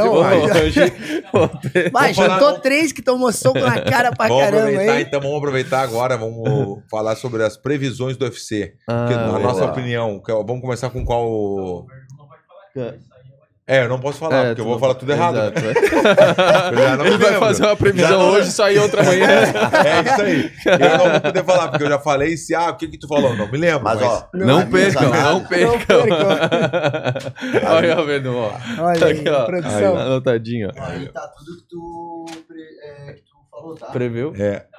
demais. Mas jantou 3 que tomou soco na cara pra caramba, hein? Então vamos aproveitar agora, vamos falar sobre as previsões do UFC. Na nossa opinião, vamos começar com qual... Eu não posso falar, porque eu vou falar tudo errado. Exato, né? Ele vai fazer uma previsão hoje e sair outra manhã. É isso aí. Eu não vou poder falar, porque eu já falei o que tu falou? Não me lembro. Mas ó, não percam. Olha, vendo, ó. Olha aí, produção. Anotadinho, ó. Aí tá tudo que tu falou, tá? Preveu?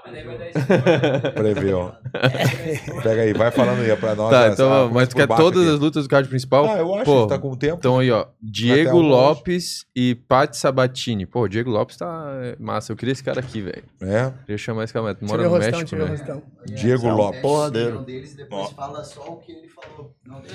Preveu. Pega aí, vai falando aí pra nós. Tá, então, mas tu quer todas as lutas do card principal? Eu acho que tá com o tempo. Então aí, ó, Diego Lopes e Pati Sabatini. Pô, o Diego Lopes tá massa. Eu queria esse cara aqui, velho. Queria chamar esse cara, mora no México, né? Diego Lopes. Porradeiro. Depois fala só o que ele falou.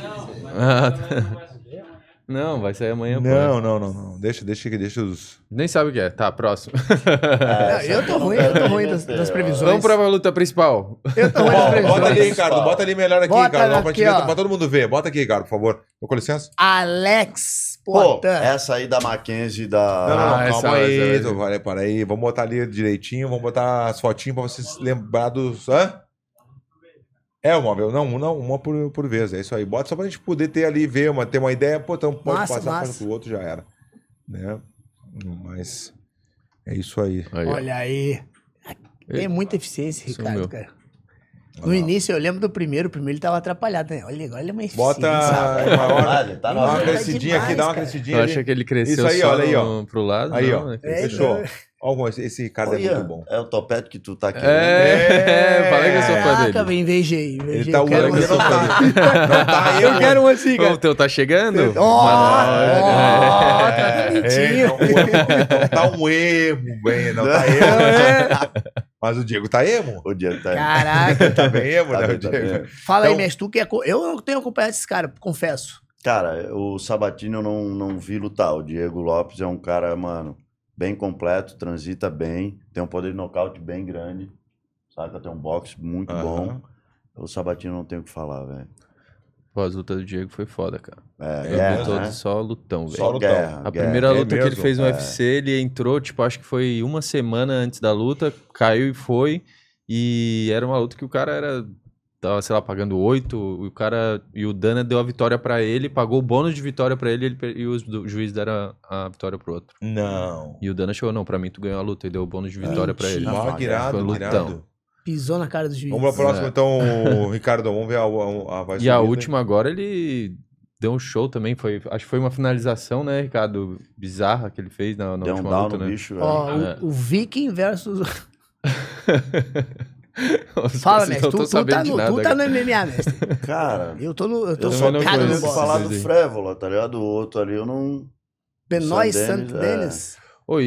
Não, vai sair amanhã. Não. Deixa os... Nem sabe o que é. Tá, próximo. Eu tô ruim das previsões. Vamos pra luta principal. Eu tô ruim das previsões. Bota ali, Ricardo. Bota ali melhor aqui, Ricardo. Pra todo mundo ver. Bota aqui, Ricardo, por favor. Com licença. Alex Poitin. Essa aí da Mackenzie da... Não, calma aí. Para aí. Vamos botar ali direitinho. Vamos botar as fotinhas pra vocês lembrar dos... uma por vez, é isso aí. Bota só pra gente poder ter ali, ter uma ideia, então pode passar pro outro, já era. Né? Mas é isso aí. Olha aí. Tem muita eficiência, Ricardo, cara. No início, eu lembro do primeiro. O primeiro ele tava atrapalhado, né? Olha uma eficiência. Bota dá uma crescidinha aqui, dá uma crescidinha ali. Tu acha que ele cresceu isso aí, olha aí, ó. Pro lado? Aí, não, ó. Fechou. Esse Ricardo é muito bom. É o topete que tu tá aqui. Falei que eu sou fã dele. Caraca, invejei. Ele tá usando que não tá eu quero um assim, cara. O teu tá chegando? Tá bonitinho. Não tá um emo, bem, não tá emo. Mas o Diego tá emo. O Diego tá emo. Caraca. Tá bem emo, né, o Diego? Fala aí, mestre, tu que é... Eu não tenho acompanhado esse cara, confesso. Cara, o Sabatini eu não vi lutar. O Diego Lopes é um cara, mano, bem completo, transita bem, tem um poder de nocaute bem grande, saca? Tem um boxe muito bom. O Sabatini não tem o que falar, velho. Pô, as lutas do Diego foi foda, cara. Só lutão, velho. Só lutão. A primeira luta que ele fez no UFC, ele entrou, tipo, acho que foi uma semana antes da luta, caiu e foi, e era uma luta que o cara tava, sei lá, pagando 8, e o Dana deu a vitória pra ele, pagou o bônus de vitória pra ele, e os juízes deram a vitória pro outro. Não. E o Dana chegou, não, pra mim tu ganhou a luta, e deu o bônus de vitória pra ele. Irado. Pisou na cara do juiz. Vamos pra próxima, então, Ricardo, vamos ver a E a última agora, ele deu um show também, acho que foi uma finalização, né, Ricardo? Bizarra que ele fez na Deu um última down luta, no né? bicho, Ó, velho. o Viking versus... Os Fala, caras mestre, não tão tu sabendo de nada, tá cara. no MMA, mestre. Cara, Eu tô eu também só não focado quero no conheço boxe. falar do aí. Frévola, tá ligado? O outro ali eu não... Benoit Sam Santo Dennis, Denis. Ô,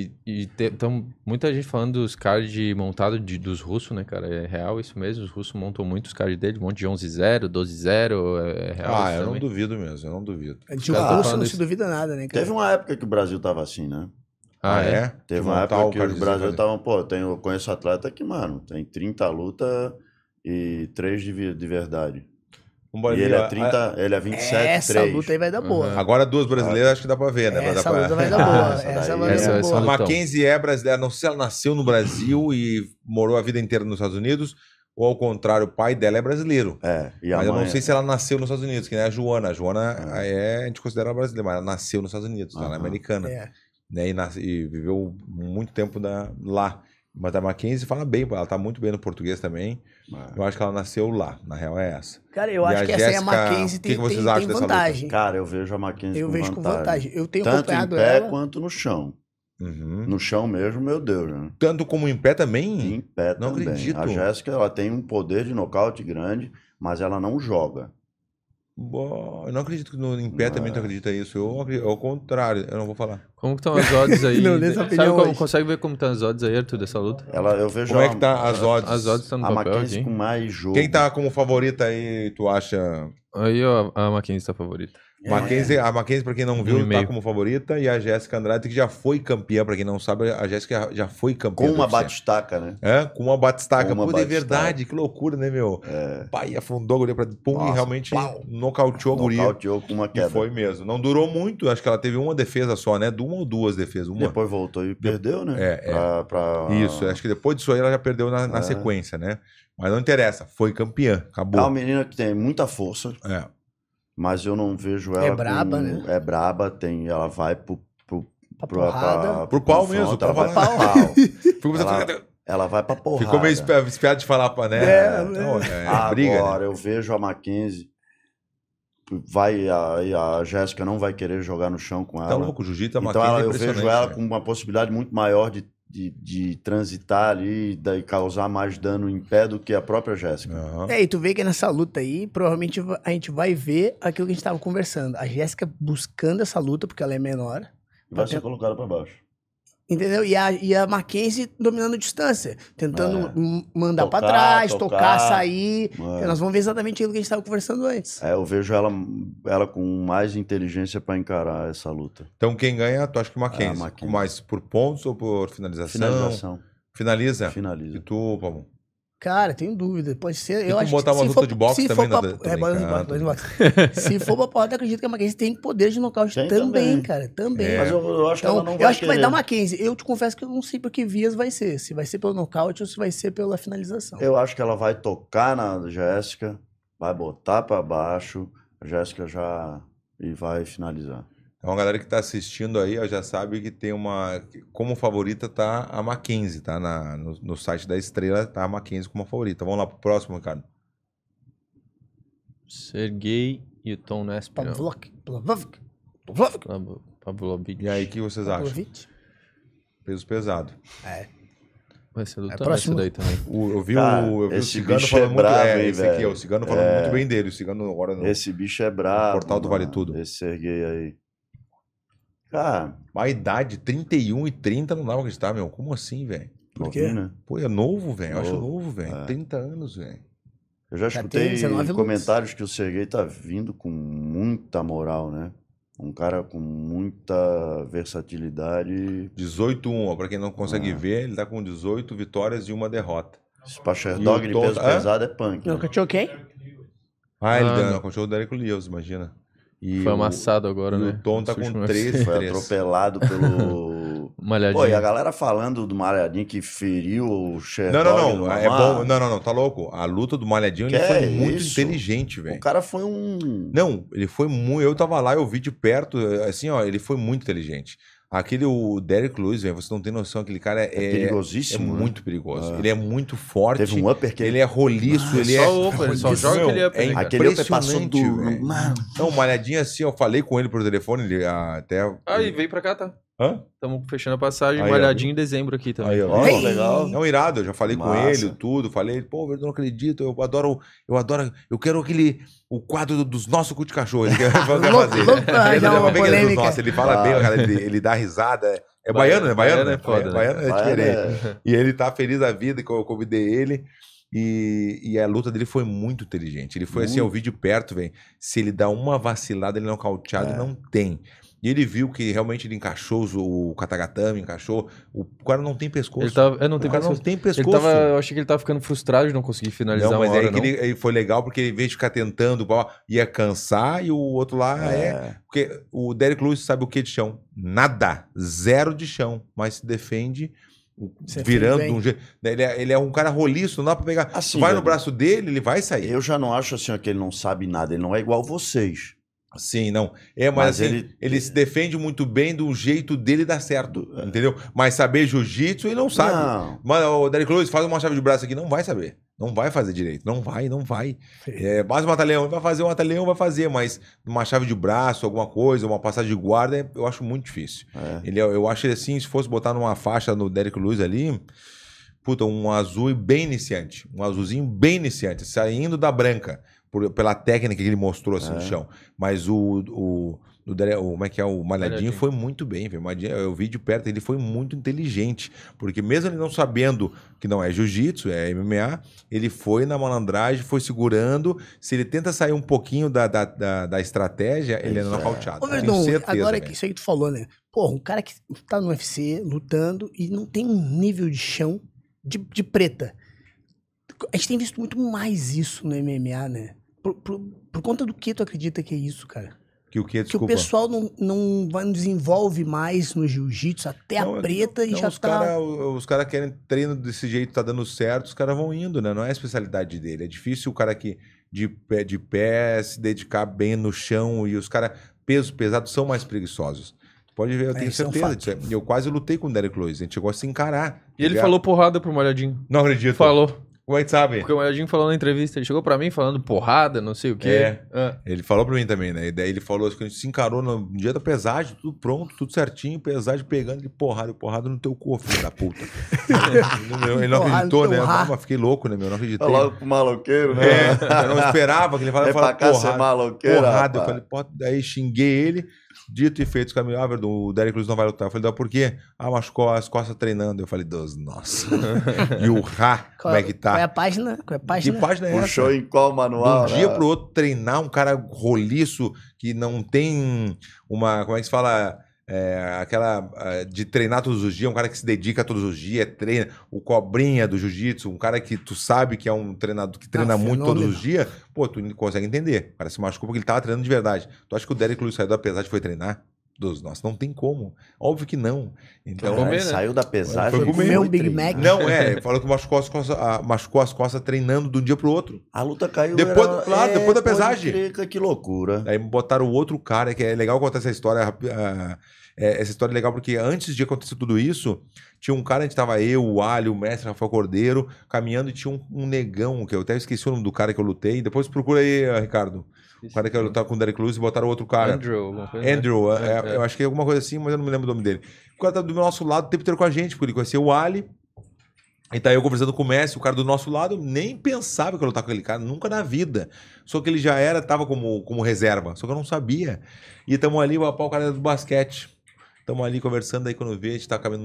muita gente falando dos cards montados dos russos, né, cara? É real isso mesmo? Os russos montam muito os cards deles, um monte de 11-0, 12-0, é real Ah, isso eu não também? duvido mesmo, eu não duvido. De caras tão russo falando não isso. se duvida nada, né, cara? Teve uma época que o Brasil tava assim, né? Ah, é? Teve De uma montar época o que card o de Brasil fazer. tava, pô, eu conheço atleta que, mano, tem 30 lutas e 3 de verdade. Vamos E ali, ele é ó, 30, ele é 27, Essa 3. luta aí vai dar boa. Agora duas brasileiras acho que dá pra ver, né? Essa Dá luta pra... vai dar boa. Essa Essa daí- vai essa dar vai ser A uma boa. luta. Mackenzie é brasileira, não sei se ela nasceu no Brasil e morou a vida inteira nos Estados Unidos, ou ao contrário, o pai dela é brasileiro. E a Mas eu mãe não sei se ela nasceu nos Estados Unidos, que nem a Joana. A Joana É. a gente considera ela brasileira, mas ela nasceu nos Estados Unidos, ela é Aham. americana. É. Né? E viveu muito tempo lá. Mas a Mackenzie fala bem, ela tá muito bem no português também. Eu acho que ela nasceu lá, na real é essa. Cara, eu E acho a que essa aí a Jéssica, Mackenzie o que tem, vocês tem, acham tem dessa vantagem. Cara, eu vejo a Mackenzie Eu com vejo com vantagem. Eu tenho Tanto em acompanhado pé ela. quanto no chão. Uhum. No chão mesmo, meu Deus, né? Tanto como em pé também? Em pé Não também. acredito. A Jéssica, ela tem um poder de nocaute grande, mas ela não joga. Eu não acredito que em pé também tu acredita nisso. Ao contrário, eu não vou falar. Como que estão as odds aí? Não, nessa Sabe opinião hoje. consegue ver como estão as odds aí, Arthur, dessa luta? Eu vejo Como é que tá as odds? As odds estão no a papel Mackenzie aqui. com mais jogo. Quem tá como favorita aí, tu acha? Aí, ó, a Mackenzie tá favorita. A Mackenzie, pra quem não viu, tá 1,5. como favorita. E a Jéssica Andrade, que já foi campeã, pra quem não sabe, a Jéssica já foi campeã. Com do uma UFC. batistaca, né? Com uma batistaca. Com uma Pô, é batistaca. verdade, que loucura, né, meu? Pai, afundou a guria pra pum, e Nossa, realmente pau. nocauteou a guria. Nocauteou com uma E queda. foi mesmo. Não durou muito, acho que ela teve uma defesa só, né? Uma ou duas defesas. Uma. Depois voltou e perdeu, né? Isso, acho que depois disso aí ela já perdeu na sequência, né? Mas não interessa, foi campeã, acabou. É uma menina que tem muita força, mas eu não vejo ela. É braba, né? É braba, ela vai pro porrada. Pro pau confronto, mesmo, ela pra vai pra falar. pau. Ficou Ela vai pra porrada. Ficou meio espiado de falar, né? Briga, Agora, né? eu vejo a Mackenzie. A Jéssica não vai querer jogar no chão com ela. Tá louco, o jiu-jitsu é uma Então coisa eu vejo impressionante, ela né? com uma possibilidade muito maior de transitar ali e causar mais dano em pé do que a própria Jéssica. Aham. E tu vê que nessa luta aí, provavelmente a gente vai ver aquilo que a gente tava conversando. A Jéssica buscando essa luta, porque ela é menor. Vai ser colocada pra baixo. Entendeu? E a Mackenzie dominando distância, tentando mandar Tocar, pra trás, tocar. tocar, sair. É. Nós vamos ver exatamente aquilo que a gente tava conversando antes. Eu vejo ela com mais inteligência pra encarar essa luta. Então quem ganha, tu acha que o Mackenzie? Mackenzie. Mais por pontos ou por finalização? Finalização. Finaliza? Finaliza. E tu, Paulo? Cara, tenho dúvida. Pode ser. Tem Eu como acho botar que uma se luta for, de boxe se também, for pra, né? Tô bota brincando. no boxe. Se for pra porrada, acredito que a Mackenzie tem poder de nocaute Tem também, também. cara. Também. É. Mas eu acho que ela Então, não vai eu acho que vai querer. dar Mackenzie. Eu te confesso que eu não sei por que vias vai ser. Se vai ser pelo nocaute ou se vai ser pela finalização. Eu acho que ela vai tocar na Jéssica, vai botar pra baixo, a Jéssica e vai finalizar. Então a galera que tá assistindo aí ó, já sabe que tem como favorita tá a Mackenzie, tá? No site da Estrela tá a Mackenzie como favorita. Vamos lá pro próximo, Ricardo. Sergei e o Tom Nespinel. Pavlovich. E aí, o que vocês acham? Pavlovich? Peso pesado. Vai ser luta próximo. nessa daí também. Eu vi Cara, o esse Cigano bicho falando é muito brabo, hein, esse aqui, velho? ó, o Cigano falando muito bem dele. O Cigano agora no Esse bicho é brabo. Portal do Vale mano, Tudo. Esse Serguei aí. Cara, A idade, 31 e 30, não dá pra acreditar, meu. Como assim, velho? Por quê? novinho, né? Pô, é novo, velho. Eu acho Novo, novo, velho. é. 30 anos, velho. Eu já Já escutei tem 19 comentários que o Serguei tá vindo com muita moral, né? Um cara com muita versatilidade. 18-1, ó. Pra quem não consegue ver, ele tá com 18 vitórias e uma derrota. Esse Pasher E Dog o de Tom- peso Hã? pesado é punk. Não, Né? cateou quem? Ele Ah, ganhou não. com o show do Derek Lewis, imagina. E Foi amassado agora, e né? o Tom tá Esse com último 3 Foi atropelado pelo. Malhadinho. Pô, e a galera falando do Malhadinho que feriu o Sherdog. Não, é bom. Não, tá louco. A luta do Malhadinho, ele Que foi é muito isso? inteligente, velho. O cara foi um. Não, ele foi muito. Eu tava lá, eu vi de perto, assim, ó, ele foi muito inteligente. O Derrick Lewis, velho, você não tem noção, aquele cara é perigosíssimo, né? muito perigoso. Ele é muito forte. Teve um upper que ele é roliço, ele é... Ele só joga aquele upper. É aquele upper passou impressionante, do... velho. Mano. Não, malhadinha assim, eu falei com ele por telefone, ele até... Aí, veio pra cá, tá? Hã? Estamos fechando a passagem, Aí, malhadinho em dezembro aqui também. Aí, Ó, Ei! legal. Não, irado, eu já falei com Massa. ele, tudo, falei, pô, eu não acredito, eu adoro, eu quero o quadro dos nossos cu de cachorro, ele quer fazer. Louco pra arranjar uma polêmica. Nossa, ele fala bem, cara, ele dá risada, é baiano, né? Baiano é foda, né? Baiano é Baiano diferente. E ele tá feliz da vida, que eu convidei ele, e a luta dele foi muito inteligente, ele foi assim, eu vi de perto, velho, se ele dá uma vacilada, ele é nocauteado, não tem. E ele viu que realmente ele encaixou o Katagatame, encaixou. O cara não tem pescoço. Ele tava, não tem o cara pescoço. não tem Ele pescoço. eu achei que ele tava ficando frustrado de não conseguir finalizar Não, mas uma hora, aí que ele foi legal porque ele, em vez de ficar tentando, ia cansar e o outro lá Porque o Derrick Lewis sabe o que de chão? Nada. Zero de chão. Mas se defende virando de um jeito. Ele é um cara roliço, não dá pra pegar. Assim, vai velho, no braço dele, ele vai sair. Eu já não acho assim ó, que ele não sabe nada. Ele não é igual vocês. Sim, não. Mas assim, ele se defende muito bem do jeito dele dar certo, entendeu? Mas saber jiu-jitsu ele não sabe. Não. Mas o Derrick Lewis faz uma chave de braço aqui, não vai saber. Não vai fazer direito. Não vai. Mais um mata-leão, ele vai fazer um mata-leão, vai fazer, mas uma chave de braço, alguma coisa, uma passagem de guarda, eu acho muito difícil. Eu acho ele assim, se fosse botar numa faixa no Derrick Lewis ali, puta, um azul bem iniciante. Um azulzinho bem iniciante, saindo da branca. Pela técnica que ele mostrou assim no chão. Mas como é que é? O Malhadinho foi muito bem, velho. Eu vi de perto, ele foi muito inteligente. Porque mesmo ele não sabendo que não é jiu-jitsu, é MMA, ele foi na malandragem, foi segurando. Se ele tenta sair um pouquinho da estratégia, ele é nocauteado. Ô, Verdão, agora que isso aí que tu falou, né? Porra, um cara que tá no UFC lutando e não tem um nível de chão de preta. A gente tem visto muito mais isso no MMA, né? Por conta do que tu acredita que é isso, cara? Que o quê? Que o pessoal não desenvolve mais no jiu-jitsu, até a preta e já Os caras querem treino desse jeito, tá dando certo, os caras vão indo, né? Não é a especialidade dele. É difícil o cara que de pé se dedicar bem no chão e os caras pesos pesados são mais preguiçosos. Pode ver, eu tenho certeza disso. Eu quase lutei com o Derrick Lewis, a gente chegou a se encarar. E ele falou porrada pro Malhadinho. Não acredito. Falou. Como é que sabe? Porque o Malhadinho falou na entrevista, ele chegou pra mim falando porrada, não sei o quê. Ele falou pra mim também, né? E daí ele falou que a gente se encarou no dia da pesagem, tudo pronto, tudo certinho, pesagem pegando de porrada no teu cu, filho da puta. Ele não acreditou, né? Mas fiquei louco, né, meu? Eu não acreditei. Logo pro maloqueiro, né? Eu não esperava que ele falasse porrada. Eu falei, pô, daí xinguei ele. Dito e feito, os caras o Derrick Lewis não vai lutar. Eu falei, por quê? Machucou as costas treinando. Eu falei, Deus, nossa. E o como é que tá? Qual é a página? Que página é essa? Puxou em qual manual? De um dia pro outro treinar um cara roliço que não tem uma, como é que se fala? De treinar todos os dias, um cara que se dedica todos os dias, treina, o cobrinha do jiu-jitsu, um cara que tu sabe que é um treinador que treina muito todos os dias, pô, tu não consegue entender. O cara se machucou porque ele tava treinando de verdade. Tu acha que o Derrick Lewis saiu da pesagem e foi treinar? Nossa, não tem como. Óbvio que não. Então, saiu da pesagem. Foi comer um Big Mac. Não, falou que machucou as costas treinando de um dia pro outro. A luta caiu. Depois da pesagem. Que loucura. Aí botaram o outro cara, que é legal contar essa história. Essa história é legal porque antes de acontecer tudo isso, tinha um cara, a gente tava o Ali, o mestre Rafael Cordeiro, caminhando e tinha um negão, que eu até esqueci o nome do cara que eu lutei. Depois procura aí, Ricardo. O cara que eu lutava com o Derrick Lewis e botaram outro cara. Andrew, eu acho que é alguma coisa assim, mas eu não me lembro o nome dele. O cara tá do nosso lado o tempo inteiro com a gente, porque ele conhecia o Ali. E tá eu conversando com o Messi, o cara do nosso lado, nem pensava que eu lutava com aquele cara, nunca na vida. Só que ele já tava como reserva, só que eu não sabia. E tamo ali, o cara do basquete. Estamos ali conversando, aí quando vê, a gente tá caminhando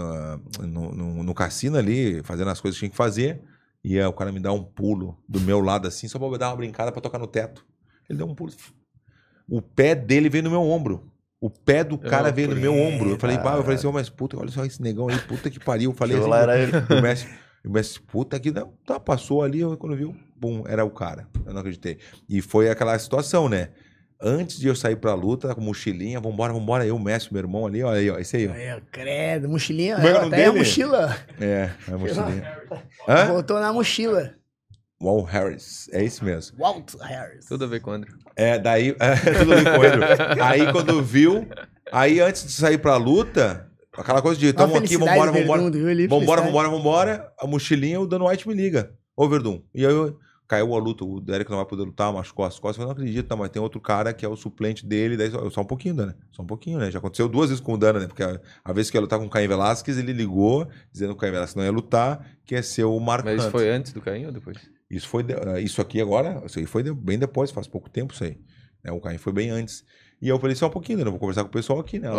no cassino ali, fazendo as coisas que tinha que fazer, e o cara me dá um pulo do meu lado assim, só pra dar uma brincada pra tocar no teto. Ele deu um pulo. O pé dele veio no meu ombro. O pé do cara veio no meu ombro. Eu falei, assim, mas puta, olha só esse negão aí, puta que pariu. Eu falei assim, era ele. O Messi, puta que não, tá, passou ali, quando viu, bum, era o cara. Eu não acreditei. E foi aquela situação, né? Antes de eu sair pra luta, com mochilinha, vambora, eu, o Messi, meu irmão ali, olha aí, ó, esse aí, ó. Aí, credo, mochilinha, Como é o nome até a dele? mochila. A mochilinha. Voltou na mochila. Walt Harris, é isso mesmo. Walt Harris. Tudo a ver com o André. Daí, tudo bem com ele. Aí quando viu, aí antes de sair pra luta, aquela coisa de, tamo aqui, vambora, a mochilinha, o Dan White me liga. Ô, Verdun, e aí caiu a luta, o Derek não vai poder lutar, machucou as costas, eu não acredito, mas tem outro cara que é o suplente dele, daí só um pouquinho, Dana, só um pouquinho, né? Já aconteceu 2 vezes com o Dana, né? Porque a vez que ia lutar com o Caim Velasquez, ele ligou, dizendo que o Caim Velasquez não ia lutar, que ia ser o Mark Mas Hunt. foi antes do Caim ou depois? Isso aqui agora, isso aí foi bem depois, faz pouco tempo isso aí. Né? O Caim foi bem antes. E eu falei, só um pouquinho, né? Eu vou conversar com o pessoal aqui, né?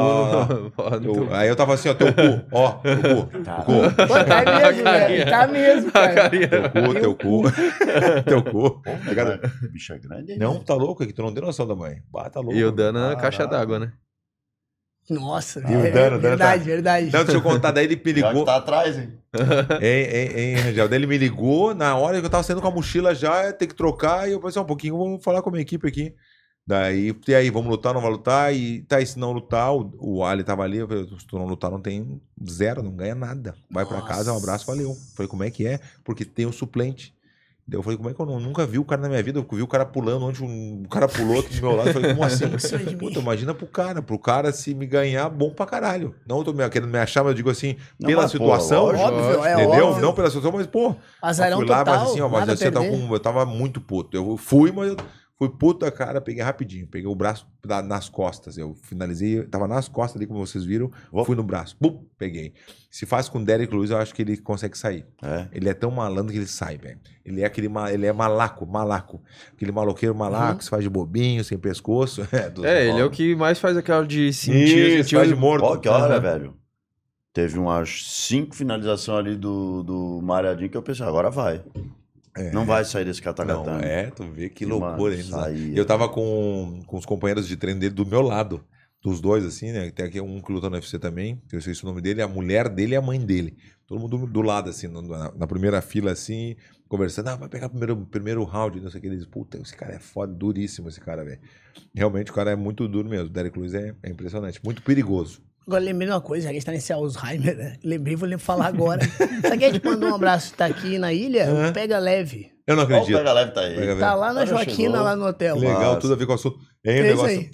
Aí eu tava assim, ó, teu cu, ó, teu cu. Pô, tá mesmo, velho. Tá mesmo, cara. Teu cu. Teu cu. Cara, bicho é grande. Não, tá louco, é que tu não tem noção da mãe. Tá louco. E o Dana, caixa d'água, né? Nossa, E o Dana, verdade. Não, deixa eu contar, daí ele me Ligou. ligou. Tá atrás, hein? Hein, Rangel? Daí ele me ligou, na hora que eu tava saindo com a mochila já, tem que trocar, e eu pensei, um pouquinho, vamos falar com a minha equipe aqui. Daí, e aí, vamos lutar, não vai lutar? E tá, e se não lutar, o Ali tava ali, eu falei, se tu não lutar, não tem 0, não ganha nada. Vai pra casa, um abraço, valeu. Falei, como é que é? Porque tem o suplente. Daí eu falei, como é que eu nunca vi o cara na minha vida? Eu vi o cara pulando onde o cara pulou do meu lado. Eu falei, como assim? Puta, imagina pro cara se me ganhar, bom pra caralho. Não eu tô querendo me achar, mas eu digo assim, pela situação, óbvio, entendeu? óbvio. Não pela situação, mas pô, Azarão eu fui lá, total, mas assim, ó, mas nada a você tá perder. eu tava muito puto. Eu fui, mas eu fui puta, cara, peguei rapidinho, peguei o braço nas costas, eu finalizei, tava nas costas ali, como vocês viram, fui no braço, bum, peguei. Se faz com o Derek Lewis, eu acho que ele consegue sair. Ele é tão malandro que ele sai, velho. Ele é malaco, aquele maloqueiro malaco, que se faz de bobinho, sem pescoço. Ele é o que mais faz aquela de sentir faz de morto. Ó, que hora, velho. Teve umas 5 finalizações ali do Mariadinho que eu pensei, agora vai. Não vai sair desse catagatame. Não, tu vê que loucura. Mano, eu tava com os companheiros de treino dele do meu lado, dos dois, assim, né? Tem aqui um que luta no UFC também, eu esqueci o nome dele, a mulher dele e a mãe dele. Todo mundo do lado, assim, na primeira fila, assim, conversando. Vai pegar primeiro round, não sei o que. Eles dizem, puta, esse cara é foda, duríssimo esse cara, velho. Realmente o cara é muito duro mesmo. O Derek Lewis é impressionante, muito perigoso. Agora, lembrei de uma coisa, já que a gente tá nesse Alzheimer, né? Lembrei, vou falar agora. Sabe que a gente mandou um abraço, tá aqui na ilha? Pega leve. Eu não acredito. O Pega Leve tá aí. Tá lá na Joaquina, lá no hotel. Legal, Nossa. tudo a ver com o assunto. É isso aí.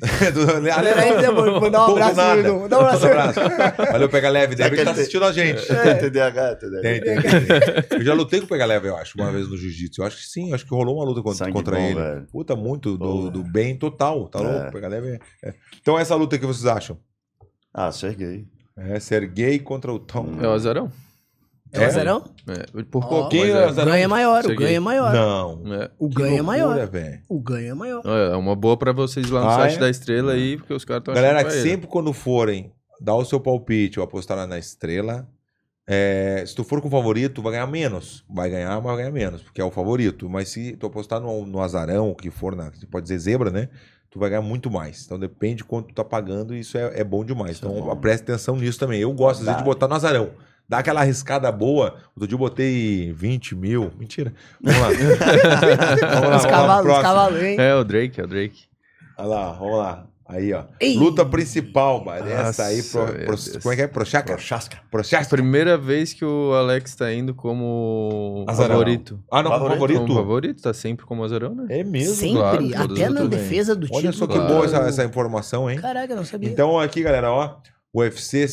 Vou dar um abraço, Verdun. Dá um abraço. Valeu, Pega Leve. De repente tá assistindo a gente. TDAH. Tem. Eu já lutei com o Pega Leve, eu acho, uma vez no jiu-jitsu. Eu acho que sim, acho que rolou uma luta contra bom, ele. velho. Puta, muito, do bem total. Tá louco? Pega Leve Então, essa luta que vocês acham? Serguei. Serguei contra o Tom. É o Azarão? É o Azarão? Por pouco. Quem é o Azarão? Ganha maior, o Serguei. ganho é maior. Não. O ganho é maior. Velho. O ganho é maior. É uma boa pra vocês lá no site da Estrela aí, porque os caras estão achando Galera, pra ele. sempre quando forem dar o seu palpite ou apostar lá na Estrela, se tu for com o favorito, vai ganhar menos. Vai ganhar, mas vai ganhar menos, porque é o favorito. Mas se tu apostar no Azarão, o que for, você pode dizer zebra, né? Tu vai ganhar muito mais. Então depende de quanto tu tá pagando e isso é bom demais. Isso Então é bom. preste atenção nisso também. Eu gosto às vezes, de botar no Azarão. Dá aquela arriscada boa. Outro dia eu botei 20 mil. Mentira. Vamos lá. Os cavalos, hein? É o Drake. Olha lá, vamos lá. Aí, ó. Ei. Luta principal, mano. Essa aí, Nossa, meu Deus. como é que é? Prochaska? Primeira vez que o Alex tá indo como Azarão. favorito. Ah, não, como favorito? Como favorito, tá sempre como Azarão, né? É mesmo? Sempre, Claro, todas até as na outras defesa do Olha título. só que Claro. boa essa informação, hein? Caraca, eu não sabia. Então aqui, galera, ó. UFC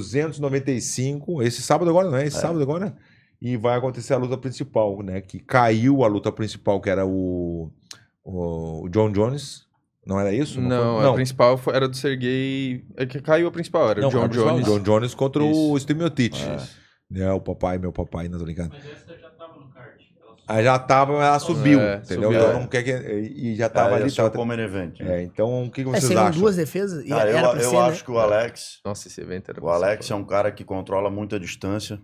295. Esse sábado agora, não é? Esse sábado agora. E vai acontecer a luta principal, né? Que caiu a luta principal, que era o John Jones. Não era isso? Não, foi? a principal era do Serguei. É que caiu a principal, era o John Jones. John Jones contra o Steve Miocic. Isso. Né, meu papai, não tô brincando. Mas essa já tava no card. Aí já tava, ela subiu, entendeu? subiu. Então não quer que. E já tava ali. Esse é o Common Event. Então o que vocês seriam acham? duas defesas? E Cara, era pra eu ser, acho né? que o Alex... Nossa, esse evento era O Alex é um cara que controla muito a distância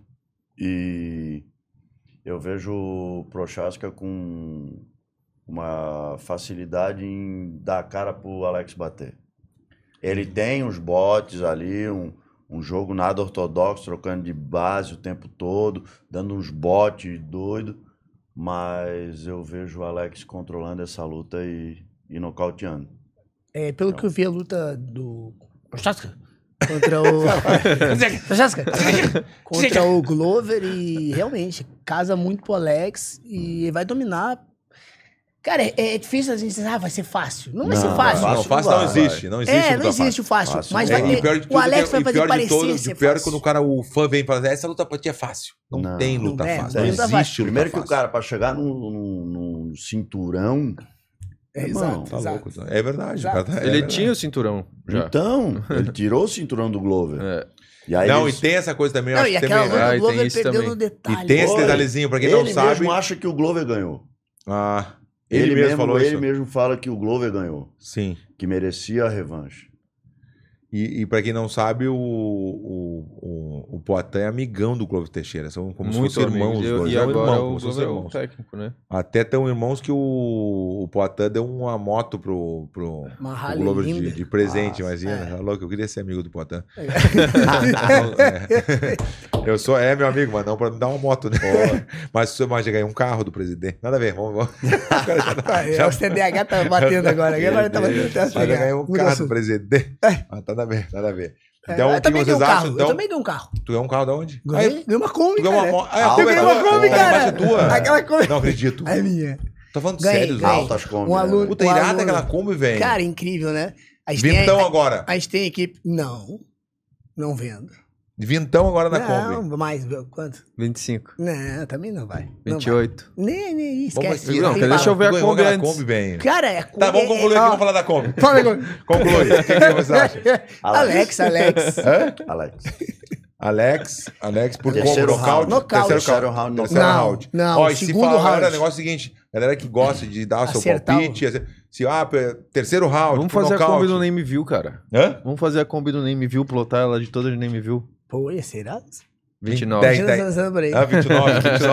e eu vejo o Prochaska com uma facilidade em dar a cara pro Alex bater. Ele tem uns botes ali, um jogo nada ortodoxo, trocando de base o tempo todo, dando uns botes doido, mas eu vejo o Alex controlando essa luta e nocauteando. Pelo que eu vi a luta do Prochaska, Contra o... contra o Glover e realmente casa muito pro Alex e vai dominar. Cara, é difícil a gente dizer, vai ser fácil. Não vai ser fácil. Não, fácil não existe. Não existe não existe o fácil. Mas É, vai e ter, pior de tudo o Alex vai e fazer pior de parecer todos, ser e pior é fácil. quando o fã vem e fala, essa luta pra ti é fácil. Não tem luta não é, fácil. não Não tem. existe luta Primeiro que fácil. o cara, pra chegar num cinturão... irmão, Tá louco. É verdade. Exato. Cara, é Ele verdade. tinha o cinturão já. Então, ele tirou o cinturão do Glover. É. E aí Não, eles- e tem essa coisa também, eu Não, acho e que aquela também... luta e do tem Glover isso perdeu também. no detalhe. E tem esse Foi. detalhezinho, pra quem ele não sabe... mesmo acha que o Glover ganhou. Ah, ele mesmo falou ele isso. mesmo fala que o Glover ganhou. Sim. Que merecia a revanche. E pra quem não sabe, o Poatan é amigão do Glover Teixeira. São como se Muito fossem irmãos os amigos. dois. E É um agora irmão, o como se fossem Glover é o irmãos. técnico, né? Até tão irmãos que o Poatan deu uma moto pro Uma o Harley Glover linda. de presente, Nossa, imagina. Tá louco? Eu queria ser amigo do Poatan. É. Eu sou, meu amigo, mas não pra me dar uma moto, né? Mas se você ganhar um carro do presidente. Nada a ver, vamos. O CDH tá batendo agora. Agora tá batendo até Mas eu ganhei um Muda carro do assunto. presidente. Nada a ver, nada a ver. Então, eu o que também vocês ganhei um acham? carro. Então, Eu também ganhei um carro. tu ganhou um carro de onde? Ganhei uma Kombi, Tu ganhou uma cara. moto. Eu ganhei uma Kombi, cara. É tua. Aquela Kombi. Não acredito. É minha. Tô falando Ganhei, sério, ganhei. Zé. Altas Kombi, Um né? aluno. Puta, um irada aluno. aquela Kombi, velho. Cara, incrível, né? A gente tem Vintão agora. A gente tem equipe... Não vendo. Vintão agora na Kombi. Não, mais, quanto? 25. Não, também não vai. Não 28. vai. Nem esquece. Vamos Não, aqui. quer deixa eu ver a Tu ganhou Kombi aquela antes. Kombi, bem. Cara, é... Tá, vamos concluir aqui, vamos falar da Kombi. Fala agora. Conclui. O que você acha? Alex. Hã? Alex. Alex, por Terceiro como? Nocaute? round. Terceiro round. Terceiro Não, round. não, Ó, e se segundo fala, round. galera, o negócio é o seguinte, galera que gosta de dar o seu Acertar palpite, terceiro round, Vamos por fazer a nocaute. Kombi do Name View, cara. Hã? Vamos fazer a Kombi do Name View, plotar ela de toda de Name View. Pô, ia ser irado. 29. 10. Ah, 29.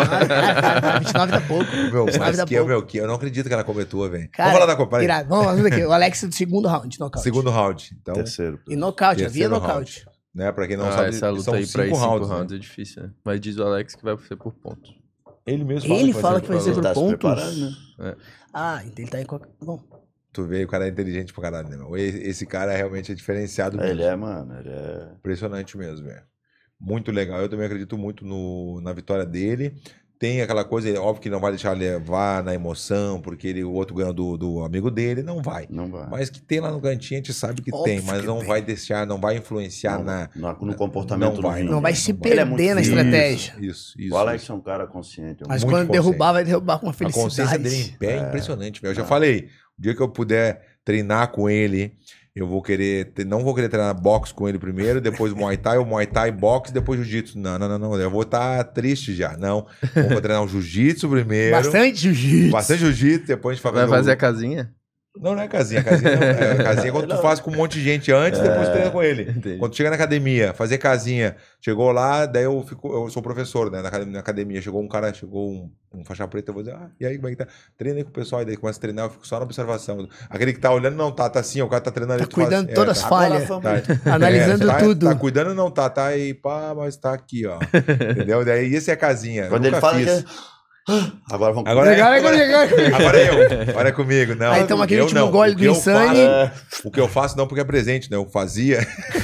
29 tá pouco. Meu, 29 mas tá que, pouco. eu não acredito que ela cometou, velho. Cara, Vamos falar da Kombi, peraí. irado. Vamos aqui. O Alex do segundo round, nocaute. Segundo round. Então, Terceiro. E nocaute, havia terceiro nocaute. né, pra quem não sabe, Essa luta são aí pra 5 ir 5 rounds. rounds Né? é difícil, né? Mas diz o Alex que vai ser por pontos. Ele mesmo Ele fala que vai ser Ele por tá se pontos. preparando, né? Ah, então ele tá em qualquer... Bom, Tu vê, o cara é inteligente pra caralho, né, meu? Esse cara realmente é diferenciado mesmo. Ele é, mano. Ele é... Impressionante mesmo, velho. Muito legal. Eu também acredito muito na vitória dele. Tem aquela coisa, óbvio que não vai deixar levar na emoção, porque o outro ganhou do amigo dele. Não vai. Não vai. Mas que tem lá no cantinho, a gente sabe que Óbvio tem. Mas que não tem. vai deixar, não vai influenciar No comportamento Não vai, do ringue. não vai se Ele é muito perder na firme. estratégia. Isso. O Alex é um cara consciente. Mas Muito quando consciente. derrubar, vai derrubar com uma A consciência felicidade. dele em pé é impressionante, velho. Eu já falei, o dia que eu puder treinar com ele, eu vou querer, não vou querer treinar boxe com ele primeiro, depois Muay Thai, ou Muay Thai boxe, depois Jiu-Jitsu. Não, eu vou estar triste já. Não, vou treinar o Jiu-Jitsu primeiro. Bastante jiu-jitsu. Bastante Jiu-Jitsu, depois a gente Vai fazer a casinha? Não é casinha. Casinha é quando tu faz com um monte de gente antes, depois tu treina com ele. Entendi. Quando tu chega na academia, fazer casinha. Chegou lá, daí eu sou professor, né? Na academia. Chegou um faixa preta, eu vou dizer, e aí, como é que tá? Treina aí com o pessoal, e daí começa a treinar, eu fico só na observação. Aquele que tá olhando, não tá assim, o cara tá treinando. Tá ali, tu faz- cuidando de todas as falhas. Tá, Analisando tudo. Tá cuidando, não tá aí, pá, mas tá aqui, ó. Entendeu? Daí essa é a casinha. Quando eu ele nunca fala fiz. que... Agora vamos... Agora Agora é eu. Agora é comigo. Não, Aí toma aquele eu último não. gole O do que eu Insane. faço- O que eu faço não porque é presente, né? Eu fazia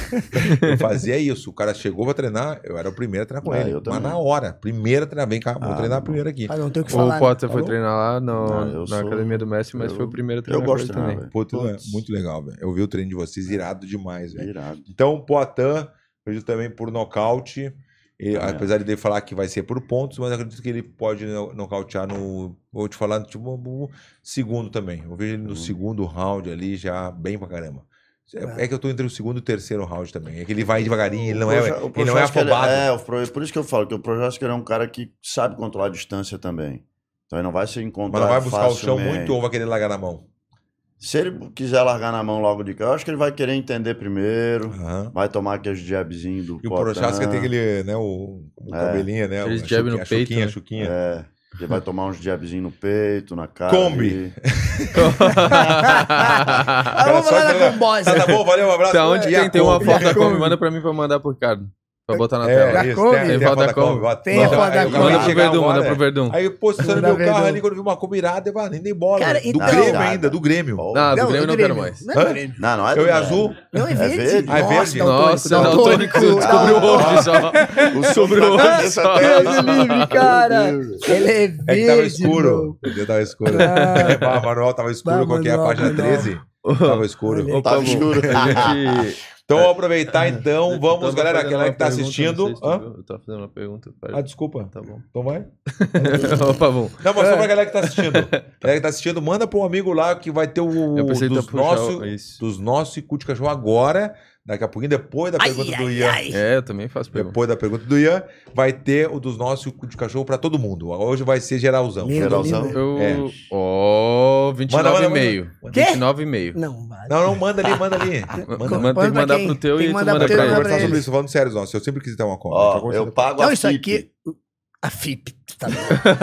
isso. O cara chegou pra treinar, eu era o primeiro a treinar com ele. eu Mas também. na hora, primeiro a treinar. Vem cá, vou treinar primeiro aqui. Ah, não tem o que O falar. né? Potter foi Falou? treinar lá Não, eu na sou- academia do Messi, mas eu- foi o primeiro a eu treinar gosto com de ele treinar, também. Putz, Putz. muito legal, velho. Eu vi o treino de vocês irado demais, velho. Irado. Então, o Poatan, vejo também por nocaute. Apesar de ele falar que vai ser por pontos, mas eu acredito que ele pode nocautear no. Vou te falar, tipo, no segundo também. Eu vejo ele no segundo round ali, já bem pra caramba. É que eu tô entre o segundo e o terceiro round também. É que ele vai devagarinho, ele não é afobado. Por isso que eu falo que o Projásico é um cara que sabe controlar a distância também. Então ele não vai se encontrar Mas não vai buscar o chão facilmente. muito ou vai querer largar na mão? Se ele quiser largar na mão logo de cá, eu acho que ele vai querer entender primeiro. Aham. Vai tomar aqueles jabzinhos do E o Poatan. Prochaska tem aquele, né, o cabelinho, né? Aqueles a jab no chuquinha, peito, a né? chuquinha. É, ele vai tomar uns jabzinhos no peito, na cara. Kombi. Ah, vamos Cara, lá só na Combosa. Tá bom, valeu, um abraço. Tá onde E a tem uma Kombi? foto da Kombi? Manda pra mim pra mandar pro Ricardo. Pra botar na tela. Da Kombi. Tem foto da Kombi. Tem a foto da Kombi. Manda pro Verdun, manda pro Verdun. Aí, pô, você Manda meu carro Verdun. ali, quando eu vi uma Kombi irada, eu falei, nem dei bola. Cara, do então- Grêmio ainda, do Grêmio. Não, do Grêmio eu não quero mais. Não é do Hã? Grêmio. Não é Eu do e azul. Não, é verde. verde? Ah, é verde? Nossa, daltônico, descobriu hoje só. O Sobre o cabeça só. até Deus me livre, cara. Ele é verde. É que tava escuro. irmão. O dia tava escuro. Ah. O manual tava escuro, eu Bah, coloquei a manual, página manual. 13. Tava escuro. Olha. Tava escuro. A gente... Então, vamos aproveitar então. Vamos, Eu tava galera, fazendo aquela uma que tá pergunta, assistindo. não sei se tu Hã? viu. Eu tava fazendo uma pergunta. Ah, desculpa. Tá bom. Então vai. Opa, bom. Não, mas só pra galera que tá assistindo. Galera que tá assistindo, manda pra um amigo lá que vai ter o Eu pensei que dos tu ia puxar nossos isso. dos nossos cu de cachorro agora. Daqui a pouquinho, depois da pergunta do Ian. É, eu também faço pergunta. Depois da pergunta do Ian, vai ter o dos nossos cu de cachorro pra todo mundo. Hoje vai ser geralzão. Lindo, Geralzão. lindo. Eu... É. Ó, Manda, manda, 29,5. Quê? 29,5. Não, vale. Não, manda ali, manda ali. Tem que mandar quem? pro teu Tem e que tu mandar manda pro teu pra e Pra mandar ele. conversar sobre isso, falando sério, nossa. Eu sempre quis ter uma conta. Ó, eu pago Não, a isso FIP. aqui... A FIP. Tá bom. O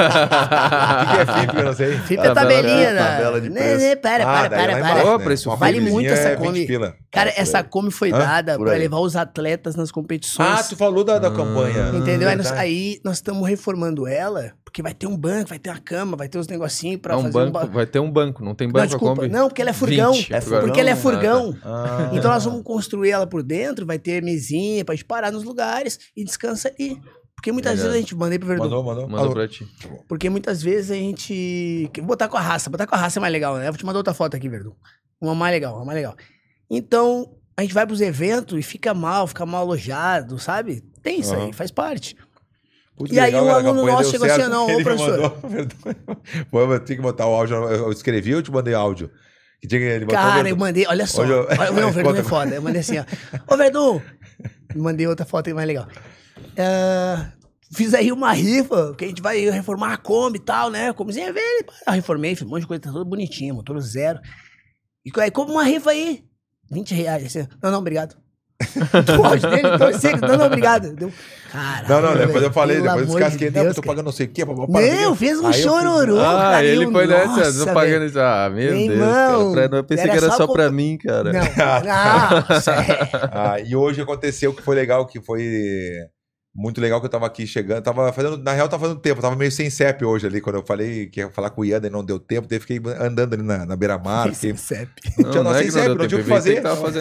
que é FIP, eu não sei. FIP é Tabela- tabelinha, né? tabela de preço. Para. daí lá Ó, embaixo, preço Uma vale Fipzinha muito essa é 20 Kombi. pila. Cara, essa Kombi foi Hã? dada Por pra aí. levar os atletas nas competições. Ah, tu falou da campanha. Entendeu? Verdade. Aí nós estamos reformando ela, porque vai ter um banco, vai ter uma cama, vai ter uns negocinhos pra É um fazer banco, vai ter um banco, não tem Não, banco a desculpa. Kombi? Não, porque ela é furgão. 20 É agora. Porque ela é Ah, tá. furgão. Ah. Então nós vamos construir ela por dentro, vai ter mesinha pra gente parar nos lugares e descansa ali. Porque muitas Legal. vezes a gente mandei pro Verdun. Mandou. Manda pra ti. Porque muitas vezes a gente. Vou botar com a raça. Botar com a raça é mais legal, né? Eu vou te mandar outra foto aqui, Verdun. Uma mais legal. Então, a gente vai pros eventos e fica mal alojado, sabe? Tem isso aí, faz parte. Puta, E aí legal, o cara, a aluno campanha nosso deu chegou assim, certo. não, ô, Ele me professor. mandou, verdade. Pô, eu tenho que botar o áudio. Eu escrevi ou te mandei áudio? Que tinha que ele botou Cara, eu Verdun. mandei, olha só. Olha, Olha, não, o Verdun é conta. foda. Eu mandei assim, ó. Ô, Verdun! Mandei outra foto aí mais legal. Fiz aí uma rifa, que a gente vai reformar a Kombi e tal, né? Kombizinha velha. Reformei, fiz um monte de coisa, tá tudo bonitinho, motor zero. E aí, compra uma rifa aí. R$20. Assim, não, obrigado. Tu pode dele, então, não, obrigado. Deu, caralho, Não, depois velho, eu falei, pelo depois amor descasquei. de Não, eu Deus, tô cara. pagando não sei o quê. Meu, fez um Aí eu fiz- chororô, Ah, cara. ele eu, foi nessa, nossa, não pagando velho. isso. Ah, meu Meu Deus, irmão, cara. Eu pensei que era só pra mim, cara. Não, não, sério. E hoje aconteceu que foi legal, que foi muito legal que eu tava aqui chegando. Tava fazendo, na real, tava fazendo tempo. Eu tava meio sem CEP hoje ali, quando eu falei que ia falar com o Ian, e não deu tempo. Daí fiquei andando ali na beira-mar. Fiquei... CEP. Não tinha é sem CEP, não tinha o que fazer.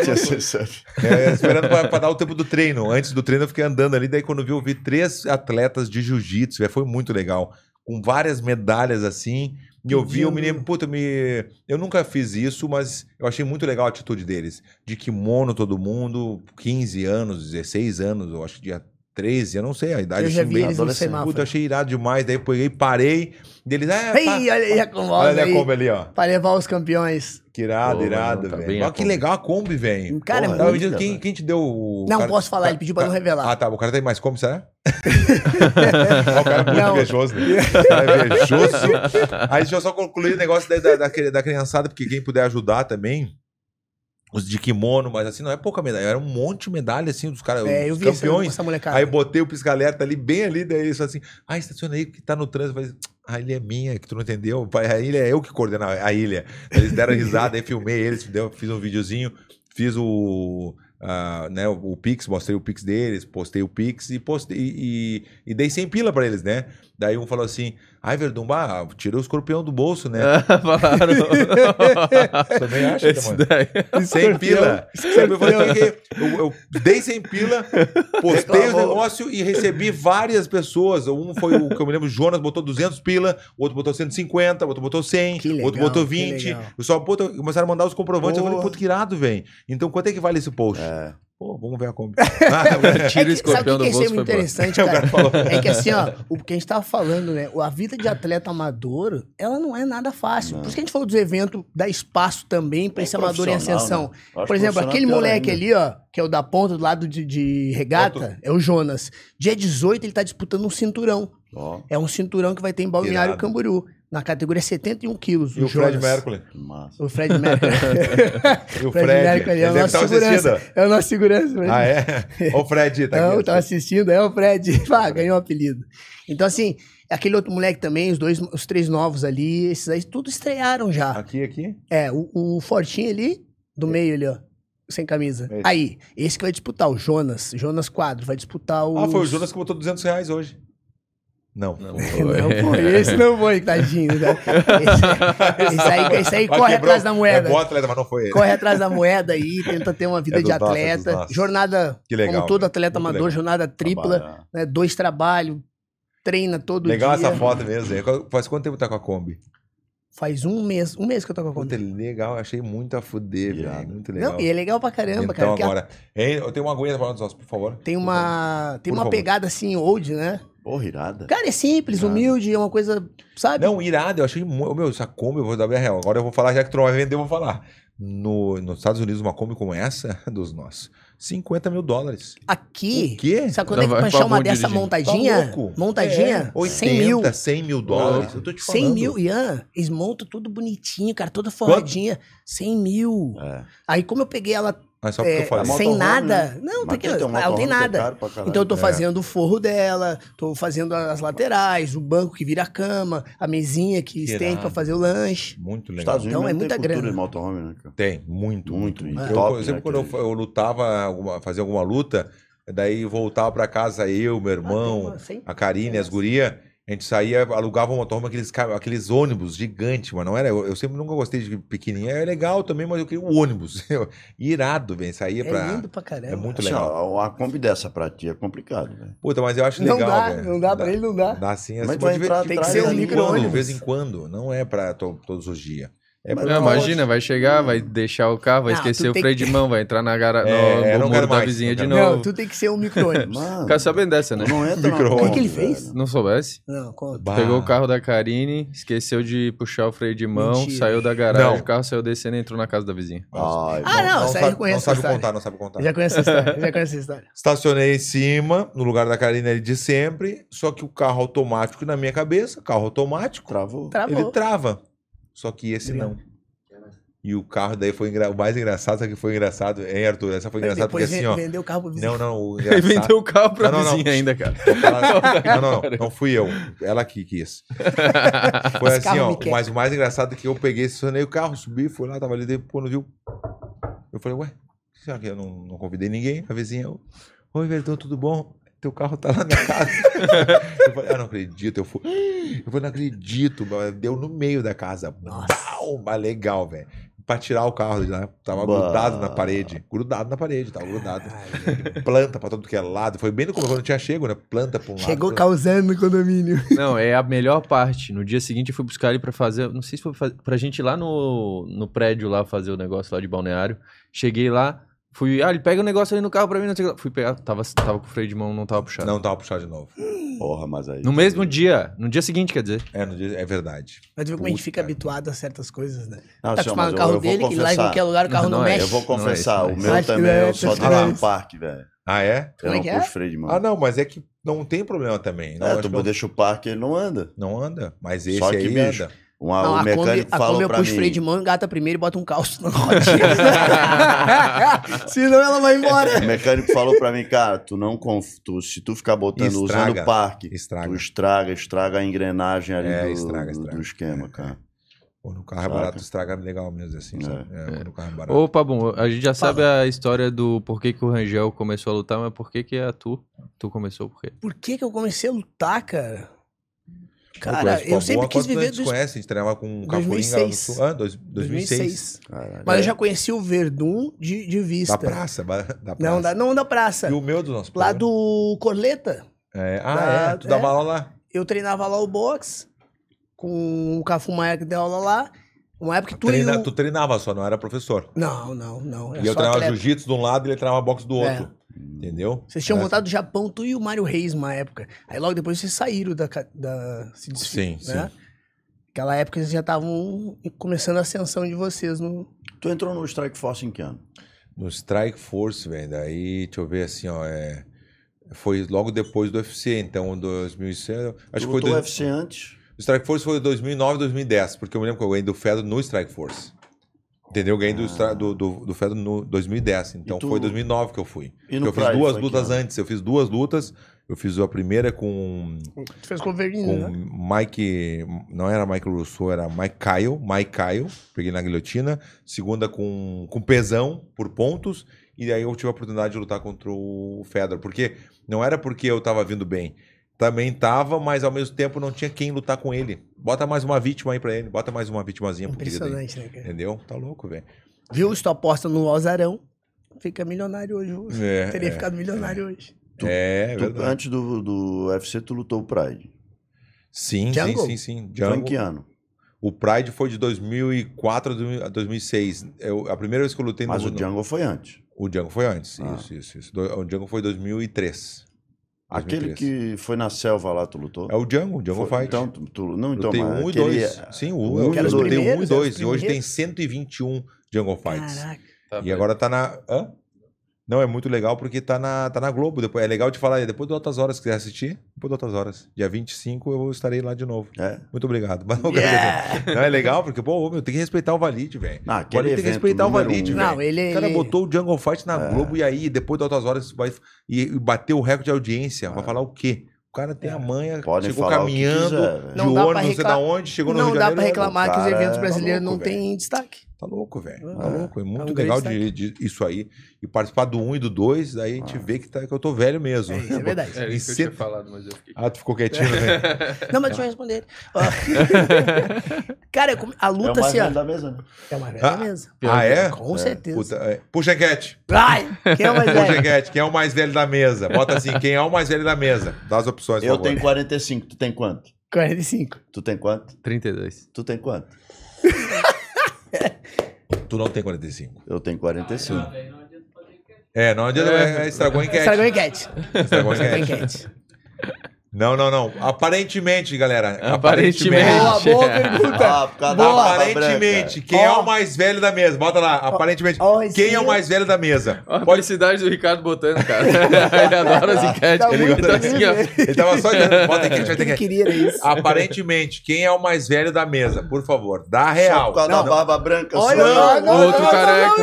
Esperando pra dar o tempo do treino. Antes do treino eu fiquei andando ali, daí quando eu vi 3 atletas de jiu-jitsu, velho, foi muito legal. Com várias medalhas assim. E eu vi, eu me lembro, puta, eu nunca fiz isso, mas eu achei muito legal a atitude deles. De kimono todo mundo, 15 anos, 16 anos, eu acho que dia 13, eu não sei a idade. Eu já assim, vi bem eles no adolescente. semáforo. Puta, eu achei irado demais, daí eu peguei, parei, deles, Ei, olha aí a Kombi olha a aí, Kombi ali, ó. pra levar os campeões. Que irado, Pô, irado, mano, tá velho. bem Olha a que Kombi. legal a Kombi, velho. Cara, Porra, é tava muito me dizendo, quem te deu o... Não cara- posso falar, ele pediu pra não revelar. Ah, tá, o cara tem mais Kombi, será? O cara é muito Não. invejoso, né? O cara é invejoso. Aí deixa eu só concluir o negócio da criançada, porque quem puder ajudar também, os de kimono, mas assim, não é pouca medalha, era um monte de medalha, assim, dos caras, É, eu os vi campeões. essa molecada. Aí botei o pisca-alerta ali, bem ali, daí isso assim, estaciona aí que tá no trânsito. Eu falei, a ilha é minha, que tu não entendeu? A ilha é eu que coordeno a ilha. Eles deram risada, aí filmei eles, fiz um videozinho, fiz o Pix, mostrei o Pix deles, postei o Pix e dei 100 pila pra eles, né? Daí um falou assim, Verdun, tirou o escorpião do bolso, né? Falaram. Também acha, Esse mano? daí. 100 pila. Eu falei, eu dei 100 pila, postei o negócio e recebi várias pessoas. Um foi o que eu me lembro, o Jonas botou 200 pila, o outro botou 150, o outro botou 100, Que o outro legal, botou que 20. legal. Eu só começaram a mandar os comprovantes. Eu falei, Porra. puta, que irado, velho. Então quanto é que vale esse post? Pô, vamos ver a Kombi. Tira o Sabe escorpião o que do é bolso isso foi embora. interessante, O cara cara? falou. É que assim, ó, o que a gente tava falando, né? A vida de atleta amador, ela não é nada fácil. Por isso que a gente falou dos eventos, dá espaço também pra esse amador em ascensão. Por exemplo, aquele moleque ali, ó, que é o da ponta, do lado de regata, é o Jonas. Dia 18 ele tá disputando um cinturão. É um cinturão que vai ter em Balneário Irado. Camboriú. Na categoria 71 quilos. E o Fred Jonas. Mercury. Massa. O Fred Mercury. E o Fred Fred. Mercury é o Ele deve nosso estar segurança. assistindo. É o nosso segurança. Fred. Ah, é? Ó o Fred, tá Não, aqui. tava assistindo, é o Fred. Ganhou o apelido. Então, assim, aquele outro moleque também, os 3 novos ali, esses aí tudo estrearam já. Aqui. É, o Fortinho ali, do meio ali, ó. sem camisa. Esse. Aí, esse que vai disputar, o Jonas Quadro, vai disputar o... Ah, foi o Jonas que botou R$200 hoje. Não. Não, Não foi, esse não foi, tadinho. Né? Esse aí corre atrás da moeda. É bom atleta, mas não foi ele. Corre atrás da moeda aí, tenta ter uma vida dos de nossos, atleta. dos nossos. Jornada, Que legal, como todo velho. atleta Muito amador, legal. jornada tripla, Trabalhar. né? 2 trabalhos, treina todo Legal dia. essa foto mesmo, hein? Faz quanto tempo tá com a Kombi? Faz um mês que eu tô com a Puta, conta. legal, achei muito a fuder, Irado. velho. Muito legal. Não, e é legal pra caramba, então, cara. que agora, hein, eu tenho uma aguinha pra nós, por favor. tem uma Por favor. pegada assim, old, né? Porra, irada. Cara, é simples, Irado. humilde, é uma coisa, sabe? Não, irado, eu achei muito. Meu, essa Kombi, eu vou dar minha real. Agora eu vou falar, já que tu não vai vender, eu vou falar. Nos Estados Unidos, uma Kombi como essa, dos nossos, $50 mil. Aqui, O quê? sabe quando é que Vai pra pra achar uma onde dessa dirigindo? montadinha? Tá louco? Montadinha? 100 mil. $100 mil. Eu tô te falando. 100 mil, Ian. Eles montam tudo bonitinho, cara, toda forradinha. 100 mil. É. Aí, como eu peguei ela Mas só porque eu falei. a moto- sem motorhome, nada. né? Não, Mas tem tem um ela não tem motorhome que é nada. caro pra caralho. Então eu tô É. fazendo o forro dela, tô fazendo as laterais, o banco que vira a cama, a mesinha que estende irado. pra fazer o lanche. Muito legal. Estados Unidos Então, é mesmo muita tem cultura grana. de motorhome, né, cara? Tem, muito. Muito, muito. e Eu, top, sempre né, quando que eu lutava, fazia alguma luta, daí voltava pra casa eu, meu irmão, a Karine, as gurias, a gente saía, alugava um motorhome, aqueles ônibus gigantes, mas não era, eu sempre nunca gostei de pequenininho, é legal também, mas eu queria o ônibus, irado, velho, saía É pra... lindo pra caramba. É muito Assim, legal. ó, a Kombi dessa pra ti é complicado, velho. Puta, mas eu acho Não legal, dá, velho. não dá pra ele, não dá. Dá sim, Mas assim, vai de entrar vez- tem que atrás ser um ali, de quando, de micro-ônibus. vez em quando, não é pra todos os dias. É pra Não, imagina, vai chegar, vai deixar o carro, vai Não, esquecer tu o tem freio que- de mão, vai entrar na É, no não muro quero da mais, vizinha não de quero novo. Não, tu tem que ser um micro-ônibus. Mano, Ficar sabendo dessa, né? não entra Micro-ondas. na O que ele Kombi, fez? velho. Não soubesse? Não, conta. Bah. Pegou o carro da Karine, esqueceu de puxar o freio de mão, Mentira. saiu da garagem, Não. o carro saiu descendo e entrou na casa da vizinha. Ai, Ah, não, isso aí eu sabe, conheço não sabe essa história. contar, não sabe contar. Já conheço essa história, já conheço essa história. Estacionei em cima, no lugar da Karine ali de sempre, só que o carro automático na minha cabeça, carro automático, travou. Travou. ele trava. Só que esse não. E o carro daí foi o mais engraçado, sabe que foi engraçado, hein, Arthur? Essa foi engraçada porque Depois assim, ó. vendeu o carro pro vizinho. Não, o Ele engraçado... vendeu o carro pra Não, não, vizinha não. ainda, cara. Não fui eu. Ela que quis. Foi Esse assim, carro ó. me quer. Mas o mais engraçado é que eu peguei, estacionei o carro, subi, fui lá, tava ali, daí, quando viu. Eu falei, ué, será que eu não convidei ninguém? A vizinha, oi, Verdão, tudo bom? Teu carro tá lá na minha casa. Eu falei, não acredito. Eu falei, não acredito. Mas deu no meio da casa. Nossa. Pau, mas legal, velho. Pra tirar o carro de lá. Tava Bah. grudado na parede. Tava grudado. Planta pra todo que é lado. Foi bem no começo, quando tinha chego, né? Planta pra um lado. Chegou planta- causando no condomínio. Não, é a melhor parte. No dia seguinte eu fui buscar ele pra fazer, não sei se foi pra gente ir lá no prédio lá fazer o negócio lá de balneário. Cheguei lá, fui, ele pega o negócio ali no carro pra mim, não sei o que lá. Fui pegar, tava com o freio de mão, não tava puxado. Não, tava puxado de novo. Porra, mas aí. No mesmo dia, no dia seguinte, quer dizer. É verdade. Mas tu viu como a gente Puta. fica habituado a certas coisas, né? Não, Tá senhor, acostumado mas no carro eu vou dele, que lá em confessar. qualquer lugar o carro não, Não é, mexe. Eu vou confessar, Não é isso, o não é meu isso. também, eu só Acho que deixo é no isso. parque, velho. Ah, é? Eu Como é não que é? puxo freio de mão. Ah, não, mas é que não tem problema também. Não, É, acho tu que não, deixa o parque, ele não anda. não anda. Mas esse Só que, aí bicho, anda. Não, O a mecânico Kombi falou eu pra puxo mim. freio de mão, engata primeiro e bota um calço na rodinha. Senão ela vai embora. O mecânico falou pra mim, cara, se tu ficar botando, Estraga. usando o parque, Estraga. tu estraga a engrenagem ali É, do, estraga. do esquema, cara. Quando o carro é Saca? barato, estraga legal mesmo, assim, sabe? Quando o carro é barato. Opa, bom, a gente já sabe a história do porquê que o Rangel começou a lutar, mas por que que tu começou por quê? Por que que eu comecei a lutar, cara? Eu Cara, conheço eu o sempre Pabu há quis quanto viver tempo do tu conhece? A gente treinava com o Cafuringa lá no 2006. Sul. 2006. Caralho. Mas eu já conheci o Verdun de vista. Da praça. Da Não, praça. não da praça. E o meu do nosso Lá programa? do Corleta. Da- Tu dava é. aula lá? Eu treinava lá o boxe com o Cafu Maia que deu aula lá. Uma época que tu e o... Tu treinava só, não era professor. Não. E eu só treinava atleta. jiu-jitsu de um lado e ele treinava boxe do outro. Entendeu? Vocês tinham Era- voltado do Japão, tu e o Mário Reis, uma época. Aí logo depois vocês saíram se desfilam, Sim, né? Aquela época vocês já estavam começando a ascensão de vocês no... Tu entrou no Strike Force em que ano? No Strike Force, velho. Daí, deixa eu ver assim, ó. Foi logo depois do UFC, então, 2006. Acho Tu que foi. lutou UFC antes? O Strike Force foi 2009, 2010, porque eu me lembro que eu ganhei do Fedor no Strike Force. Entendeu? Eu ganhei do Fedor no 2010. Então foi 2009 que eu fui. E no Eu fiz Pride, duas foi lutas que ano? antes. Eu fiz 2 lutas. Eu fiz a primeira com Tu fez com o Verdinho, né? Mike... Não era Michael Rousseau, era Mike Kyle. Peguei na guilhotina. Segunda com pesão, por pontos. E aí eu tive a oportunidade de lutar contra o Fedor. Porque não era porque eu tava vindo bem. Também tava, mas ao mesmo tempo não tinha quem lutar com ele. Bota mais uma vítima aí pra ele. Bota mais uma vitimazinha pro querido aí. Impressionante, né, cara? Entendeu? Tá louco, velho. Viu? Se tu aposta no Alzarão, fica milionário hoje. Teria ficado milionário hoje. É verdade. Antes do UFC, tu lutou o Pride. Sim. Foi em que ano? O Pride foi de 2004 a 2006. A primeira vez que eu lutei Mas o Jungle foi antes. O Jungle foi antes, isso. O Jungle foi 2003. Aquele que foi na selva lá, tu lutou? É o Jungle Fight. Então, tem 1 e 2. Sim, eu lutei 1 e 2. E hoje tem 121 Jungle Fights. Caraca. E agora tá na... Hã? Não, é muito legal porque tá na Globo. Depois, é legal de falar, depois de outras horas, se quiser assistir, depois de outras horas. Dia 25 eu estarei lá de novo. Muito obrigado. Mas não é legal porque, pô, meu, tem que respeitar o Valide, velho. Tem que respeitar o Valide, velho. O cara botou o Jungle Fight na Globo e aí, depois de outras horas, vai e bateu o recorde de audiência. Vai falar o quê? O cara tem a manha, chegou caminhando de ônibus, não sei da onde, chegou no Rio de Janeiro. Não dá pra reclamar que os eventos brasileiros não têm destaque. Tá louco, velho. Tá louco. É muito legal de isso aí. E participar do 1 e do 2, daí a gente vê que eu tô velho mesmo. Isso é verdade. É isso que eu tinha falado, mas eu fiquei... Ah, tu ficou quietinho, né? Não, mas deixa eu responder. Cara, a luta assim, ó. É o mais velho da mesa, né? É o mais velho da mesa. Ah, é? Com certeza. Puta, puxa a enquete. Vai! Quem é o mais Puxa a velho? enquete. Quem é o mais velho da mesa? Bota assim, quem é o mais velho da mesa? Dá as opções, por Eu favor. tenho 45, tu tem quanto? 45. Tu tem quanto? 32. Tu tem quanto? Tu não tem 45. Eu tenho 45. Não adianta. Estragou a enquete. Estragou a enquete. Estragou a Estragou a enquete. enquete. Não. Aparentemente, galera. Aparentemente. Boa pergunta. Por causa da barba Aparentemente, branca. quem é o mais velho da mesa? Bota lá. Aparentemente, quem é o mais velho da mesa? Olha a felicidade do Ricardo botando, cara. Ele adora as enquetes. Tá Ele muito tá assim, ó. Ele tava só dizendo, bota enquete, vai ter Quem que... queria era isso. Aparentemente, quem é o mais velho da mesa? Por favor, dá Só real. por causa da barba branca. Olha sua. lá, não, outro não, careca.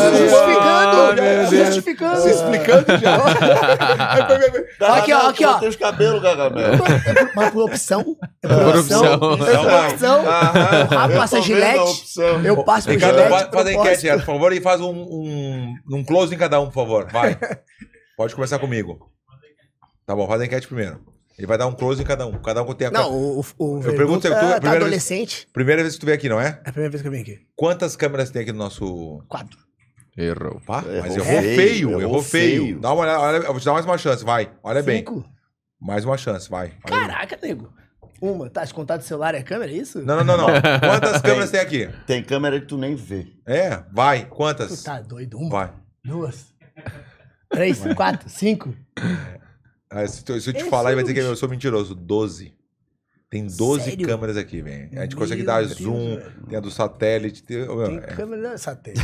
Se justificando. Se explicando já. Aqui, ó, aqui, ó. Tem os cabelos, Gargamel. Mas por opção. É Por opção. Por opção. O Rafa passa gilete. Eu passo por Ricardo, gilete. faz a enquete, por favor, e faz um close em cada um, por favor. Vai. Pode começar comigo. Tá bom, faz a enquete primeiro. Ele vai dar um close em cada um. Cada um tem a... Não, o Eu pergunto se tu... tá primeira adolescente. Primeira vez que tu veio aqui, não é? É a primeira vez que eu vim aqui. Quantas câmeras tem aqui no nosso... 4. Errou. Pá, mas Errou errou feio, feio, errou feio. Dá uma olhada, olha, eu vou te dar mais uma chance, vai. Olha bem. 5. Mais uma chance, vai. Olha bem. Caraca, nego. Uma, tá? Se contar do celular é a câmera, é isso? Não. Quantas câmeras tem aqui? Tem câmera que tu nem vê. Vai. Tu Quantas? tá doido? Uma, Vai. 2, 3, 4, 5. Se eu te falar, ele vai dizer que eu sou mentiroso. 12. Tem 12 Sério? câmeras aqui, velho. A gente Meu consegue dar Deus, zoom, velho. tem a do satélite. Tem Tem... câmera satélite.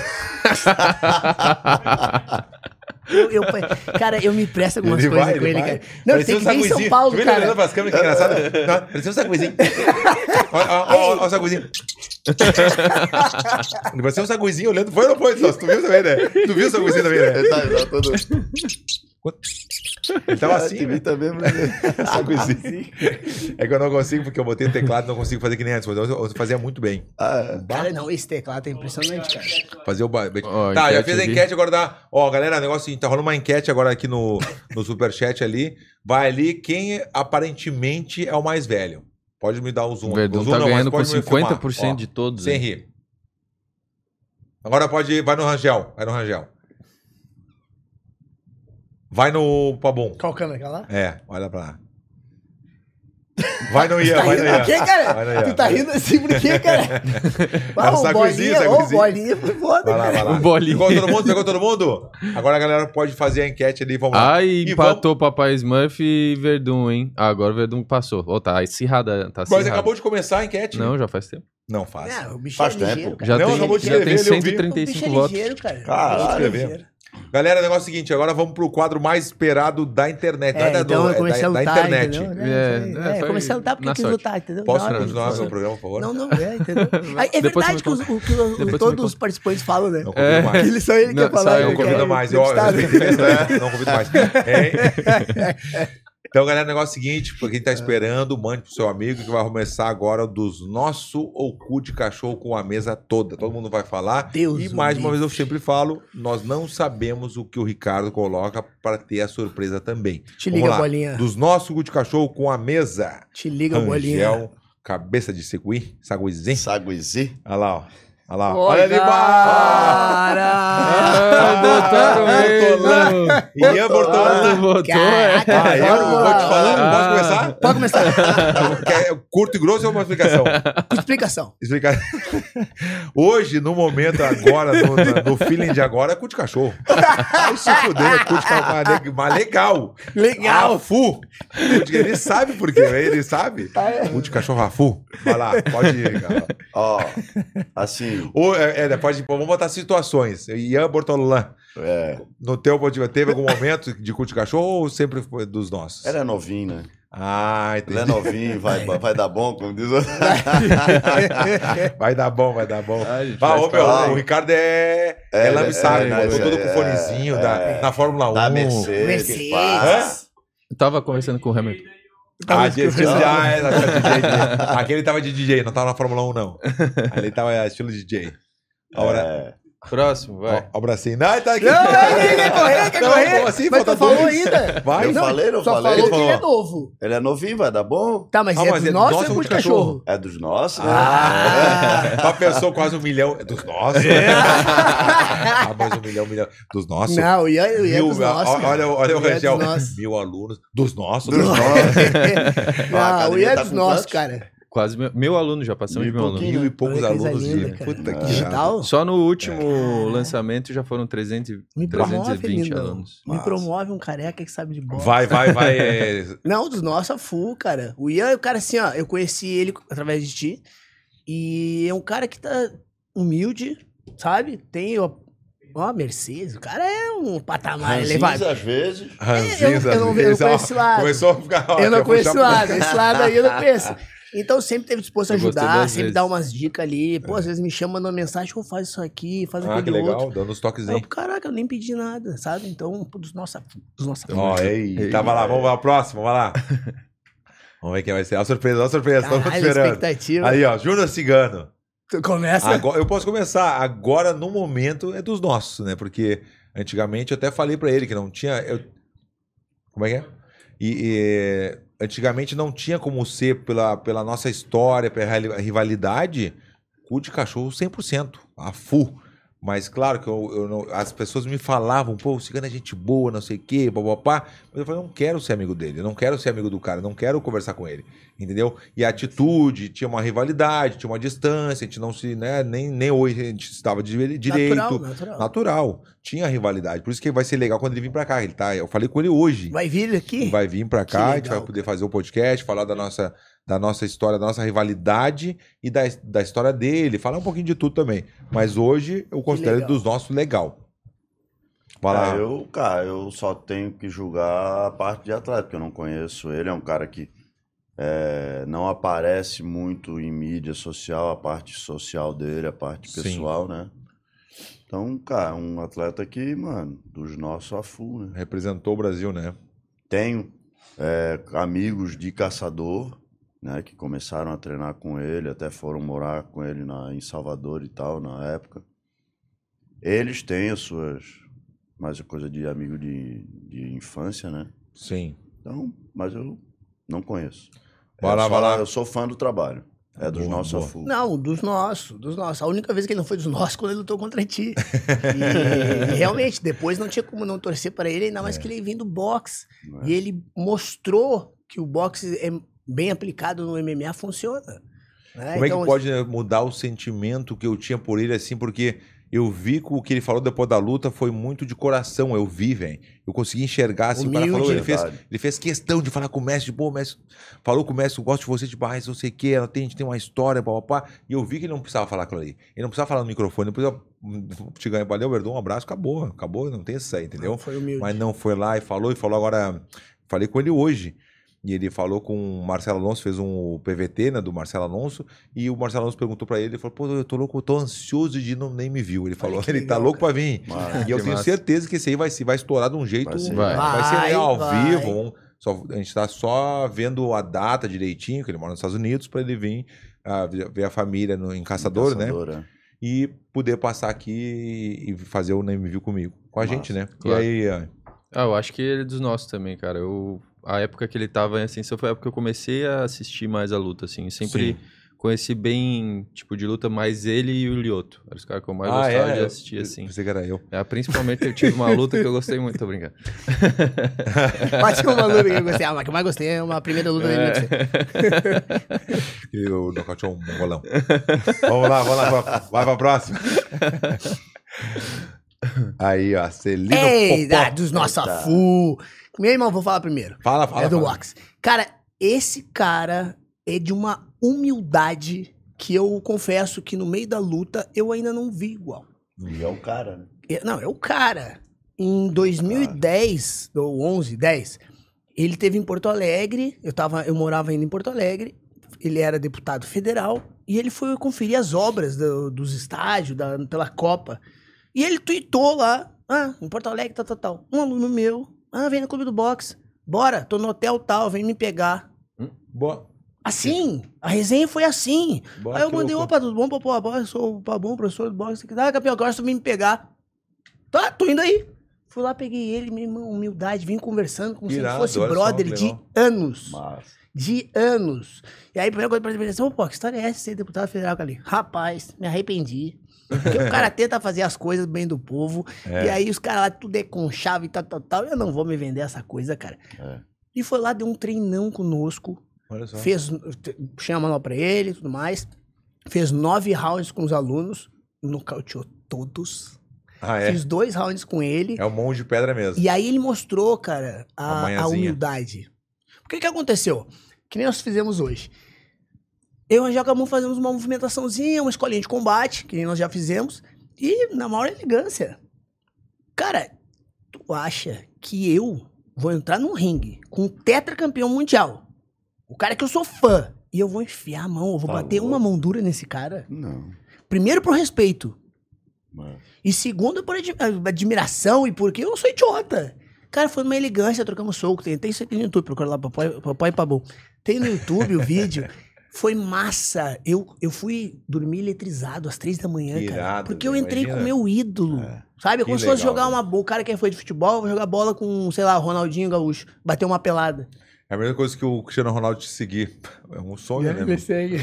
Cara, eu me presto algumas Ele coisas vai, com ele, vai. cara. Não, ele tem que vir em São Paulo, Tu viu ele olhando cara. pras câmeras, que engraçado? Não, parecia um saguizinho. Olha o saguizinho. Ele parecia um saguizinho olhando. Foi ou não foi, Celso? Tu viu também, né? Tu viu o saguizinho também, né? Ele tá todo... Ele tava assim, TV né? também, Saguizinho. É que eu não consigo, porque eu botei o teclado e não consigo fazer que nem antes. Mas eu fazia muito bem. Cara, não, esse teclado é impressionante, cara. Fazer o... Ó, Tá, já enquete fez a aqui. enquete, agora dá... Ó, galera, negócio assim, tá rolando uma enquete agora aqui no Superchat ali. Vai ali, quem aparentemente é o mais velho. Pode me dar o zoom. O Verdun O zoom tá não, mas ganhando com pode me filmar. 50% Ó, de todos. sem hein? rir. Agora pode ir, vai no Rangel. Vai no Pabum. Qual câmera? Aquela lá? Olha pra lá. Vai no Ian, vai no Por quê, Ian. cara? Vai no Ian. Tu tá rindo assim por quê, cara? Era o saguizinho, saguizinho. Bolinha foi foda, Vai cara. lá. O bolinho. Pegou todo mundo? Agora a galera pode fazer a enquete ali, vamos lá. Ai, E empatou Papai Smurf e Verdun, hein? Ah, agora o Verdun passou. Ó, tá acirrada. Tá Mas acirrada. acabou de começar a enquete. Não, já faz tempo. Não faz. O bicho Faz é tempo. ligeiro, cara. Já Não, tem, acabou de já tem escrever, eu vi. O bicho 135 é votos. ligeiro, cara. Caralho, O bicho é velho. ligeiro. Galera, o negócio é o seguinte, agora vamos pro quadro mais esperado da internet. Não é da, então eu comecei a da lutar, internet. entendeu? foi comecei a lutar porque na eu quis sorte. lutar, entendeu? Posso Na hora, continuar meu programa, por favor? Não, entendeu? É Depois verdade você me que todos os participantes falam, né? Não convido mais. Eles são ele que Não, quer falar. só eu Não ele convido quer mais. Eu entrevistar, né? respeitei mesmo, né? Não convido mais. Então, galera, o negócio é o seguinte, pra quem tá esperando, mande pro seu amigo que vai começar agora o dos nosso ou cu de cachorro com a mesa toda. Todo mundo vai falar. Deus E mais uma livre. vez eu sempre falo, nós não sabemos o que o Ricardo coloca para ter a surpresa também. Te Vamos liga, lá. bolinha. Dos nosso cu de cachorro com a mesa. Te liga, bolinha. Rangel, cabeça de segui, saguizinho. Saguizi. Olha lá, ó. Olha lá. Oi, Olha ali embaixo. botaram ele. Ian Bortolã. Botou, Caraca, Ah, eu vou te falar. Posso começar? Pode começar. Quer curto e grosso ou uma explicação? Com explicação. Explicar. Hoje, no momento agora, no feeling de agora, é cu de cachorro. Vai se fuder, é cu de cachorro. Mas legal. Legal. Afu. Ele sabe por quê, ele sabe. Cu de cachorro afu. Vai lá, pode ir, cara. Ó, assim, Ou, vamos botar situações. Ian Bortolã, no teu teve algum momento de cu de cachorro ou sempre foi dos nossos? ele é novinho, né? Ah, entendi. Ele é novinho, vai dar bom, como diz o... Vai dar bom, vai dar bom. Ah, gente, Ah, vai ô, meu, falar. o Ricardo é lambisado, é, pô, todo com é, fonezinho na Fórmula 1. Da Mercedes. Mercedes. pá. Eu tava conversando com o Hamilton. Ah, aquele tava de DJ, não tava na Fórmula 1, não. Ali tava estilo DJ. Agora, Próximo, vai. ó, o bracinho. Não, tá aqui. Não, quer correr, quer Não, correr. como assim? Mas Falta tu falou dois. ainda. Vai. Eu falei, não Só falei? falou que Falou. ele é novo. Ele é novinho, vai dar bom? Tá, mas Ah, é mas do é nosso nosso ou é ou cu de de cachorro? É dos nossos? Uma pessoa quase 1 milhão. Dos nossos? Ah, mais 1 milhão, 1 milhão. Dos nossos? Não, o Ian é dos nossos. Olha o Ian é Rangel. dos nossos. 1000 alunos. Dos nossos? Dos nossos. Não, o academia Ian é tá dos com nossos, quantos? cara. Quase mil alunos, já passamos de Mil mil e alunos. pouquinho. 1000 e poucos Olha que coisa alunos. linda, cara. Puta que Digital. Só no último lançamento já foram 320 Me promove, lindo. alunos. Me promove um careca que sabe de bola. Vai. Não, dos nossos é full, cara. O Ian é o cara assim, ó. Eu conheci ele através de ti. E é um cara que tá humilde, sabe? Tem ó, Mercedes. O cara é um patamar elevado. Ranzinhos, às vezes. Ranzinza, eu não conheço esse lado. Começou a ficar... Eu não conheço esse puxar- lado. Esse lado aí eu não conheço. Então sempre teve disposto a Eu gostei ajudar, duas sempre vezes. dar umas dicas ali. Pô, às vezes me chama mandando mensagem, pô, faz isso aqui, faz Ah, que aquele legal, outro. dando os Eu, toquezinhos. caraca, eu nem pedi nada, sabe? Então, pô, dos nossos. Ó, eita, vai lá, vamos lá, próximo, vai lá. Vamos ver quem vai ser. Olha a surpresa, todo mundo Caralho, esperando. expectativa. Aí, ó, Júnior Cigano. Tu começa. Agora, eu posso começar. Agora, no momento, é dos nossos, né? Porque antigamente eu até falei pra ele que não tinha. Como é que é? Antigamente não tinha como ser pela nossa história, pela rivalidade, cu de cachorro 100%, a full. Mas claro que as pessoas me falavam, pô, o Cigano é gente boa, não sei o quê, papapá. Mas eu falei, eu não quero ser amigo dele, eu não quero ser amigo do cara, eu não quero conversar com ele, entendeu? E a atitude, tinha uma rivalidade, tinha uma distância, a gente não se, né, nem hoje a gente estava direito. Natural. Tinha rivalidade, por isso que vai ser legal quando ele vir pra cá, ele tá, eu falei com ele hoje. Vai vir aqui? Vai vir pra Que cá, a legal, gente vai poder fazer o podcast, falar da nossa história, da nossa rivalidade e da história dele, falar um pouquinho de tudo também. Mas hoje eu considero ele legal. dos nossos legal. Vai lá. Eu só tenho que julgar a parte de atleta, porque eu não conheço ele. É um cara que não aparece muito em mídia social, a parte social dele, a parte Sim. pessoal, né? Então, cara, um atleta que, mano, dos nossos a full, né? Representou o Brasil, né? Tenho amigos de caçador, né, que começaram a treinar com ele, até foram morar com ele em Salvador e tal, na época. Eles têm as suas... mais coisa de amigo de infância, né? Sim. Então, mas eu não conheço. Vai lá. Eu sou fã do trabalho. É dos Boa, nossos boa. a full. Não, dos nossos. A única vez que ele não foi dos nossos quando ele lutou contra ti. E realmente, depois não tinha como não torcer para ele, ainda mais que ele vem do boxe. E ele mostrou que o boxe bem aplicado no MMA funciona. Né? Como é que pode mudar o sentimento que eu tinha por ele, assim, porque eu vi que o que ele falou depois da luta foi muito de coração, eu vi, velho. Eu consegui enxergar, assim, o cara falou, Humilde. ele fez questão de falar com o mestre, pô, o mestre falou com o mestre, eu gosto de você demais, não sei o que, a gente tem uma história, papapá, e eu vi que ele não precisava falar aquilo ali. Ele não precisava falar no microfone, não precisava te ganha, valeu, Verdun, um abraço, acabou, não tem isso aí, entendeu? Foi humilde. Mas não foi lá e falou agora, falei com ele hoje, e ele falou com o Marcelo Alonso, fez um PVT, né, do Marcelo Alonso, e o Marcelo Alonso perguntou pra ele, ele falou, pô, eu tô louco, eu tô ansioso de nem me viu. Ele falou, ele tá louco pra vir. E eu tenho certeza que esse aí vai estourar de um jeito, vai ser ao vivo, a gente tá só vendo a data direitinho, que ele mora nos Estados Unidos, pra ele vir ver a família em Caçador, né? E poder passar aqui e fazer o Nem Me Viu comigo, com a gente, né? Claro. E aí... eu acho que ele é dos nossos também, cara. A época que ele tava em Ascensão foi a época que eu comecei a assistir mais a luta, assim. Eu sempre conheci bem, tipo, de luta, mais ele e o Lioto. Eram os caras que eu mais gostava de assistir, assim. Pensei que era eu. Principalmente eu tive uma luta que eu gostei muito, tô brincando. Mas tinha uma luta que eu gostei. Mas que eu mais gostei é uma primeira luta da UFC. E o nocauteou um golão. Vamos lá, vai pra próxima. Aí, ó, Celino Popó. Dos nossos Fu. Meu irmão, vou falar primeiro. Fala. É do box. Cara, esse cara é de uma humildade que eu confesso que no meio da luta eu ainda não vi igual. E é o cara, né? É o cara. Em 2010, ou 11, 10, ele teve em Porto Alegre, eu morava ainda em Porto Alegre, ele era deputado federal, e ele foi conferir as obras dos estádios, pela Copa. E ele tuitou lá, em Porto Alegre, tal. Um aluno meu, vem no clube do boxe, bora, tô no hotel tal, vem me pegar. Boa. Assim, a resenha foi assim. Boa, aí eu mandei, opa, tudo bom, Popó? Eu sou o Pabon, professor do boxe. Campeão, agora você vem me pegar. Tá, tô indo aí. Fui lá, peguei ele, minha irmã, humildade, vim conversando como se ele fosse brother de anos. Massa. De anos. E aí, a primeira coisa pra ele assim, pô, que história é essa, ser deputado federal ali? Rapaz, me arrependi. Porque o cara tenta fazer as coisas bem do povo, e aí os caras lá tudo é com chave e tal. Eu não vou me vender essa coisa, cara. E foi lá, deu um treinão conosco. Olha só. Puxei a manual pra ele e tudo mais. Fez 9 rounds com os alunos, nocauteou todos. Fiz 2 rounds com ele. É um monte de pedra mesmo. E aí ele mostrou, cara, a humildade. O que aconteceu? Que nem nós fizemos hoje. Eu e o Jacamon fazemos uma movimentaçãozinha, uma escolinha de combate, que nem nós já fizemos, e na maior elegância. Cara, tu acha que eu vou entrar num ringue com um tetracampeão mundial, o cara que eu sou fã, e eu vou enfiar a mão, eu vou bater uma mão dura nesse cara? Não. Primeiro por respeito. Mano. E segundo por admiração e porque eu não sou idiota. Cara, foi uma elegância, trocamos soco. Tem isso aqui no YouTube, procura lá, Papai e Pabon. Tem no YouTube o vídeo. Foi massa. Eu fui dormir eletrizado às 3 da manhã, Irado, cara. Porque eu entrei imagina. com o meu ídolo. Sabe? É como se fosse jogar o cara que é fã de futebol, vou jogar bola com, sei lá, o Ronaldinho Gaúcho. Bater uma pelada. É a mesma coisa que o Cristiano Ronaldo te seguir. É um sonho, né? Me segue.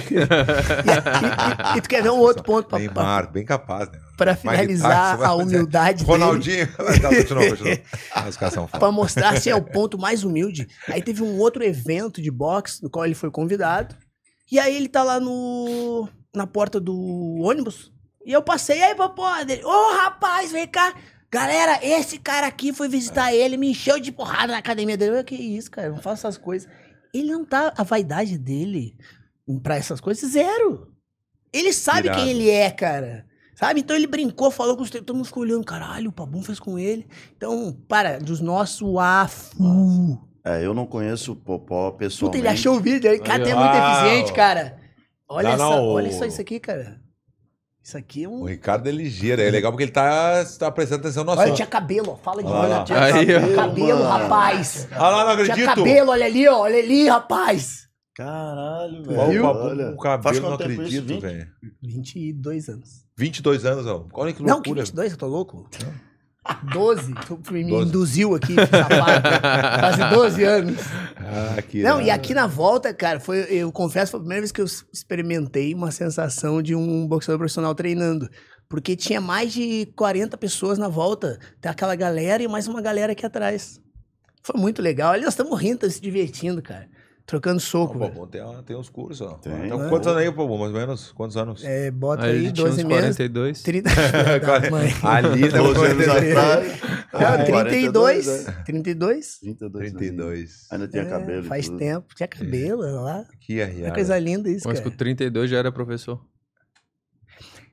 E tu quer ver um outro ponto Neymar, bem capaz, né? Pra finalizar a humildade dele. Ronaldinho. Continua. Pra mostrar se é o ponto mais humilde. Aí teve um outro evento de boxe, no qual ele foi convidado. E aí ele tá lá na porta do ônibus. E eu passei, e aí, Popó? Dele, rapaz, vem cá. Galera, esse cara aqui foi visitar ele, me encheu de porrada na academia dele. Eu, que isso, cara, não faço essas coisas. Ele não tá, a vaidade dele pra essas coisas, zero. Ele sabe quem ele é, cara. Sabe? Então ele brincou, falou com os todo mundo ficou olhando, caralho, o Pabon fez com ele. Então, dos nossos AFU. Eu não conheço o Popó pessoalmente. Puta, ele achou o vídeo, o cara é muito eficiente, cara. Olha olha só isso aqui, cara. Isso aqui é um... O Ricardo é ligeiro, é legal porque ele tá prestando atenção no assunto. Olha, tinha cabelo, ó. Fala de Olha, tinha cabelo, rapaz. Lá, não acredito. Tinha cabelo, olha ali, rapaz. Caralho, velho. Olha, o cabelo, não acredito, velho. 22 anos. 22 anos, ó. Olha que loucura. Não, que 22, eu tô louco? 12, tu me induziu aqui, safado. Faz 12 anos. Que não, e aqui na volta, cara, eu confesso, foi a primeira vez que eu experimentei uma sensação de um boxeador profissional treinando. Porque tinha mais de 40 pessoas na volta. Tem aquela galera e mais uma galera aqui atrás. Foi muito legal. Ali nós estamos rindo, estamos se divertindo, cara. Trocando soco. Tem uns cursos, ó. Tem. Então, quantos anos aí, Pabon? Mais ou menos? Quantos anos? Bota aí 12 meses. 42. 30. Ali, 12 anos atrás. 32. 32? 32. Ainda tinha cabelo. Faz tudo. tempo. Tinha cabelo, olha lá. Que É coisa linda isso, Mas cara. com 32 já era professor.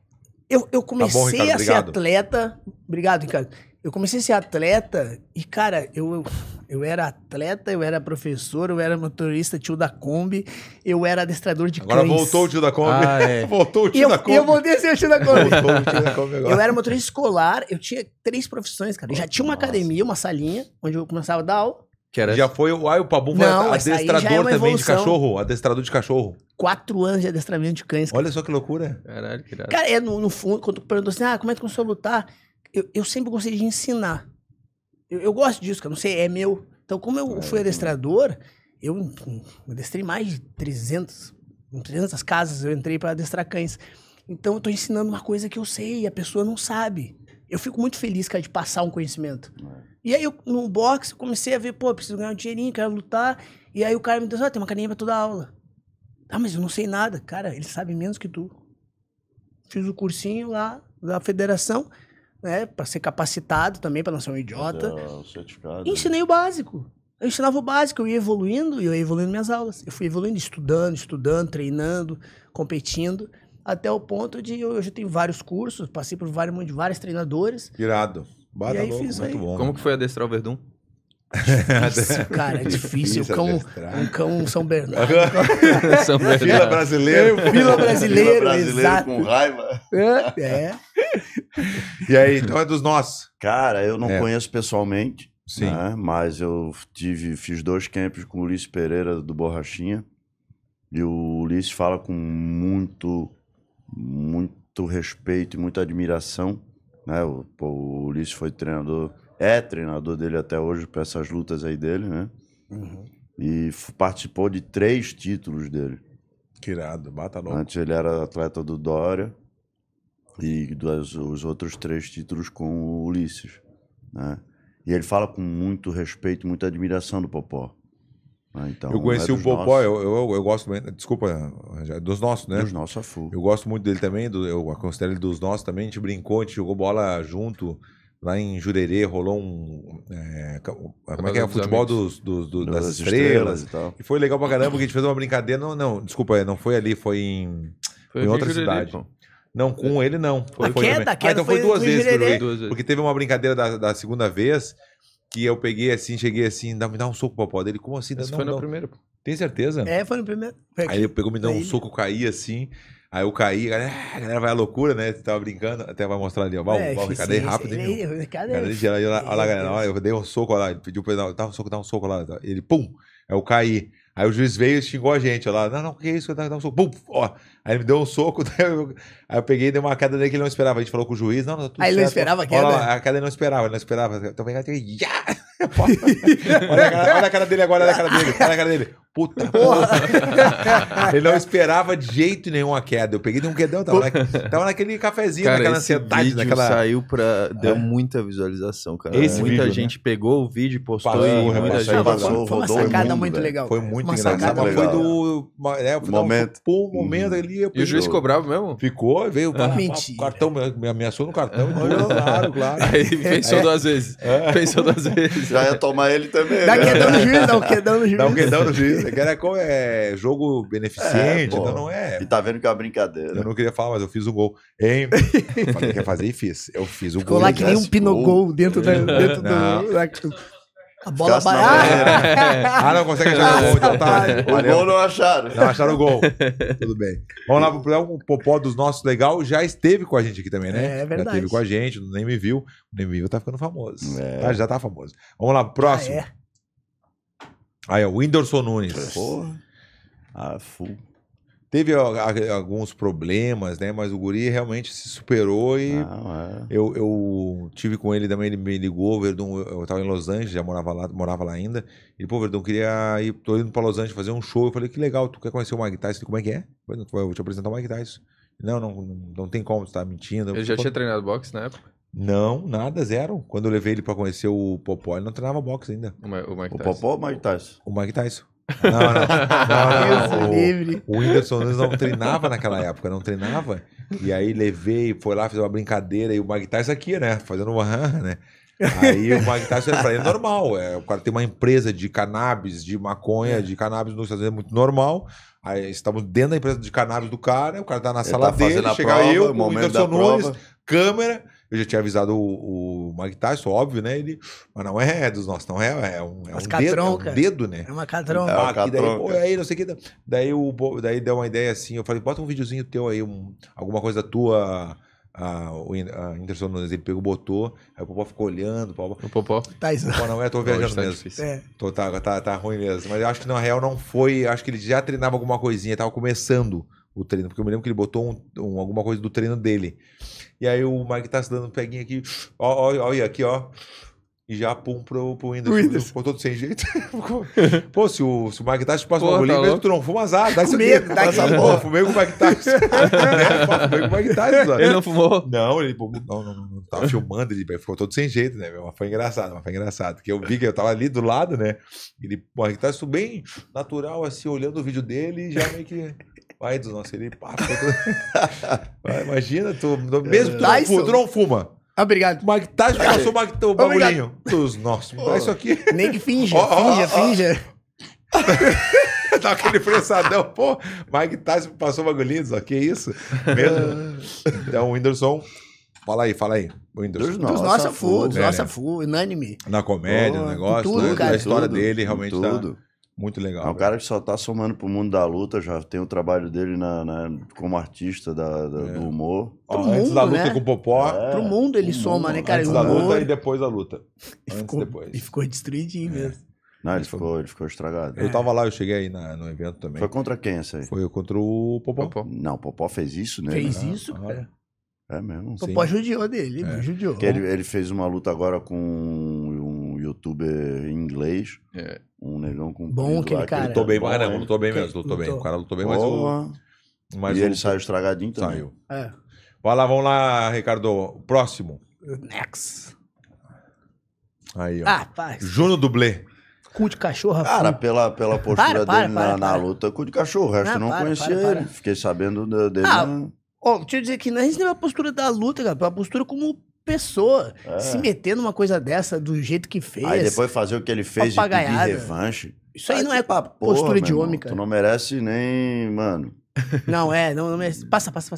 Eu comecei Ricardo, a ser obrigado. atleta. Obrigado, Ricardo. Eu comecei a ser atleta e, cara, eu era atleta, eu era professor, eu era motorista, tio da Kombi, eu era adestrador de Agora cães. voltou o tio da Kombi. Ah, é. Voltou o tio da Kombi. Eu voltei a ser o tio da Kombi. Voltou o tio da Kombi agora. Eu era motorista escolar, eu tinha 3 profissões, cara. Eu já tinha uma academia, uma salinha, onde eu começava a dar aula. Que era Já foi o Pabum foi Não, essa aí já é adestrador uma também de evolução. cachorro. Adestrador de cachorro. 4 anos de adestramento de cães. Cara, Olha só que loucura. Caralho, que irado. cara no fundo, quando tu perguntou assim, como é que começou a lutar? Eu sempre gostei de ensinar. Eu gosto disso, cara, não sei, é meu. Então, como eu fui adestrador, eu adestrei mais de 300 casas, eu entrei pra adestrar cães. Então, eu tô ensinando uma coisa que eu sei e a pessoa não sabe. Eu fico muito feliz, cara, de passar um conhecimento. E aí, no boxe, eu comecei a ver, pô, eu preciso ganhar um dinheirinho, quero lutar. E aí, o cara me disse, tem uma academia pra toda aula. Ah, mas eu não sei nada. Cara, ele sabe menos que tu. Fiz o cursinho lá da federação, né, pra ser capacitado também, pra não ser um idiota. O certificado. E ensinei o básico. Eu ensinava o básico, eu ia evoluindo e eu ia evoluindo minhas aulas. Eu fui evoluindo, estudando, treinando, competindo, até o ponto de hoje eu tenho vários cursos, passei por vários treinadores. Irado. Bata E aí louco, fiz muito aí. bom. Como que foi adestrar o Verdun? Difícil, cara, é difícil. Um cão São Bernardo. São Fila Bernardo. brasileiro. Vila brasileiro, brasileiro exato. com raiva. É. E aí, então é dos nossos. Cara, eu não É. conheço pessoalmente, Sim. né? Mas eu fiz 2 camps com o Ulisses Pereira do Borrachinha. E o Ulisses fala com muito respeito e muita admiração, né? O Ulisses foi treinador, é treinador dele até hoje para essas lutas aí dele, né? E participou de 3 títulos dele. Que irado, bata louco. Antes ele era atleta do Dória e os outros 3 títulos com o Ulisses, né? E ele fala com muito respeito, muita admiração do Popó. Né? Então, Eu conheci é o dos Popó, nossos. eu gosto muito. Desculpa, dos nossos, né? Dos nossos a full. Eu gosto muito dele também, eu considero ele dos nossos também. A gente brincou, a gente jogou bola junto lá em Jurerê, rolou como é que é? O futebol das estrelas. e tal. E foi legal pra caramba, porque a gente fez uma brincadeira. Desculpa, não foi ali, foi em outra cidade. Pô. Não, com ele não. A queda então foi foi 2 no vezes, Jurerê. Duas vezes. porque teve uma brincadeira da segunda vez que eu peguei assim, cheguei assim, me dá um soco, Popó. Dele, como assim? Esse Não, foi no não. primeiro. pô. Tem certeza? Foi no primeiro. Aí ele pegou, me deu um Aí. soco, eu caí assim. Aí eu caí, a galera vai à loucura, né? Você tava brincando, até vai mostrar ali, ó. O Ricardo aí rápido, hein, meu? Olha lá, galera, olha, eu dei um soco lá, ele pediu pra ele dar um soco lá. Ele, pum! Aí eu caí. Aí o juiz veio e xingou a gente, ó lá, não, que isso, dá um soco, pum! Ó. Aí ele me deu um soco, aí eu peguei e dei uma queda nele que ele não esperava. A gente falou com o juiz, não, tá tudo Aí ele não certo. esperava a Olha queda? lá, a queda ele não esperava. Então vem cá, olha a cara dele agora, olha a cara dele. Puta porra. Ele não esperava de jeito nenhum a queda. Eu peguei de um quedão, tava naquele cafezinho, Cara, naquela esse ansiedade, vídeo naquela. saiu pra... Deu muita visualização, cara. Esse Muita vídeo, gente pegou o vídeo e postou Passou, e muita repassou, gente... passou. Foi uma rodou o sacada mundo, muito velho. legal. Foi muito Uma engraçado. sacada Mas foi legal. do. Momento. Um momento ali. E o juiz cobrava mesmo? Ficou, veio Mentira. o cartão, me ameaçou no cartão. Claro. Aí pensou 2 vezes. Pensou 2 vezes. Já ia tomar ele também. Dá né? quedão no juiz, dá um quedão no juiz. Dá um quedão no juiz. Que era jogo beneficente, pô. então não é. E tá vendo que é uma brincadeira. Eu não queria falar, mas eu fiz o gol. Hein? Falei que ia fazer e fiz. Eu fiz o Ficou gol. lá que nem um pinogol dentro do... Não. A bola Ficasse na barata. Não consegue achar o gol, então tá. O Valeu. gol não acharam. Não acharam o gol. Tudo bem. Vamos lá pro o Popó dos nossos legal. Já esteve com a gente aqui também, né? É verdade. Já esteve com a gente, nem me viu. Nem me viu, tá ficando famoso. É. Já tá famoso. Vamos lá, pro próximo. Aí, ó, o Whindersson Nunes. Porra. Full. Teve alguns problemas, né? Mas o guri realmente se superou e Não, eu tive com ele também, ele me ligou, Verdun, eu tava em Los Angeles, já morava lá ainda. Ele, pô, Verdun, queria ir, tô indo pra Los Angeles fazer um show. Eu falei, que legal, tu quer conhecer o Mike Tyson? Como é que é? Eu vou te apresentar o Mike Tyson. Não tem como, tu tá mentindo. Ele já tinha treinado boxe na época? Não, nada, zero. Quando eu levei ele pra conhecer o Popó, ele não treinava boxe ainda. O Mike O Tyson. Popó ou o Mike Tyson? O Mike Tyson. Não. Livre. O Whindersson Nunes não treinava naquela época, não treinava. E aí levei, foi lá, fez uma brincadeira. E o Mike Tyson aqui, né? Fazendo uma, né? Aí o Mike Tyson, pra ele é normal. O cara tem uma empresa de cannabis, de maconha, de cannabis nos Estados Unidos, é muito normal. Aí estamos dentro da empresa de cannabis do cara, o cara tá na sala dele, chega eu, com o Whindersson Nunes, câmera. Eu já tinha avisado o Mike Tyson, óbvio, né? Ele, mas não é dos nossos, não é um dedo, né? É uma catronca. Daí, pô, aí, não sei o que. Daí deu uma ideia assim, eu falei, bota um videozinho teu aí, alguma coisa tua. O Whindersson Nunes, ele pegou, botou, aí o Popó ficou olhando, O Popó. Tyson. Popó não tô viajando mesmo. Tá ruim mesmo. Mas eu acho que na real não foi, acho que ele já treinava alguma coisinha, tava começando o treino, porque eu me lembro que ele botou alguma coisa do treino dele. E aí o Mike tá se dando um peguinho aqui, olha aqui, ó. E já pum pro Whindersson. Ficou todo sem jeito. Pô, se o Mike Tyson passa uma bolinha, mesmo que tu não fuma azar, dá isso aqui. Pô, fumei com o Mike Tyson. Fumei com o Mike Tyson. Ele não fumou? Não, ele não tava filmando, ele ficou todo sem jeito, né? Mas foi engraçado. Porque eu vi que eu tava ali do lado, né? O Mike Tyson bem natural, assim, olhando o vídeo dele e já meio que... Vai dos nossos, ele... Imagina, mesmo tu não fuma. Obrigado. O Mike Tyson passou o bagulhinho dos nossos. Dá isso aqui. Nem que finja. Finja. Dá aquele pressadão. Pô, Mike Tyson passou o bagulhinho. Que isso? Mesmo. Então, o Whindersson... Fala aí. O Whindersson. Dos nossa full, unânime. Na comédia, no negócio. Tudo, cara. A história dele realmente tudo. Tá muito legal. É um cara que só tá somando pro mundo da luta, já tem o trabalho dele como artista do humor. Antes da luta, né? Com o Popó. Pro mundo ele soma, né, cara? Antes da luta e depois da luta. E ficou destruidinho mesmo. Não, ele ficou estragado. Eu tava lá, eu cheguei aí no evento também. Foi contra quem essa aí? Foi contra o Popó. Não, o Popó fez isso, né? Fez isso, cara. É mesmo. O Popó judiou dele, judiou. Porque ele fez uma luta agora com um youtuber em inglês. Um negão com... Bom aquele cara. Lutou bem, mas não, lutou bem mesmo. Bem. O cara lutou bem, mas e ele saiu estragadinho também. Saiu. Vai lá, vamos lá, Ricardo. Próximo. Next. Aí, ó. Juno Dublê. Cu de cachorro. Cara, pela postura dele na luta, cu de cachorro. O resto eu não conhecia ele. Fiquei sabendo dele. Deixa eu dizer que não é a postura da luta, cara. A postura como pessoa. Se meter numa coisa dessa, do jeito que fez. Aí depois fazer o que ele fez de pedir revanche. Isso aí não é postura de homem, cara. Tu não merece nem, mano. Não merece. Passa. Passa.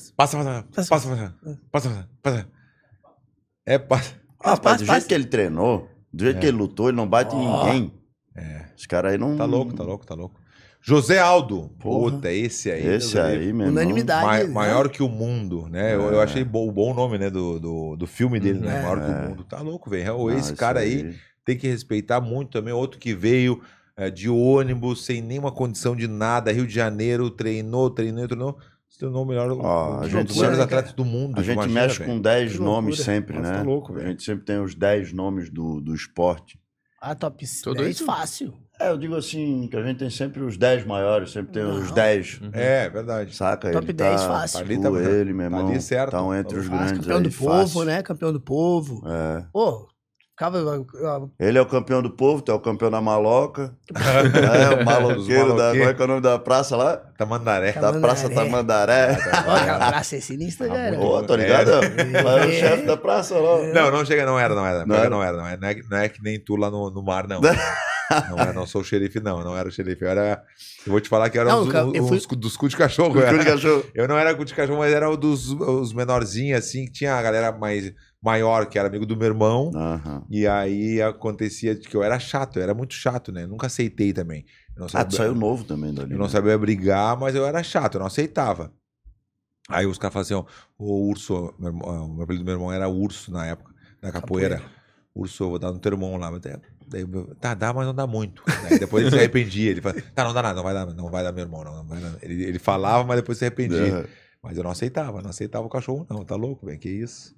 Do jeito que ele treinou, do jeito que ele lutou, ele não bate em ninguém. Esse cara aí não... Tá louco. José Aldo. Puta, esse aí, mesmo. Unanimidade. Maior que o mundo, né? Eu achei bom o nome, né? Do filme dele, né? Maior que o mundo. Tá louco, velho. Esse cara aí tem que respeitar muito também. Outro que veio de ônibus, sem nenhuma condição de nada. Rio de Janeiro, treinou. Se tornou o melhor, um dos melhores atletas do mundo. A gente mexe com 10 nomes sempre, né? Tá louco, velho. A gente sempre tem os 10 nomes do esporte. Top 10 fácil. Eu digo assim, que a gente tem sempre os 10 maiores, sempre tem os 10. É, verdade. Saca? Top 10 fácil. Ele, meu irmão, tá ali certo. Estão entre os grandes campeão aí, do povo, né? Campeão do povo. Pô, ele é o campeão do povo, tu é o campeão da maloca. O maloqueiro da... Qual é que é o nome da praça lá? Tamandaré. Da Praça Tamandaré. Aquela praça é sinistra, já era. Tô ligado? É o chefe da praça lá. Não chega, não era. Não é que nem tu lá no mar, não. Não sou o xerife, não era o xerife. Eu vou te falar que era dos cu de cachorro. Eu não era cu de cachorro, mas era os menorzinhos, assim, que tinha a galera maior, que era amigo do meu irmão. E aí acontecia que eu era chato, eu era muito chato, né? Eu nunca aceitei também. Tu saiu novo também dali. Eu não sabia brigar, mas eu era chato, eu não aceitava. Aí os caras falavam assim, o Urso, o meu apelido do meu irmão era Urso na época, na capoeira. Urso, eu vou dar no teu irmão lá, mas daí, dá, mas não dá muito. Daí depois ele se arrependia. Ele falava, não dá nada, não vai dar meu irmão, não vai dar. Ele falava, mas depois se arrependia. Mas eu não aceitava o cachorro, não. Tá louco, velho, que isso.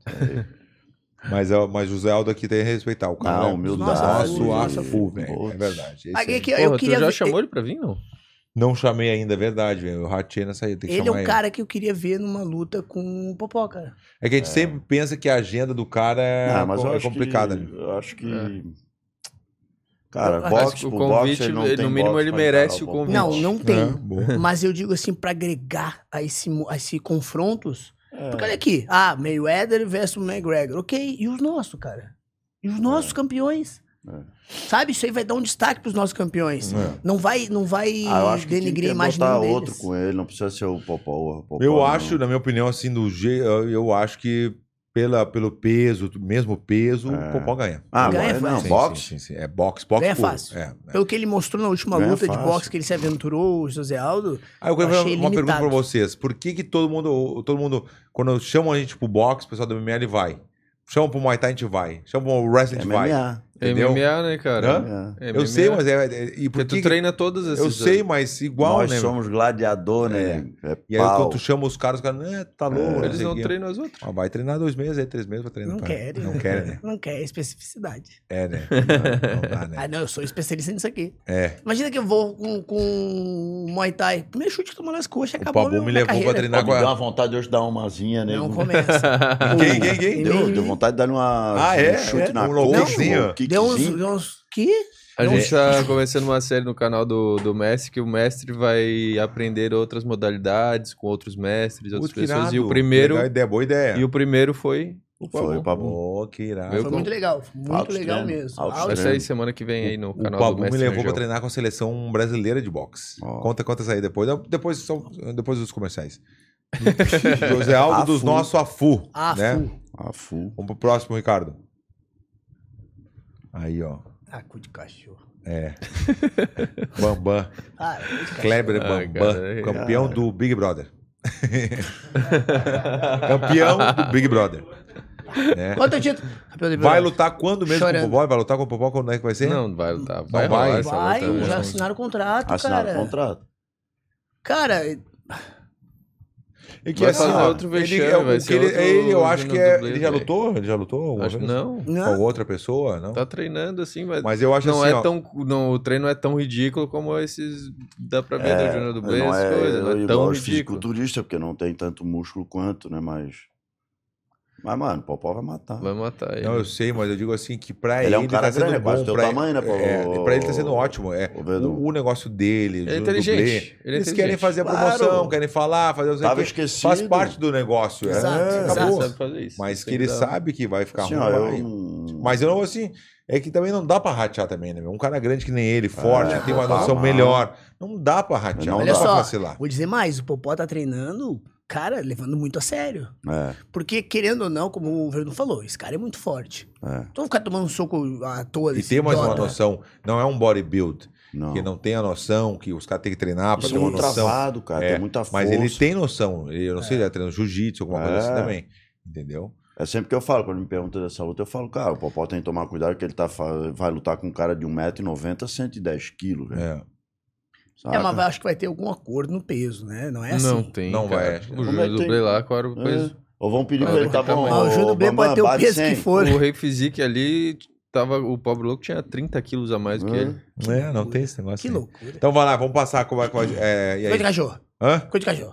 Mas o José Aldo aqui tem que respeitar. O cara humildade. Nossa, velho. É verdade. Eu queria tu já chamou ele pra vir, não? Não chamei ainda, é verdade, velho. Eu ratei nessa aí, tem que chamar ele. Ele é um cara que eu queria ver numa luta com o Popó, cara. É que a gente sempre pensa que a agenda do cara é complicada. Eu acho que... Cara, o convite, no mínimo ele merece o convite. Não tem. Mas eu digo assim, pra agregar a esse confrontos. Porque olha aqui, Mayweather versus McGregor. Ok, e os nossos, cara? E os nossos campeões. Sabe? Isso aí vai dar um destaque pros nossos campeões. Não vai eu acho que denigrir a tinha que imagem botar nenhum outro deles. com ele, não precisa ser o Popó. Eu acho, na minha opinião, assim, eu acho que pelo peso, mesmo peso, o Popó ganha. Ganha não, fácil. boxe? Sim. É boxe Ganha puro. fácil. Pelo que ele mostrou na última Ganha luta de fácil. boxe que ele se aventurou, o José Aldo. Aí eu quero achei fazer uma pergunta limitado. pra vocês. Por que todo mundo, quando chamam a gente pro boxe, o pessoal do MMA, ele vai. Chamam pro Muay Thai, a gente vai. Chamam pro wrestling, a gente vai. MMA. Entendeu? MMA, né, cara? Eu MMA. sei, mas e por Porque tu que... treina todos esses... Eu sei, mas igual, Nós né? somos gladiador, né? E aí quando tu chama os caras tá louco. Eles sei não o quê. treinam as outras. Ah, vai treinar 2 meses, aí 3 meses vai treinar. Não querem. Não querem, né? Não quer especificidade. É, né? Não dá, né? Ah, não, eu sou especialista nisso aqui. É. Imagina que eu vou com Muay Thai. Primeiro chute que tomou nas coxas, O acabou Pabu me minha levou carreira. pra treinar Me com deu uma a... vontade de hoje dar umazinha, né? Não começa. Quem? Deu vontade de dar um chute na Um coxa, lockzinho. Deu kickzinho. uns... Que? A gente tá começando uma série no canal do mestre, que o mestre vai aprender outras modalidades com outros mestres, outras Putz, que pessoas. E irado. o primeiro... Legal ideia, boa ideia. E o primeiro foi o Foi o Pabu. Pabu. Oh, que irado. Meu Foi bom. muito legal. Muito Altos legal treinos, mesmo. altos Vai Altos- sair semana que vem aí no O canal Pabu do me mestre levou pra Rangel. treinar com a seleção brasileira de boxe. Ó. Conta isso aí depois. Depois dos comerciais. José Aldo dos Afu. nossos Afu. Afu. Né? Full. Vamos pro próximo, Ricardo. Aí, ó. Ah, cu de cachorro. É. Bambam. Ah, cu de cachorro. Kleber Ai, Bambam. cara, Campeão do Big Brother. Campeão do Big Brother. Né? Quanto é o título? Campeão de Vai Brother. lutar quando mesmo Chorando. com o Popó? Vai lutar com o Popó? Quando é que vai ser? Não, vai lutar. vai? rolar essa Vai, luta, já né? assinaram o contrato, Assinaram cara. o contrato. Cara, E que Vai assim, fazer ó, outro vexame, ele, vai o ser que ele, outro eu acho que Júnior é. Dublê, Ele já velho. lutou? Ele já lutou? alguma Acho que vez? não. Com outra pessoa? Não? Tá treinando assim, mas... Mas eu acho não assim, é ó, tão, não, o treino não é tão ridículo como esses... Dá pra ver do Júnior Dublê, não essas coisas. Não é igual tão os ridículo. fisiculturistas, porque não tem tanto músculo quanto, né? Mas, mano, o Popó vai matar. Vai matar ele. Não, eu sei, mas eu digo assim que pra Ele ele, é um cara tá sendo grande, é quase bom. teu Pra, tamanho, né, pô? pra ele tá sendo ótimo. Ô, Bedu. O negócio dele, Ele é o inteligente, dublê, ele é eles inteligente. querem fazer a Claro. promoção, querem falar, fazer os Tava esquecido. faz parte do negócio. Exato, acabou. Sabe fazer isso. Mas Tem que ele dar- sabe que vai ficar Assim, ruim. ó, vai. Mas eu não, assim, é que também não dá pra ratear também, né? meu? Um cara grande que nem ele, forte, que tem uma noção não. melhor. Não dá pra ratear, Não não olha dá pra só, vacilar. vou dizer mais, o Popó tá treinando, cara, levando muito a sério. É, Porque, querendo ou não, como o Verno falou, esse cara é muito forte. é. Tu vai ficar tomando um soco à toa E desse tem mais uma idiota. noção, não é um bodybuild, Não. que não tem a noção, que os caras têm que treinar pra Isso ter é uma muito noção. travado, cara. É, Tem muita força. Mas ele tem noção. Eu não sei, ele treina jiu-jitsu, alguma coisa assim É. também. Entendeu? É sempre que eu falo, quando me perguntam dessa luta, eu falo, cara, o Popó tem que tomar cuidado que ele vai lutar com um cara de 1,90m, 110 quilos, velho. É. Saca? Mas acho que vai ter algum acordo no peso, né? Não é assim. Não tem, Não cara. vai, O acho que não. Júnior Como é que Dublê tem? lá, qual era o peso? Ou vão pedir Ah, pra ele, tá daqui a bom. pouco. Ah, o Júnior Dublê Bambam, pode ter o bate peso 100. que for. O Rei Physique ali, o pobre louco tinha 30 quilos a mais do que ele. É, não tem esse negócio. Que aí. loucura. Então vai lá, vamos passar como é que vai. E Coisa de aí? cachorro. Hã? Coisa de cachorro.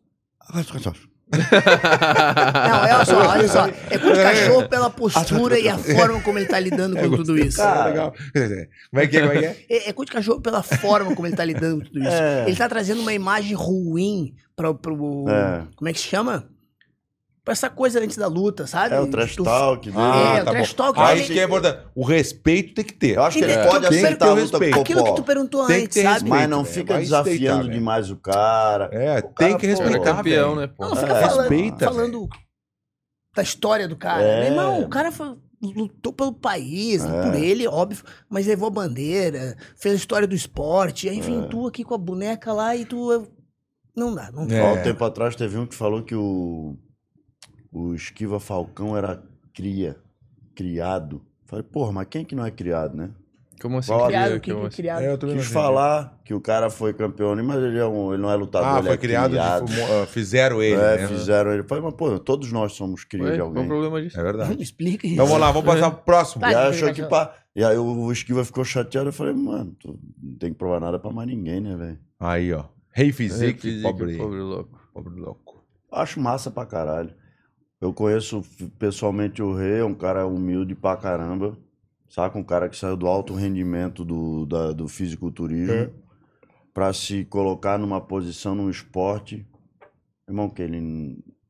Não, olha só. É coisa de cachorro pela postura e a forma como ele tá lidando com tudo isso. Ah, legal. Como é que é? Como é que é? É coisa de cachorro pela forma como ele tá lidando com tudo isso. É. Ele tá trazendo uma imagem ruim pro como é que se chama? Pra essa coisa antes da luta, sabe? É o trash Tu- talk dele. É, o tá trash bom. talk. Ah, ele- isso que é importante. O respeito tem que ter. Eu acho que ele Tem pode que aceitar ter a luta respeito. com o Aquilo que tu Popó. perguntou Tem que antes, ter sabe? respeito. Mas não velho. fica Vai desafiando respeitar, velho. demais o cara. É, O tem cara, que pô, É respeitar, campeão, velho. né, pô? Não fica Respeita, falando da história do cara. É. Meu irmão, o cara lutou pelo país, por ele, óbvio, mas levou a bandeira, fez a história do esporte. Aí vem tu aqui com a boneca lá e tu... Não dá, não dá. Há um tempo atrás teve um que falou que o Esquiva Falcão era criado. Falei, porra, mas quem que não é criado, né? Como assim? Criado, cria- Criado, que como assim? criado. É, eu também Quis não entendi. falar que o cara foi campeão, mas ele não é lutador, Ah, ele foi é criado, fizeram ele, né? fizeram ele. Falei, mas pô, todos nós somos crios Ué, de qual o alguém. problema disso? É verdade. Me explica isso. Então vamos lá, vamos passar pro próximo. Vai. E aí Vai, achou vai, que vai. pá. E aí o Esquiva ficou chateado. Eu falei, mano, tu não tem que provar nada pra mais ninguém, né, velho? Aí, ó. Rei Rei Physique, Physique, pobre louco. louco. Acho massa pra caralho. Eu conheço pessoalmente o Rei, é um cara humilde pra caramba. Saca? Um cara que saiu do alto rendimento do fisiculturismo pra se colocar numa posição num esporte. Irmão, que ele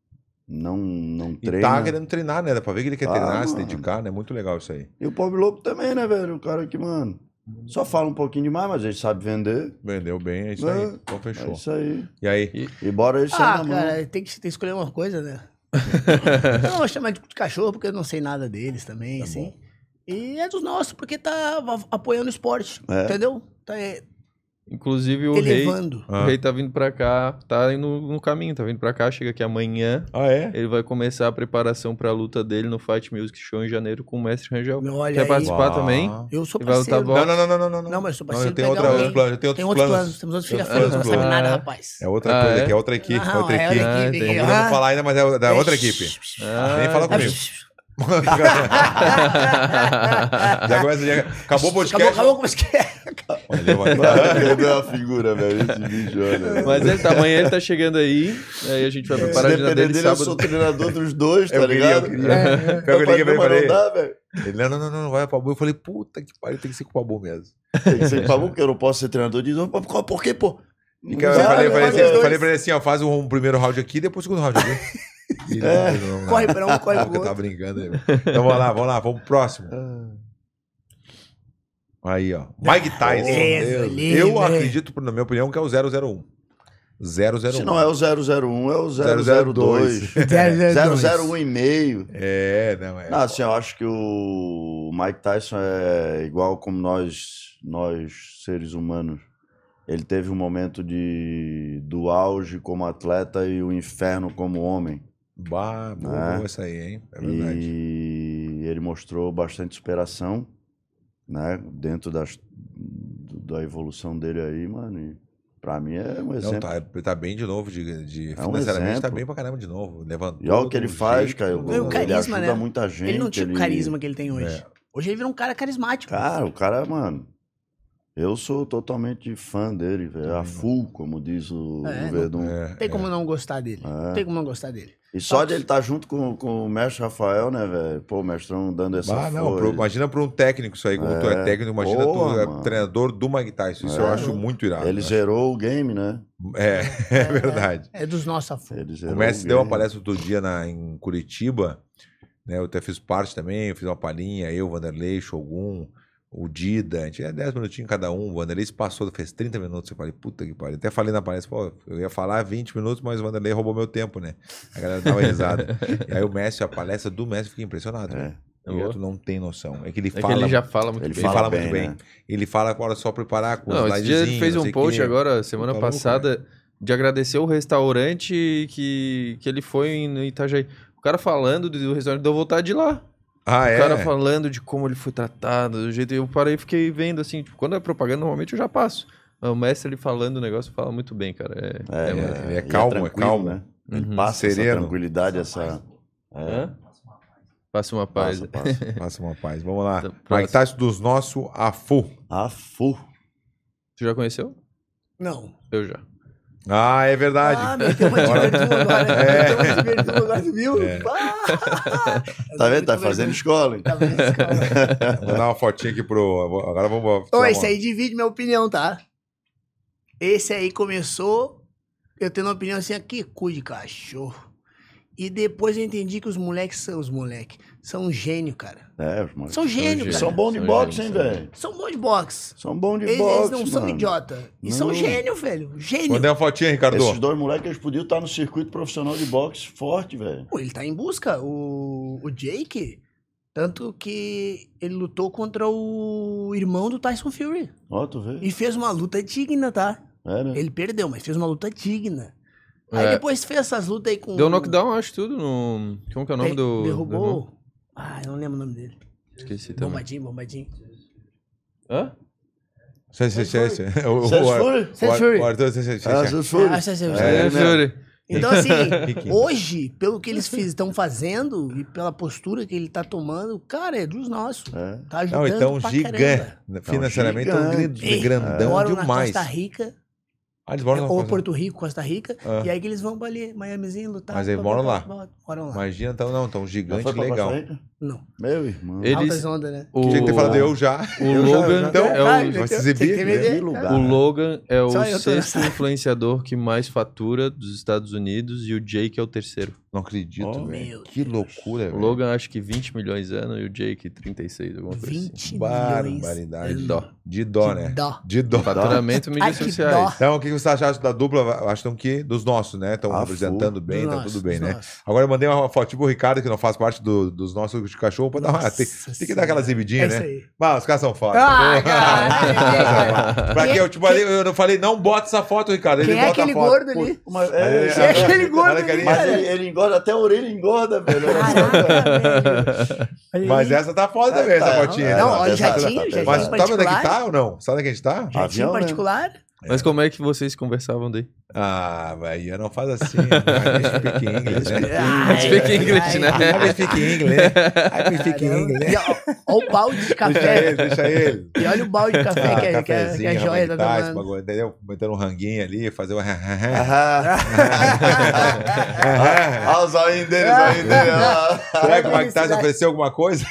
não E treina. tá querendo treinar, né? Dá pra ver que ele quer treinar, se mano. dedicar, né? Muito legal isso aí. E o Pobre Louco também, né, velho? O cara que, mano, só fala um pouquinho demais, mas ele sabe vender. Vendeu bem, é isso aí. É, Então É fechou. isso aí. E aí? E bora ele sair na mão. cara, tem que escolher uma coisa, né? Eu não vou chamar de cachorro, porque eu não sei nada deles também, assim. E é dos nossos, porque tá apoiando o esporte, entendeu? Tá Inclusive o elevando. Rei tá vindo pra cá, tá indo no caminho, tá vindo pra cá, chega aqui amanhã. Ah, é? Ele vai começar a preparação pra luta dele no Fight Music Show em janeiro com o Mestre Rangel. Olha Quer aí. participar Uau. também? Eu sou Ele vai lutar parceiro. boxe. Não. Não, mas eu sou Não, parceiro. eu tenho pegar alguém. outros planos. Tem outros planos. Temos outros filha filhos, não sabe nada, rapaz. É outra Ah, coisa é? aqui, é outra equipe. Não, outra é equipe. outra Ah, equipe. entendi. Não podemos falar ainda, mas é da outra equipe. Nem fala comigo. Já começa, acabou o podcast. Acabou como que é. Cadê a figura, velho? Esse bicho, olha. Mas amanhã ele tá chegando aí a gente vai preparar a Se agenda depender dele dele, eu sábado. sou treinador dos dois, tá Eu queria, ligado? eu queria. Eu liguei pra ele e falei, não dá, velho. ele, não, vai pra Babu. Eu falei, puta que pariu, tem que ser com o Babu mesmo. Tem que ser pagou, porque eu não posso ser treinador de novo. Por quê, pô? E eu falei pra ele assim, ó, faz um primeiro round aqui, depois o segundo round aqui. Corre pra um, corre pro Eu tava outro. brincando aí. Então vamos lá, vamos pro próximo. Aí, ó. Mike Tyson. Beleza, lindo, Eu hein? acredito, na minha opinião, que é o 001. 001. Se não é o 001, é o 002. 001 e meio. É, não é. Não, assim, eu acho que o Mike Tyson é igual como nós seres humanos. Ele teve um momento do auge como atleta e o inferno como homem. Boa essa aí, hein? É verdade. E ele mostrou bastante superação, né? Dentro da evolução dele aí, mano. E pra mim é um exemplo. Não, tá bem de novo, um financeiramente tá exemplo. bem pra caramba de novo. Levantou. E olha o que ele do faz, jeito, cara. do- Veio o Ele carisma, ajuda né? muita gente. Ele não tinha o carisma que ele tem hoje. Hoje ele virou um cara carismático. Cara, o cara, mano. Eu sou totalmente fã dele, velho. A full, como diz o Verdun. Não tem como não gostar dele. Não tem como não gostar dele. E só de ele estar junto com o mestre Rafael, né, velho? Pô, o mestrão dando essa força. imagina pra um técnico isso aí, como tu é técnico, imagina Porra, tu é mano. treinador do Mike Tyson. Isso eu acho muito irado. Ele zerou o game, né? É verdade. É dos nossos a full. Ele zerou O Messi deu uma game. palestra outro dia em Curitiba, né? Eu até fiz parte também, eu fiz uma palhinha, eu, Vanderlei, Shogun, o Dida, a gente é 10 minutinhos cada um, o Vanderlei se passou, fez 30 minutos, eu falei, puta que pariu. Até falei na palestra, pô, eu ia falar 20 minutos, mas o Vanderlei roubou meu tempo, né? A galera dava risada. E aí o Messi, a palestra do Messi, fiquei impressionado. Né? E tu não tem noção. É que ele É fala... que ele já fala muito Ele bem. Ele fala bem, muito bem. né? Ele fala agora só preparar com Não, os esse dia ele slidezinhos, fez não um sei o post quê. agora, semana Tá louco, passada, de agradecer o restaurante que ele foi no Itajaí. O cara falando do restaurante, deu vontade de ir lá. Ah, O cara falando de como ele foi tratado, do jeito... Eu parei e fiquei vendo, assim, tipo, quando é propaganda, normalmente eu já passo. Mas o mestre, ele falando o negócio, fala muito bem, cara. Ele é E calmo, tranquilo, né? Ele passa Sereno. essa tranquilidade, essa... Hã? Passa uma paz. Passa. Passa uma paz. Vamos lá. Então, Mike próximo. Tyson dos nossos AFU. A full. Tu já conheceu? Não. Eu já. Ah, é verdade. Ah, meteu uma de Verdun agora. Meteu uma de Verdun agora, viu? Tá vendo? Tá fazendo escola, hein? Tá vendo esse cara? Vou dar uma fotinha aqui pro... Agora vamos... Ô, esse aí divide minha opinião, tá? Esse aí começou eu tendo uma opinião assim, que cu de cachorro. E depois eu entendi que os moleques são um gênio, cara. É, os moleques São gênio, cara. são bons de São boxe, hein, gênios, velho? São bons de boxe. São bons de Eles boxe, não são mano. idiota. E Não. são gênio, velho. Gênio. Mandei uma fotinha, Ricardo. Esses dois moleques, eles podiam estar no circuito profissional de boxe forte, velho. Pô, ele tá em busca. O Jake, tanto que ele lutou contra o irmão do Tyson Fury. Ó, tu vê. E fez uma luta digna, tá? É, né? Ele perdeu, mas fez uma luta digna. Aí É. depois fez essas lutas aí com... Deu knockdown, acho, tudo no... Como que é o nome do... do irmão? Derrubou... Ah, eu não lembro o nome dele. Esqueci também. Bombadinho. Hã? César Fury? César Fury. César Fury. Ah, César Fury. É, Fury. Então, assim, hoje, pelo que eles estão fazendo e pela postura que ele tá tomando, cara, é dos nossos. É. Tá ajudando Não, então pra gigante. caramba. Financeiramente, é um gigante. grandão Moram demais. na Costa Rica, Ah, eles moram na ou Costa Porto Rico, Costa Rica, Ah. e aí que eles vão pra ali, Miamizinho, lutar. Mas eles blá, moram blá, lá. blá, blá, moram lá. Imagina, então, não, tão Já gigante foi pra legal. Costa Rica? Não. Meu irmão. Altas ondas, né? Tinha que ter falado eu já. O Logan Então, é vai se exibir. Que lugar. o Logan é o Só eu tô 6º influenciador que mais fatura dos Estados Unidos e o Jake é o 3º. Não acredito, Oh, velho. meu Que loucura, O velho. Logan acho que 20 milhões ano e o Jake 36, alguma coisa assim. 20 milhões. Barbaridade. De dó. De dó, De né? dó. De dó. Faturamento Ai, mídias que sociais. dó. Então, o que você acha da dupla? Acham que dos nossos, né? Estão Ah, representando full. bem, tá Nossa, tudo bem, né? nossa. Agora eu mandei uma foto pro Ricardo, que não faz parte dos nossos de cachorro, pra dar uma. Tem que dar aquela exibidinha, É né? isso aí. Mas os caras são foda. Ah, Porra. cara. Pra que eu te falei, eu não falei, não bota essa foto, Ricardo. Ele Quem é bota aquele a foto. gordo ali? Mas, Quem é aquele gordo olha, ali? carinha. mas ele engorda, até a orelha engorda, velho. Velho. Mas essa tá foda também, essa tá, fotinha. Não, Não, olha o essa- jatinho, essa- Mas jatinho tá vendo aqui particular. tá ou não? Sabe onde a gente tá? Jatinho Avião, né? particular. Mas como é que vocês conversavam daí? Ah, velho, não faz assim. I speak English, né? Speak English, né? I speak English. I speak English. E ó o balde de Deixa café. ele, deixa ele. E olha o balde de café que a cafezinho, joia tá rapaz, esse tomando. bagulho, entendeu? Metendo um ranguinho ali, fazer um... Olha o zoinho dele, o zoinho dele. ó. Será que o Mike Tyson ofereceu alguma coisa?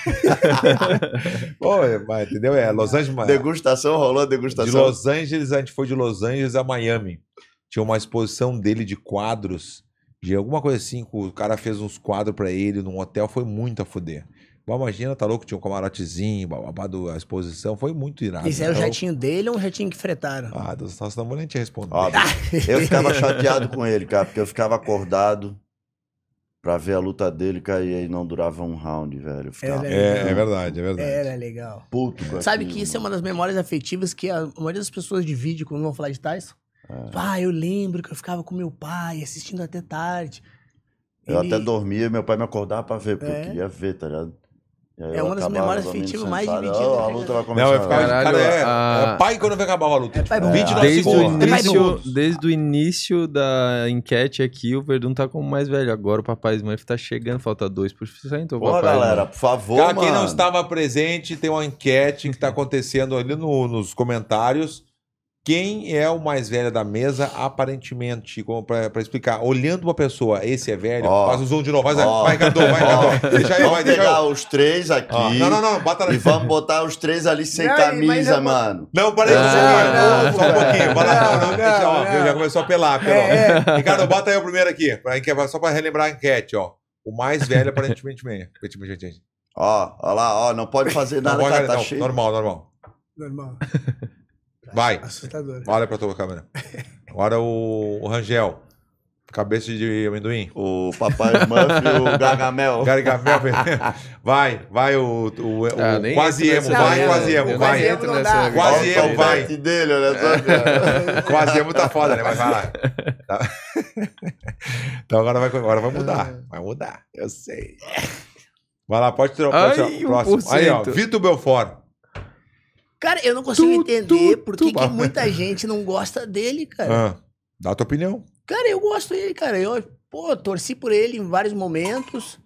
Pô, mas, entendeu? É Los Angeles... Degustação, rolou De degustação. Los Angeles, a gente foi de Los Angeles a Miami. Tinha uma exposição dele de quadros, de alguma coisa assim, que o cara fez uns quadros pra ele num hotel, foi muito a fuder. Mas imagina, tá louco, tinha um camarotezinho, babado, a exposição, foi muito irado. Isso era o Então, jatinho dele ou um jatinho que fretaram? Ah, nós não vou nem te responder. Ó, eu ficava chateado com ele, cara, porque eu ficava acordado pra ver a luta dele cair e não durava um round, velho. Eu ficava É verdade, é verdade. Era legal. puto com Sabe aquilo, que isso é mano. uma das memórias afetivas que a maioria das pessoas divide quando vão falar de Tyson? Ah, eu lembro que eu ficava com meu pai assistindo até tarde. Eu Ele- até dormia, meu pai me acordava pra ver, porque É. eu queria ver, tá ligado? E aí É eu uma das acabava memórias dormindo afetivas mais sentado. divididas, Ó, a né, luta cara? vai começar. Não, eu ficava, Caralho, cara, a- é pai quando vem acabar a luta. É pai bom. 29 Desde o, segundos. É pai início, desde o início da enquete aqui, o Verdun tá como mais velho. Agora o Papai Smurf tá chegando, falta 2%. O Pô, Papai galera, Smurf. por favor, Cara, mano. quem não estava presente, tem uma enquete que está acontecendo ali nos comentários. Quem é o mais velho da mesa, aparentemente, para explicar, olhando uma pessoa, esse é velho, Ó. faz o zoom de novo, vai, Ó. Ricardo, vai, Ricardo. Deixa eu, Vamos vai, deixa pegar eu. os três aqui Ó, não, bota e vamos botar os três ali sem Não, camisa, mas eu- mano. Não, peraí, só um pouquinho, vai lá, não, deixa, ó, já começou a apelar, apelou. Ricardo, bota aí o primeiro aqui, só para relembrar a enquete, ó. O mais velho, aparentemente, Ó lá, ó, não pode fazer nada, Não, cara, tá não, cheio. normal. Normal. Vai, Assustador. olha pra tua câmera. Agora o Rangel, cabeça de amendoim. O Papai Smurf e o Gargamel. Gargamel, vai o Ah, nem quase entra emo, nessa- vai, não, quase emo, eu vai. nem entro Não nessa- dá. Quase Olha o emo, vai. topete dele, olha só, cara. Quase emo tá foda, né? Mas vai lá. Tá. Então agora vai mudar. Vai mudar, eu sei. Vai lá, pode tirar Ai, o próximo. 1%. Aí, ó, Vitor Belfort. Cara, eu não consigo entender por que tu- muita gente não gosta dele, cara. Ah, dá a tua opinião. Cara, eu gosto dele, cara. Eu, torci por ele em vários momentos.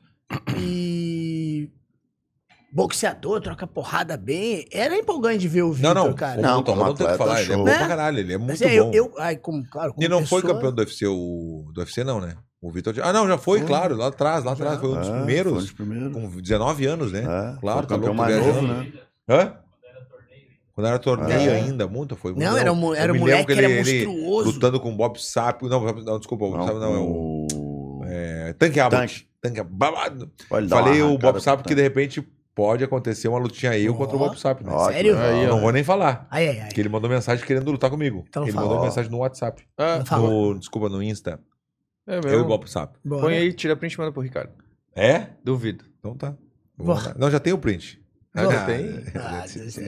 E. Boxeador, troca porrada bem. Era empolgante de ver o Vitor, Não, cara. Não, não como tem o que atleta, falar. Ele é show. bom Né? pra caralho, ele é muito Mas é, bom. Ai, como, claro, como E não foi pessoa- campeão do UFC, do UFC não, né? O Vitor... Ah, não, já foi, claro, lá atrás, foi um dos É, foi um primeiros, dos primeiros. com 19 anos, né? É, Claro, foi tá o campeão louco, mais viajando. novo, né? Hã? Quando era torneio É. ainda, muito, foi muito. Não, era um Eu me moleque lembro que era ele monstruoso. lutando com o Bob Sapp. Não, desculpa, o Bob Sapp não, é o... o... Tanque Abbott. Tanque. Tanque Babado. Pode dar uma Falei o arrancada Bob Sapp pro porque de repente pode acontecer uma lutinha eu contra o Ó. Bob Sapp, né? Ó, que Sério? legal. Aí, ó. Não vou nem falar. Ai. Porque ele mandou mensagem querendo lutar comigo. Então ele fala. mandou Ó. mensagem no WhatsApp. Ah, Não fala. Desculpa, no Insta. é Eu e mesmo. o Bob Sapp. Bora. Põe aí, tira print e manda pro Ricardo. É? Duvido. Então tá. Vou. Não, já tem o print. Ah, já tem? Ah,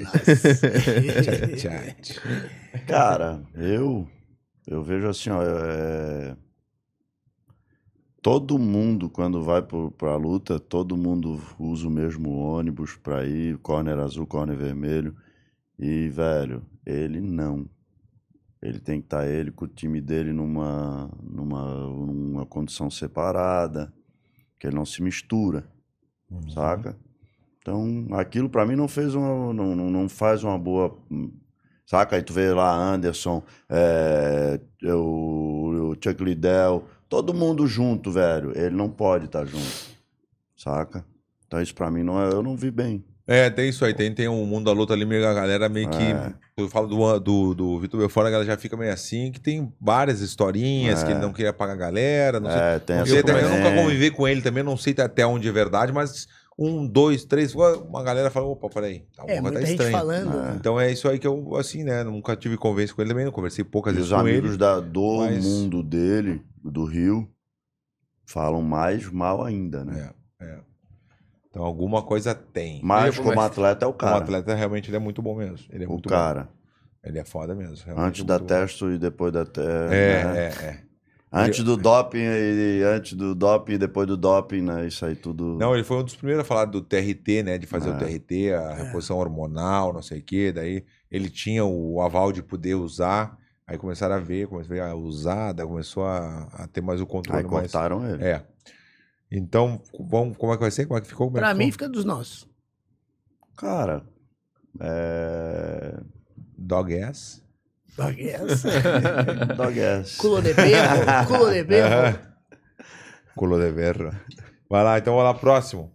Chat. Cara, eu vejo assim, ó, todo mundo, quando vai pra luta, todo mundo usa o mesmo ônibus pra ir, corner azul, corner vermelho. E, velho, ele não. Ele tem que estar ele com o time dele numa condição separada, que ele não se mistura, saca? Então, aquilo pra mim não faz uma boa... Saca? Aí tu vê lá Anderson, o Chuck Liddell, todo mundo junto, velho. Ele não pode estar junto, saca? Então isso pra mim eu não vi bem. Tem isso aí. Tem um mundo da luta ali, meio a galera meio que... Eu falo do Vitor Belfort, a galera já fica meio assim, que tem várias historinhas, que ele não queria pagar a galera, não sei. Tem Eu nunca convivi com ele também, não sei até onde é verdade, mas 1, 2, 3, uma galera fala, opa, peraí, muita tá gente estranho. falando. Então é isso aí que eu, assim, né, nunca tive conversa com ele também, não conversei poucas vezes os com ele. amigos do mundo dele, do Rio, falam mais mal ainda, né? Então alguma coisa tem. Mas como atleta é o cara. Como atleta, realmente, ele é muito bom mesmo. Ele é muito cara. bom. Ele é foda mesmo. Antes da testo e depois da testo. Antes do doping e depois do doping, né? Isso aí tudo... Não, ele foi um dos primeiros a falar do TRT, né? De fazer o TRT, a reposição hormonal, não sei o quê. Daí ele tinha o aval de poder usar. Aí começaram a ver, a usar, daí começou a ter mais o controle. Aí cortaram ele. Então, como é que vai ser? Como é que ficou? Pra mim, fica dos nossos. Cara, Dog ass. Dog ass. Dog ass. Culo de berro. Culo de berro. Culo de berro. Vai lá, então vamos lá, próximo.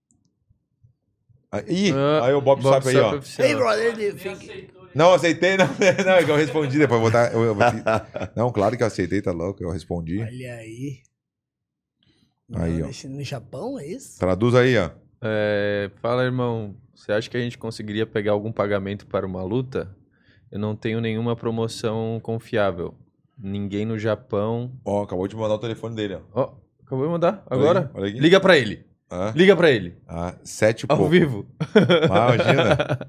Aí o Bob Sapp aí, ó. Ei, brother, Não, aceitei, não, é que eu respondi, depois vou botar... Não, claro que eu aceitei, tá louco, eu respondi. Olha aí. Aí, ó. No Japão, é isso? Traduz aí, ó. Fala, irmão. Você acha que a gente conseguiria pegar algum pagamento para uma luta? Eu não tenho nenhuma promoção confiável. Ninguém no Japão... Ó, acabou de mandar o telefone dele, ó. Ó, acabou de mandar? Agora? Olha aqui. Liga pra ele. Liga pra ele. 7 e Ao pouco. vivo. Imagina.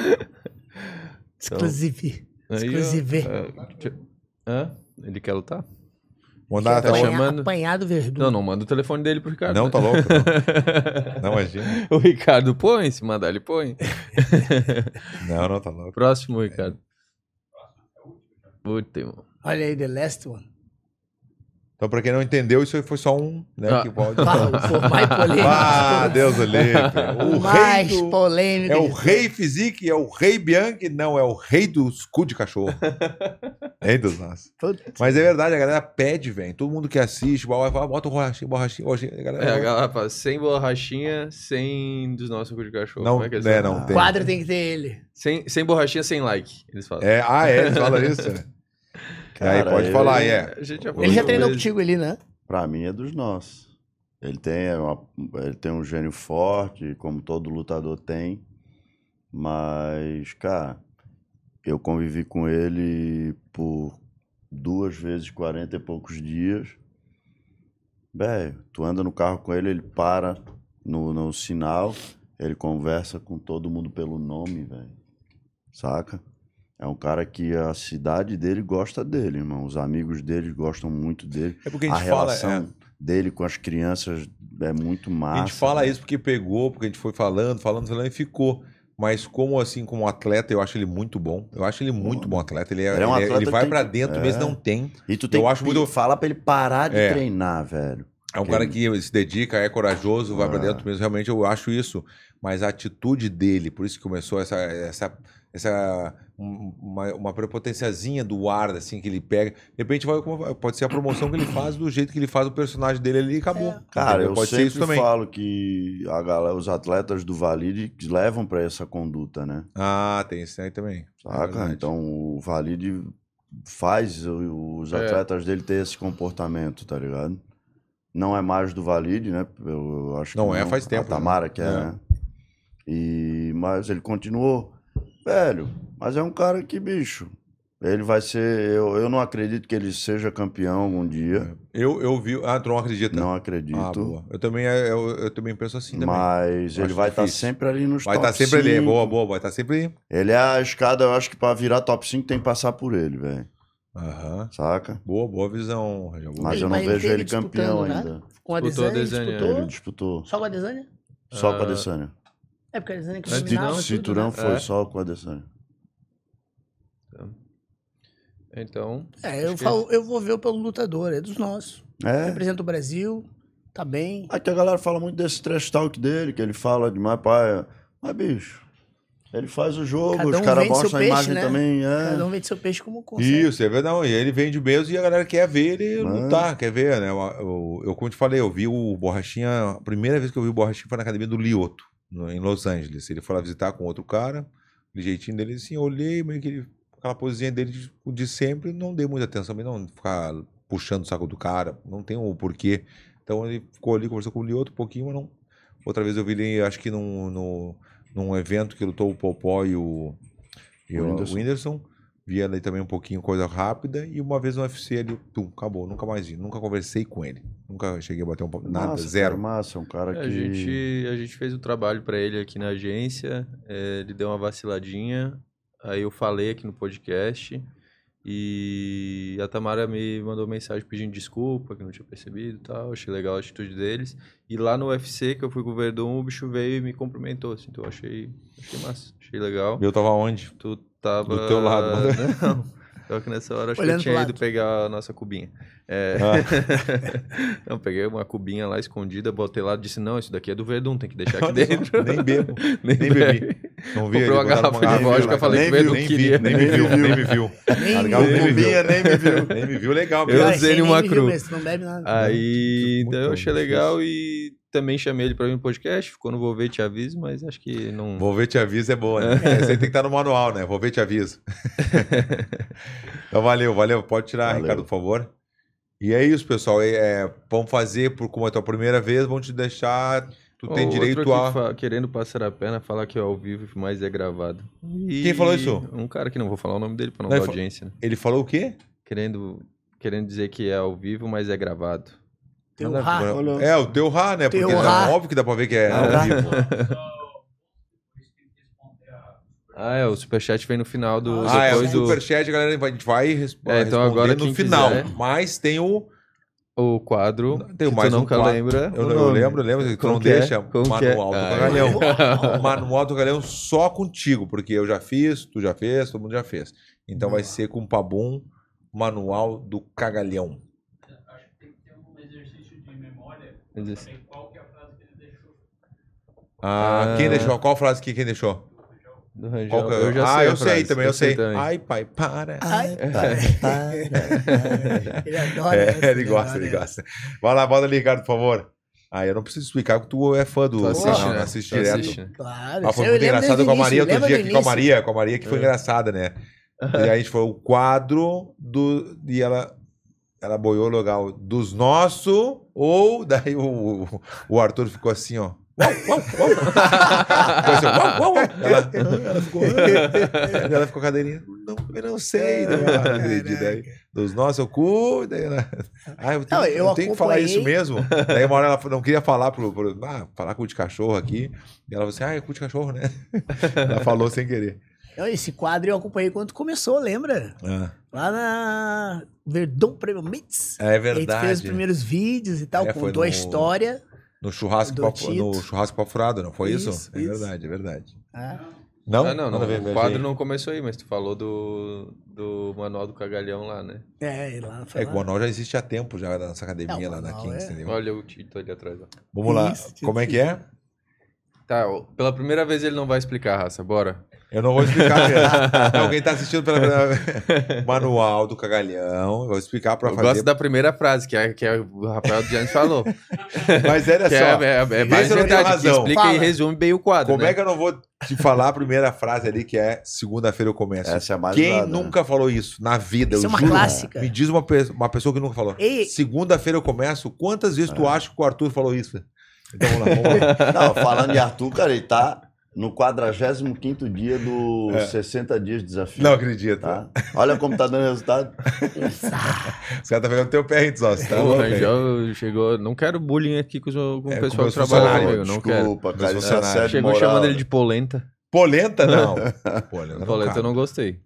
Exclusive. Aí, Exclusive. Ele quer lutar? Mandar Tá chamando? Apanhado Verdun. Não manda o telefone dele pro Ricardo. Não, tá louco. Não, imagina. O Ricardo põe, se mandar ele põe. Não, tá louco. Próximo, Ricardo. Último. Olha aí, the last one. Então, pra quem não entendeu, isso aí foi só um, né, que pode... O mais polêmico. Deus do livre. O mais polêmico. É o rei Physique, é o rei Bianchi, não, é o rei dos cu de cachorro. Rei dos nossos. Mas é verdade, a galera pede, velho. Todo mundo que assiste, bota o borrachinha. A galera fala, sem borrachinha, sem dos nossos cu de cachorro. Não, como é que eles não tem. O quadro tem que ter ele. Sem borrachinha, sem like, eles falam. Eles falam isso, né? Cara, aí pode falar, Ele já treinou contigo ali, né? Pra mim é dos nossos. Ele tem um gênio forte, como todo lutador tem. Mas, cara, eu convivi com ele por 2 vezes 40 e poucos dias. Velho, tu anda no carro com ele, ele para no sinal, ele conversa com todo mundo pelo nome, velho. Saca? É um cara que a cidade dele gosta dele, irmão. Os amigos dele gostam muito dele. É porque a gente relação dele com as crianças é muito massa. A gente fala isso porque pegou, porque a gente foi falando e ficou. Mas como assim, como atleta, eu acho ele muito bom. Eu acho ele muito bom atleta. Ele é um atleta, ele vai pra dentro mesmo, não tem. E tu tem que falar pra ele parar de treinar, velho. É um cara que se dedica, é corajoso, vai pra dentro mesmo. Realmente eu acho isso. Mas a atitude dele, por isso que começou uma prepotênciazinha do ar, assim, que ele pega. De repente pode ser a promoção que ele faz do jeito que ele faz o personagem dele ali e acabou. Cara, eu sempre falo que os atletas do Valide levam pra essa conduta, né? Tem isso aí também. Saca? Então o Valide faz os atletas dele ter esse comportamento, tá ligado? Não é mais do Valide, né? Eu acho que não é, faz tempo. A Tamara que né? Mas ele continuou. Velho, mas é um cara que, bicho, ele vai ser... Eu não acredito que ele seja campeão algum dia. Eu vi... tu não acredita? Não acredito. Boa. Eu também penso assim também. Mas ele vai estar sempre ali nos top 5. Vai estar sempre ali, boa, vai estar sempre ali. Ele é a escada, eu acho que pra virar top 5 tem que passar por ele, velho. Saca? Boa visão, Rangel. Mas eu não vejo ele campeão ainda. Com a Adesanya, Ele disputou. Só com a Adesanya? Só com a Adesanya. É porque a Adesanya que dominava cinturão tudo, né? Foi só com a Adesanya. Então... eu vou ver pelo lutador, é dos nossos. Representa o Brasil, tá bem. Aqui a galera fala muito desse trash talk dele, que ele fala demais, pai. Mas, bicho, Ele faz o jogo, Cada os um caras vende seu mostram a peixe, imagem né? também. Cada um vende seu peixe como consegue. Isso, é verdade. Não, e ele vende mesmo e a galera quer ver ele lutar, quer ver, né? Eu, como te falei, eu vi o Borrachinha. A primeira vez que eu vi o Borrachinha foi na academia do Lioto, em Los Angeles. Ele foi lá visitar com outro cara, o jeitinho dele, assim, eu olhei, meio que aquela posezinha dele de sempre, não dei muita atenção, também não ficar puxando o saco do cara, não tem o porquê. Então ele ficou ali, conversou com o Lioto um pouquinho, mas não. Outra vez eu vi ele, acho que num evento que lutou o Popó e o Whindersson. Vi ali também um pouquinho, coisa rápida. E uma vez no UFC ele, acabou. Nunca mais vi. Nunca conversei com ele. Nunca cheguei a bater um pouco. Nada, zero. Cara, massa, um cara A gente fez o trabalho pra ele aqui na agência. Ele deu uma vaciladinha. Aí eu falei aqui no podcast. E a Tamara me mandou mensagem pedindo desculpa, que não tinha percebido e tal. Achei legal a atitude deles. E lá no UFC, que eu fui com o Verdun, o bicho veio e me cumprimentou, assim. Então eu achei massa, achei legal. Eu tava onde? Tu tava... Do teu lado. Não, só que nessa hora acho Olhando que eu tinha pro ido pegar a nossa cubinha. Não, peguei uma cubinha lá escondida, botei lá e disse, não, isso daqui é do Verdun, tem que deixar aqui dentro. Nem bebo. Nem bebi. Não vi. Comprei uma garrafa de vodka, falei que o Verdun queria. Nem me viu. Largar o cubinha, nem me viu. Nem me viu, legal. Eu mesmo. usei ele uma cru. Não bebe nada. Aí, Muito daí eu achei difícil. legal e também chamei ele pra vir no podcast. Quando vou ver, te aviso, mas acho que não... Vou ver, te aviso, é boa, né? Essa aí tem que estar no manual, né? Vou ver, te aviso. Então, valeu. Pode tirar, Valeu. Ricardo, por favor. E é isso, pessoal. Vamos fazer, como é a tua primeira vez, vamos te deixar... Tu tem direito Outro a... aqui querendo passar a perna, falar que é ao vivo, mas é gravado. E Quem falou isso? Um cara que não vou falar o nome dele pra não Não, dar ele audiência, né? Ele falou o quê? Querendo dizer que é ao vivo, mas é gravado. Teu Nada- ra. olha. É, o teu Rá, né? Porque Teu é Rá. óbvio que dá pra ver que é ao vivo. O superchat vem no final do... O depois do... superchat, galera, a gente vai responder então agora no quem final. quiser. Mas tem o... O quadro, Tem que mais tu um nunca quadro. lembra. Eu o lembro, nome. que tu Como não que é? deixa. Como que é? Manual do Ah, Cagalhão. Manual do Cagalhão só contigo, porque eu já fiz, tu já fez, todo mundo já fez. Então vai ser com o Pabum, Manual do Cagalhão. Acho que tem que ter um exercício de memória Mas pra esse- saber qual que é a frase que ele deixou. Quem deixou? Qual frase que quem deixou? Do Rangel. Qual que é? Eu já sei a eu sei frase, também, eu sei. também. Ai, pai, para. Ai, ele adora. Ele gosta. Vai lá, bota ali, Ricardo, por favor. Eu não preciso explicar que tu é fã do... Tu assiste, não, né? assiste Tu direto. assiste, né? Claro. Foi isso eu muito lembro engraçado desde com a o Maria início, outro dia lembra aqui do início? com a Maria que foi engraçada, né? E aí a gente foi o quadro do... E ela boiou legal. Dos nossos, ou... Daí o Arthur ficou assim, ó. Ficou assim, ela ficou cadeirinha. Não, eu não sei. Daí, dos nossos, eu cuido. Daí ela, eu tenho que falar acompanhei. isso mesmo. Daí uma hora ela não queria falar falar com o de cachorro aqui. E ela falou assim, é cu de cachorro, né? Ela falou sem querer. Não, esse quadro eu acompanhei quando começou, lembra? Lá na Verdun Premium Mix. É A gente verdade. fez os primeiros vídeos e tal, Foi contou a no- história. No churrasco, Do Tito. no churrasco Papo Furado, não foi isso? Isso, É isso. verdade, é verdade. Ah, Não? Não, Nada a ver, o viajei. quadro não começou aí, mas tu falou do Manual do Cagalhão lá, né? e lá foi É que o lá. Manual já existe há tempo já na nossa academia É, o lá na Manual Kings, é- entendeu? Olha o Tito ali atrás, ó. Vamos lá. Isso, Como é que é? Tá, pela primeira vez ele não vai explicar, raça, bora. Eu não vou explicar mesmo. Alguém tá assistindo pela primeira vez. Manual do Cagalhão. Eu vou explicar pra Eu fazer. gosto da primeira frase, que o Rafael Diante falou. Mas olha Que só. é mais Esse eu não tenho verdade, que razão. explica Fala. e resume bem o quadro, Como né? é que eu não vou te falar a primeira frase ali, que é segunda-feira eu começo? Essa é a mais Quem usada, né? nunca falou isso na vida? Isso eu é uma juro. clássica. Me diz uma pessoa que nunca falou. Ei. Segunda-feira eu começo. Quantas vezes tu acha que o Arthur falou isso? Então vamos lá, vamos lá. Não, falando de Arthur, cara, ele tá no 45º dia do 60 dias de desafio. Não acredito. Tá? Olha como tá dando resultado. Os caras tá pegando teu pé, hein, Zó? Você tá O louco, hein? Rangel chegou. Não quero bullying aqui com o com pessoal meus que trabalha funcionários. comigo. Não quero. Desculpa, cara, isso é funcionários. assédio Chegou moral. chamando ele de polenta. Polenta, não. Polenta não. Polenta cabe. eu não gostei.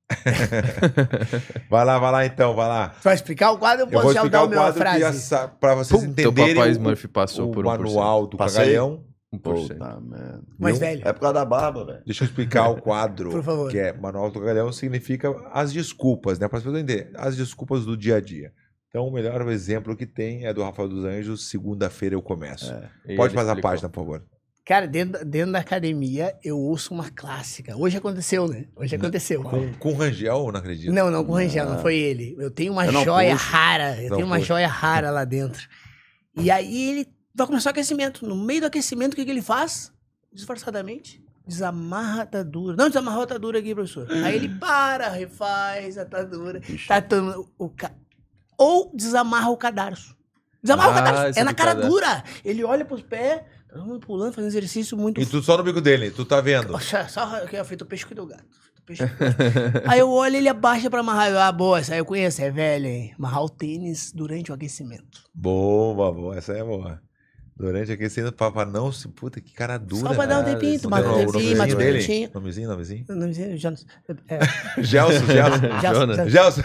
Vai lá, então, vai lá. Tu vai explicar o quadro ou Eu posso vou já explicar dar o a minha quadro frase? para vocês Teu entenderem papai Smurf passou o por 1%. manual do Passei? Cagalhão. 1%. Puta merda. Mais Viu? velho. É por causa da barba, velho. Deixa eu explicar o quadro. Por favor. Que é Manual do Cagalhão significa as desculpas, né? Para as pessoas entenderem. As desculpas do dia a dia. Então, o melhor exemplo que tem é do Rafael dos Anjos, segunda-feira eu começo. E Pode ele passar a explicou. página, por favor. Cara, dentro da academia, eu ouço uma clássica. Hoje aconteceu, né? Hoje aconteceu. Com o Rangel, não acredito. Não, com o Rangel, não foi ele. Eu tenho uma Eu não joia puxo. rara. Eu Não tenho uma puxo. joia rara lá dentro. E aí ele vai começar o aquecimento. No meio do aquecimento, o que ele faz? Disfarçadamente. Desamarra a atadura. Não, desamarrou a atadura aqui, professor. Aí ele para, refaz a atadura. Ixi. Tá ou desamarra o cadarço. Desamarra o cadarço. esse É na do cara cadarço. dura. Ele olha pros pés, todo mundo pulando, fazendo exercício muito E tu só no bico dele, tu tá vendo. só que é feito o peixe que do gato. Aí eu olho, ele abaixa pra amarrar. Eu, boa, essa aí eu conheço, é velha, hein? Amarrar o tênis durante o aquecimento. Boa, essa é boa. Durante aquecendo pra não se... Puta, que cara dura. Só pra dar um né? tempinho, Esse tomar um não, tempinho, mata um dele? minutinho. Nomezinho? Nomezinho, Jonas. Gelson. Jonas. Gelson.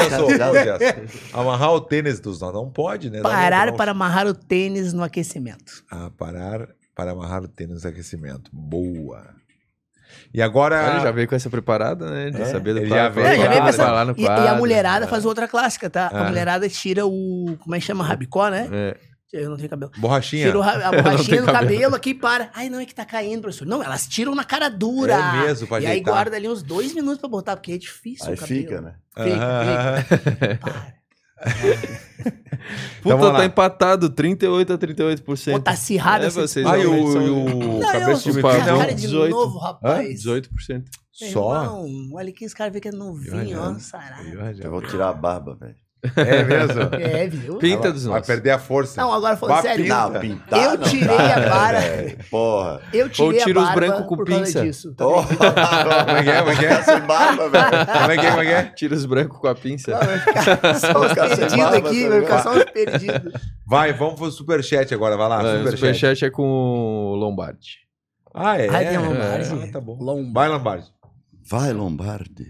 Amarrar o tênis dos nós. Não pode, né? Parar para amarrar o tênis no aquecimento. Parar para amarrar o tênis no aquecimento. Boa. E agora... Ele já veio com essa preparada, né? De saber do ele já quadro. veio. Já veio Claro, pensando- Vai lá no E a quadro. mulherada faz outra clássica, tá? A mulherada tira o... Como é que chama? Rabicó, né? É. Eu não tenho cabelo. Borrachinha. Tira a borrachinha tem no cabelo. cabelo aqui e para. Ai, não, é que tá caindo, professor. Não, elas tiram na cara dura. É mesmo, pra E aí ajeitar. guarda ali uns 2 minutos pra botar, porque é difícil Aí o cabelo. fica, né? Fica. Para. Então, vamos Puta, lá. tá empatado, 38%. Pô, tá acirrada É, essa vocês Ah, e realmente são- o Não, cabeça de eu pau, bife não. cara de 18. novo, rapaz. 18%. Meu Só? irmão, olha que esse cara vê que é novinho, ó, sarado. Eu vou tirar a barba, velho. É mesmo? É, viu? Pinta dos Vai nossos. perder a força. Não, agora falando Vá sério. pinta. Não, pintar Eu não tirei dá, a vara. velho. Porra. Eu tirei Ou tira a os barba brancos com por causa pinça. disso. tá Porra. Como é que é? Como é que é? Sem barba, velho. Como é que é? Tira os brancos com a pinça. Vai ficar só os Ficar sem perdidos barba, aqui, tá vai ficar ligado? só os perdidos. Vai, vamos pro superchat agora. Vai lá, O superchat. superchat é com o Lombardi. Ah, é? Ah, tem Lombardi. Ah, tá bom. Lombardi. Vai, Lombardi. Vai, Lombardi.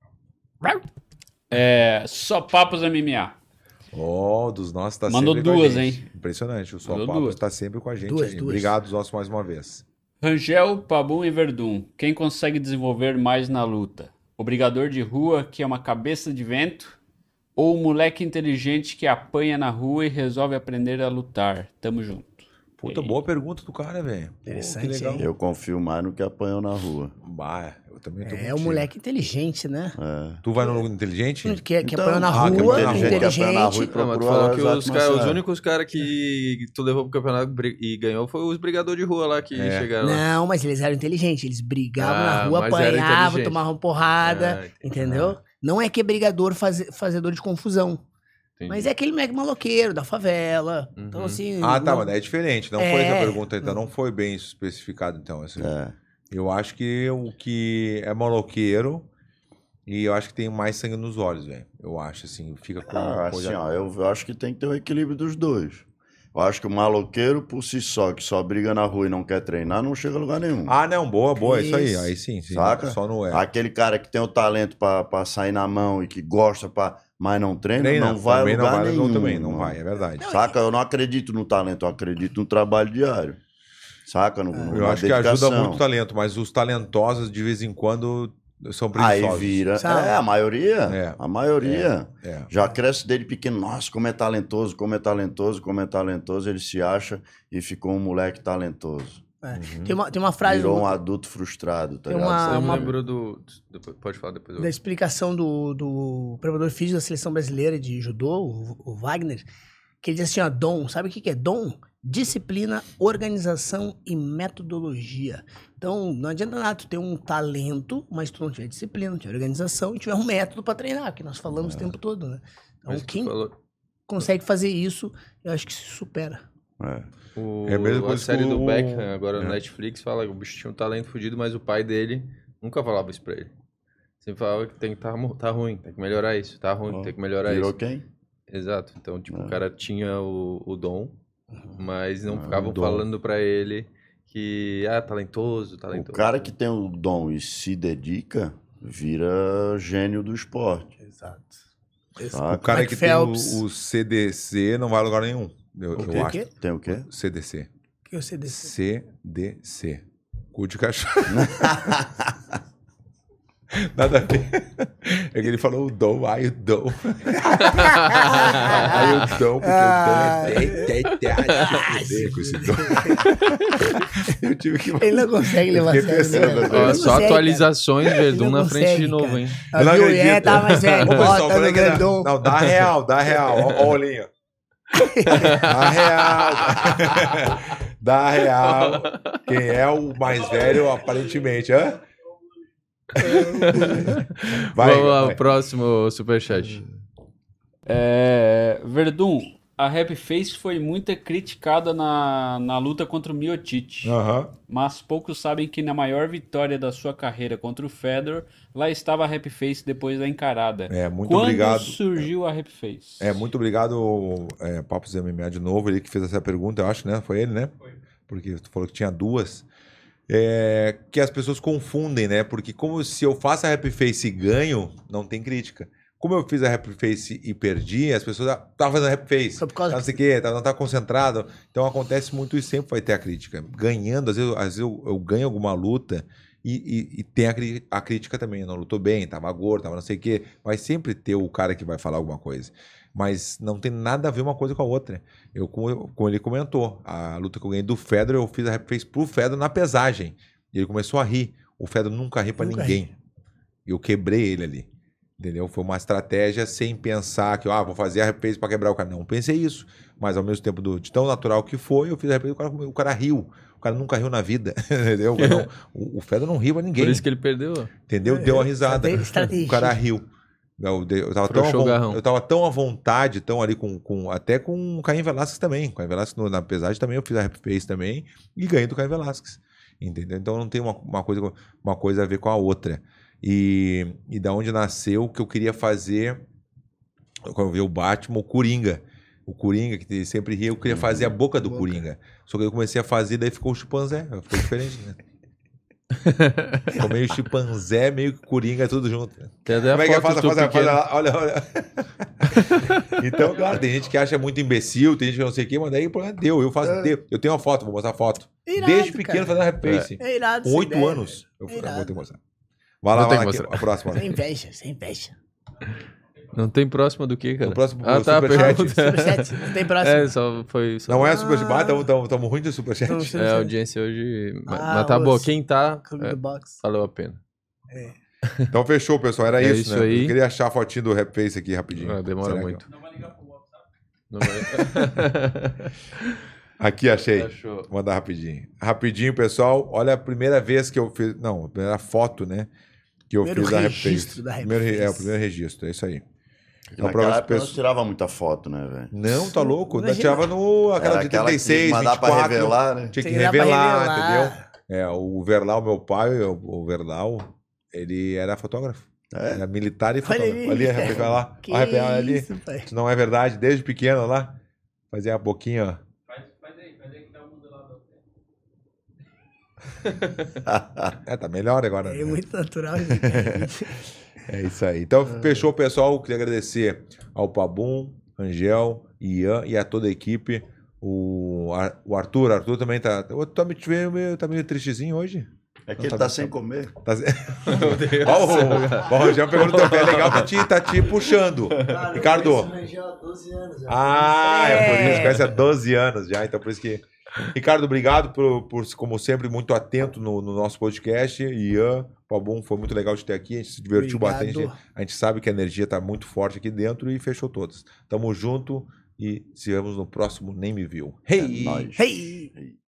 Só papos MMA. Ó, dos nossos tá Mandou sempre com a duas, gente. hein? Impressionante. O Só Mandou Papo duas. está sempre com a gente Duas, aí. duas. Obrigado, os nossos mais uma vez. Rangel, Pabum e Verdun. Quem consegue desenvolver mais na luta? O brigador de rua, que é uma cabeça de vento? Ou o moleque inteligente que apanha na rua e resolve aprender a lutar? Tamo junto. Puta, boa pergunta do cara, velho. Pô, Interessante, que legal. hein? Eu confio mais no que apanhou na rua. Bah, eu também tô É contigo. o moleque inteligente, né? É. Tu vai no lugar inteligente? Que Então, apanhou na que rua, apanhou na rua. Inteligente que apanhou na rua e inteligente. Não, mas tu procurou falou as que artes os marciais. únicos caras que tu levou pro campeonato e ganhou foi os brigadores de rua lá que chegaram lá. Não, mas eles eram inteligentes. Eles brigavam Ah, na rua, mas era apanhavam, inteligente. tomavam porrada, Ah, entendi. entendeu? Não é que é brigador fazedor de confusão. Entendi. Mas é aquele moleque maloqueiro da favela. Uhum. Então, assim. Ah, tá, não- mas daí é diferente. Não É. foi essa pergunta, então não foi bem especificado, então. Assim. É. Eu acho que o que é maloqueiro e eu acho que tem mais sangue nos olhos, velho. Eu acho, assim, fica com... Assim, ó, eu acho que tem que ter um equilíbrio dos dois. Eu acho que o maloqueiro, por si só, que só briga na rua e não quer treinar, não chega a lugar nenhum. Ah, não, boa, isso aí. Isso. Aí sim. Saca? Só não é. Aquele cara que tem o talento pra sair na mão e que gosta, mas não treina, Treina, não vai a também lugar não vai, nenhum. também, não vai, é verdade. Saca? Eu não acredito no talento, eu acredito no trabalho diário. Saca? Eu acho que ajuda muito o talento, mas os talentosos, de vez em quando, são Aí preguiçosos. vira. Sabe? É, a maioria. É. A maioria. É. Já cresce desde pequeno. Nossa, como é talentoso, como é talentoso, como é talentoso. Ele se acha e ficou um moleque talentoso. É. Tem uma frase Virou um adulto frustrado, tá Tem ligado? uma- Eu me uma- lembro do... Pode falar depois. da explicação do preparador físico da seleção brasileira de judô, o Wagner, que ele diz assim, ó, dom, sabe o que é dom? Disciplina, organização e metodologia. Então, não adianta nada tu ter um talento, mas tu não tiver disciplina, não tiver organização e tiver um método pra treinar, que nós falamos o tempo todo, né? Então, Mas tu quem falou- consegue fazer isso, eu acho que se supera. É. É a mesma A coisa série que do o- Beckham, agora É. no Netflix, fala que o bicho tinha um talento fodido, mas o pai dele nunca falava isso pra ele. Sempre falava que tem que tá ruim, tem que melhorar isso, tá ruim, Ó, tem que melhorar Virou isso. quem? Exato. Então, tipo, É. o cara tinha o dom, mas não Ah, ficavam o dom. falando pra ele que, talentoso. O cara que tem o dom e se dedica, vira gênio do esporte. Exato. Saca? O cara Mike que Phelps. tem o CDC não vai a lugar nenhum. Eu O acho. quê? Tem o quê? CDC. O que é o CDC? CDC. Cu de cachorro. Nada a ver. É que ele falou o dom, aí o dom. Aí o dom, porque o dom é com esse dom. Eu tive que... Ele não consegue levar a sério. Ó, só atualizações, Verdun na frente de novo, hein? A Juliette tá mais velho. Ô, pessoal, Bota falei no que era- Verdun. Não, dá real. Ó o olhinho. Dá real. Dá real. Quem é o mais velho, aparentemente, hã? Vai, Vamos lá, vai. o próximo superchat. Verdun, a Happy Face foi muito criticada na luta contra o Miocic. Aham. Mas poucos sabem que na maior vitória da sua carreira contra o Fedor, lá estava a Happy Face depois da encarada. Muito Quando obrigado. surgiu a Happy Face? Muito obrigado, Papos MMA de novo, ele que fez essa pergunta, eu acho, né? Foi ele, né? Foi. Porque tu falou que tinha duas. Que as pessoas confundem, né? Porque como se eu faço a Happy Face e ganho, não tem crítica. Como eu fiz a Happy Face e perdi, as pessoas estavam fazendo a Happy Face. Só por causa Não sei o quê, não tá concentrado. Então acontece muito e sempre vai ter a crítica. Ganhando, às vezes eu ganho alguma luta e tem a crítica também. Não lutou bem, tava gordo, tava não sei o quê. Vai sempre ter o cara que vai falar alguma coisa. Mas não tem nada a ver uma coisa com a outra. Como ele comentou, a luta que eu ganhei do Fedor, eu fiz a Happy Face pro Fedor na pesagem. E ele começou a rir. O Fedor nunca ri pra ninguém. E eu quebrei ele ali. Entendeu? Foi uma estratégia sem pensar que, vou fazer a Happy Face pra quebrar o cara. Não pensei isso. Mas ao mesmo tempo, de tão natural que foi, eu fiz a Happy Face, o cara riu. O cara nunca riu na vida. Entendeu? O Fedor não riu pra ninguém. Por isso que ele perdeu. Entendeu? Deu uma risada. Estratégia. O cara riu. Eu tava tão à vontade, tão ali até com o Caim Velasquez também. O Caim Velasquez na pesagem também, eu fiz a Happy Face também e ganhei do Caim Velasquez. Entendeu? Então não tem uma coisa a ver com a outra. E da onde nasceu o que eu queria fazer, quando eu vi o Batman, o Coringa. O Coringa, que sempre ria, eu queria fazer a boca do Coringa. Só que eu comecei a fazer, daí ficou o chimpanzé. Ficou diferente, né? Ficou meio chimpanzé, meio Coringa, tudo junto. Tem até Como é que a foto faz? do pequeno. Olha. Então, claro, tem gente que acha muito imbecil, tem gente que não sei o quê, mas daí o problema é deu. Eu tenho uma foto, vou mostrar a foto. Irado, Desde pequeno fazendo Happy Face. É irado. Com 8 anos. Eu vou ter que mostrar. Vai Vou ter lá, que aqui, mostrar. a próxima. Sem inveja. Não tem próxima do que, cara? No próximo tá, superchat. pergunta. Superchat, não tem próximo. Só foi... Não é superchat, estamos ruim de superchat. A audiência hoje... Mas tá boa. Quem tá... Clube do Box. Valeu a pena. Então fechou, pessoal. Era É isso, isso né? aí. Eu queria achar a fotinha do Happy Face aqui rapidinho. Demora Será que muito. Não vai ligar pro WhatsApp? Não vai... Aqui, achei. Achou. Vou mandar rapidinho. Rapidinho, pessoal. Olha a primeira vez que eu fiz... Não, a primeira foto, né? Que eu Primeiro fiz da Happy registro Face. da Happy O Face. primeiro registro, é isso aí. Então, Naquela pra as época não pessoas... tirava muita foto, né, velho? Não, tá louco. Ainda Imagina. tirava aquela Era de aquela que 36, mandar 24. pra revelar, né? Tinha que Tem que dar pra revelar, revelar. entendeu? O Verlau, meu pai, o Verlau, ele era fotógrafo. Era militar e Olha fotógrafo. Ali, vai lá. Que Olha ali. isso, pai. Isso não é verdade, desde pequeno lá. Fazia a boquinha, ó. Faz aí que tá o mundo lá do... Tá melhor agora. É né? muito natural, gente. É isso aí. Então, fechou, pessoal. Queria agradecer ao Pabum, Angel, Ian e a toda a equipe. O Arthur. Arthur também tá meio tristezinho hoje. É que ele tá sem comer. Tá... Ó, o Rangel pegou no teu pé. Legal, tá te puxando. Ricardo. Há 12 anos. É por isso. Conhece há 12 anos já. Então, por isso que... Ricardo, obrigado por como sempre, muito atento no nosso podcast. Ian, Pabum, foi muito legal de ter aqui. A gente se divertiu Obrigado. bastante. A gente sabe que a energia tá muito forte aqui dentro e fechou todas. Tamo junto e se vemos no próximo Nem Me Viu. Hey! É nóis. Hey!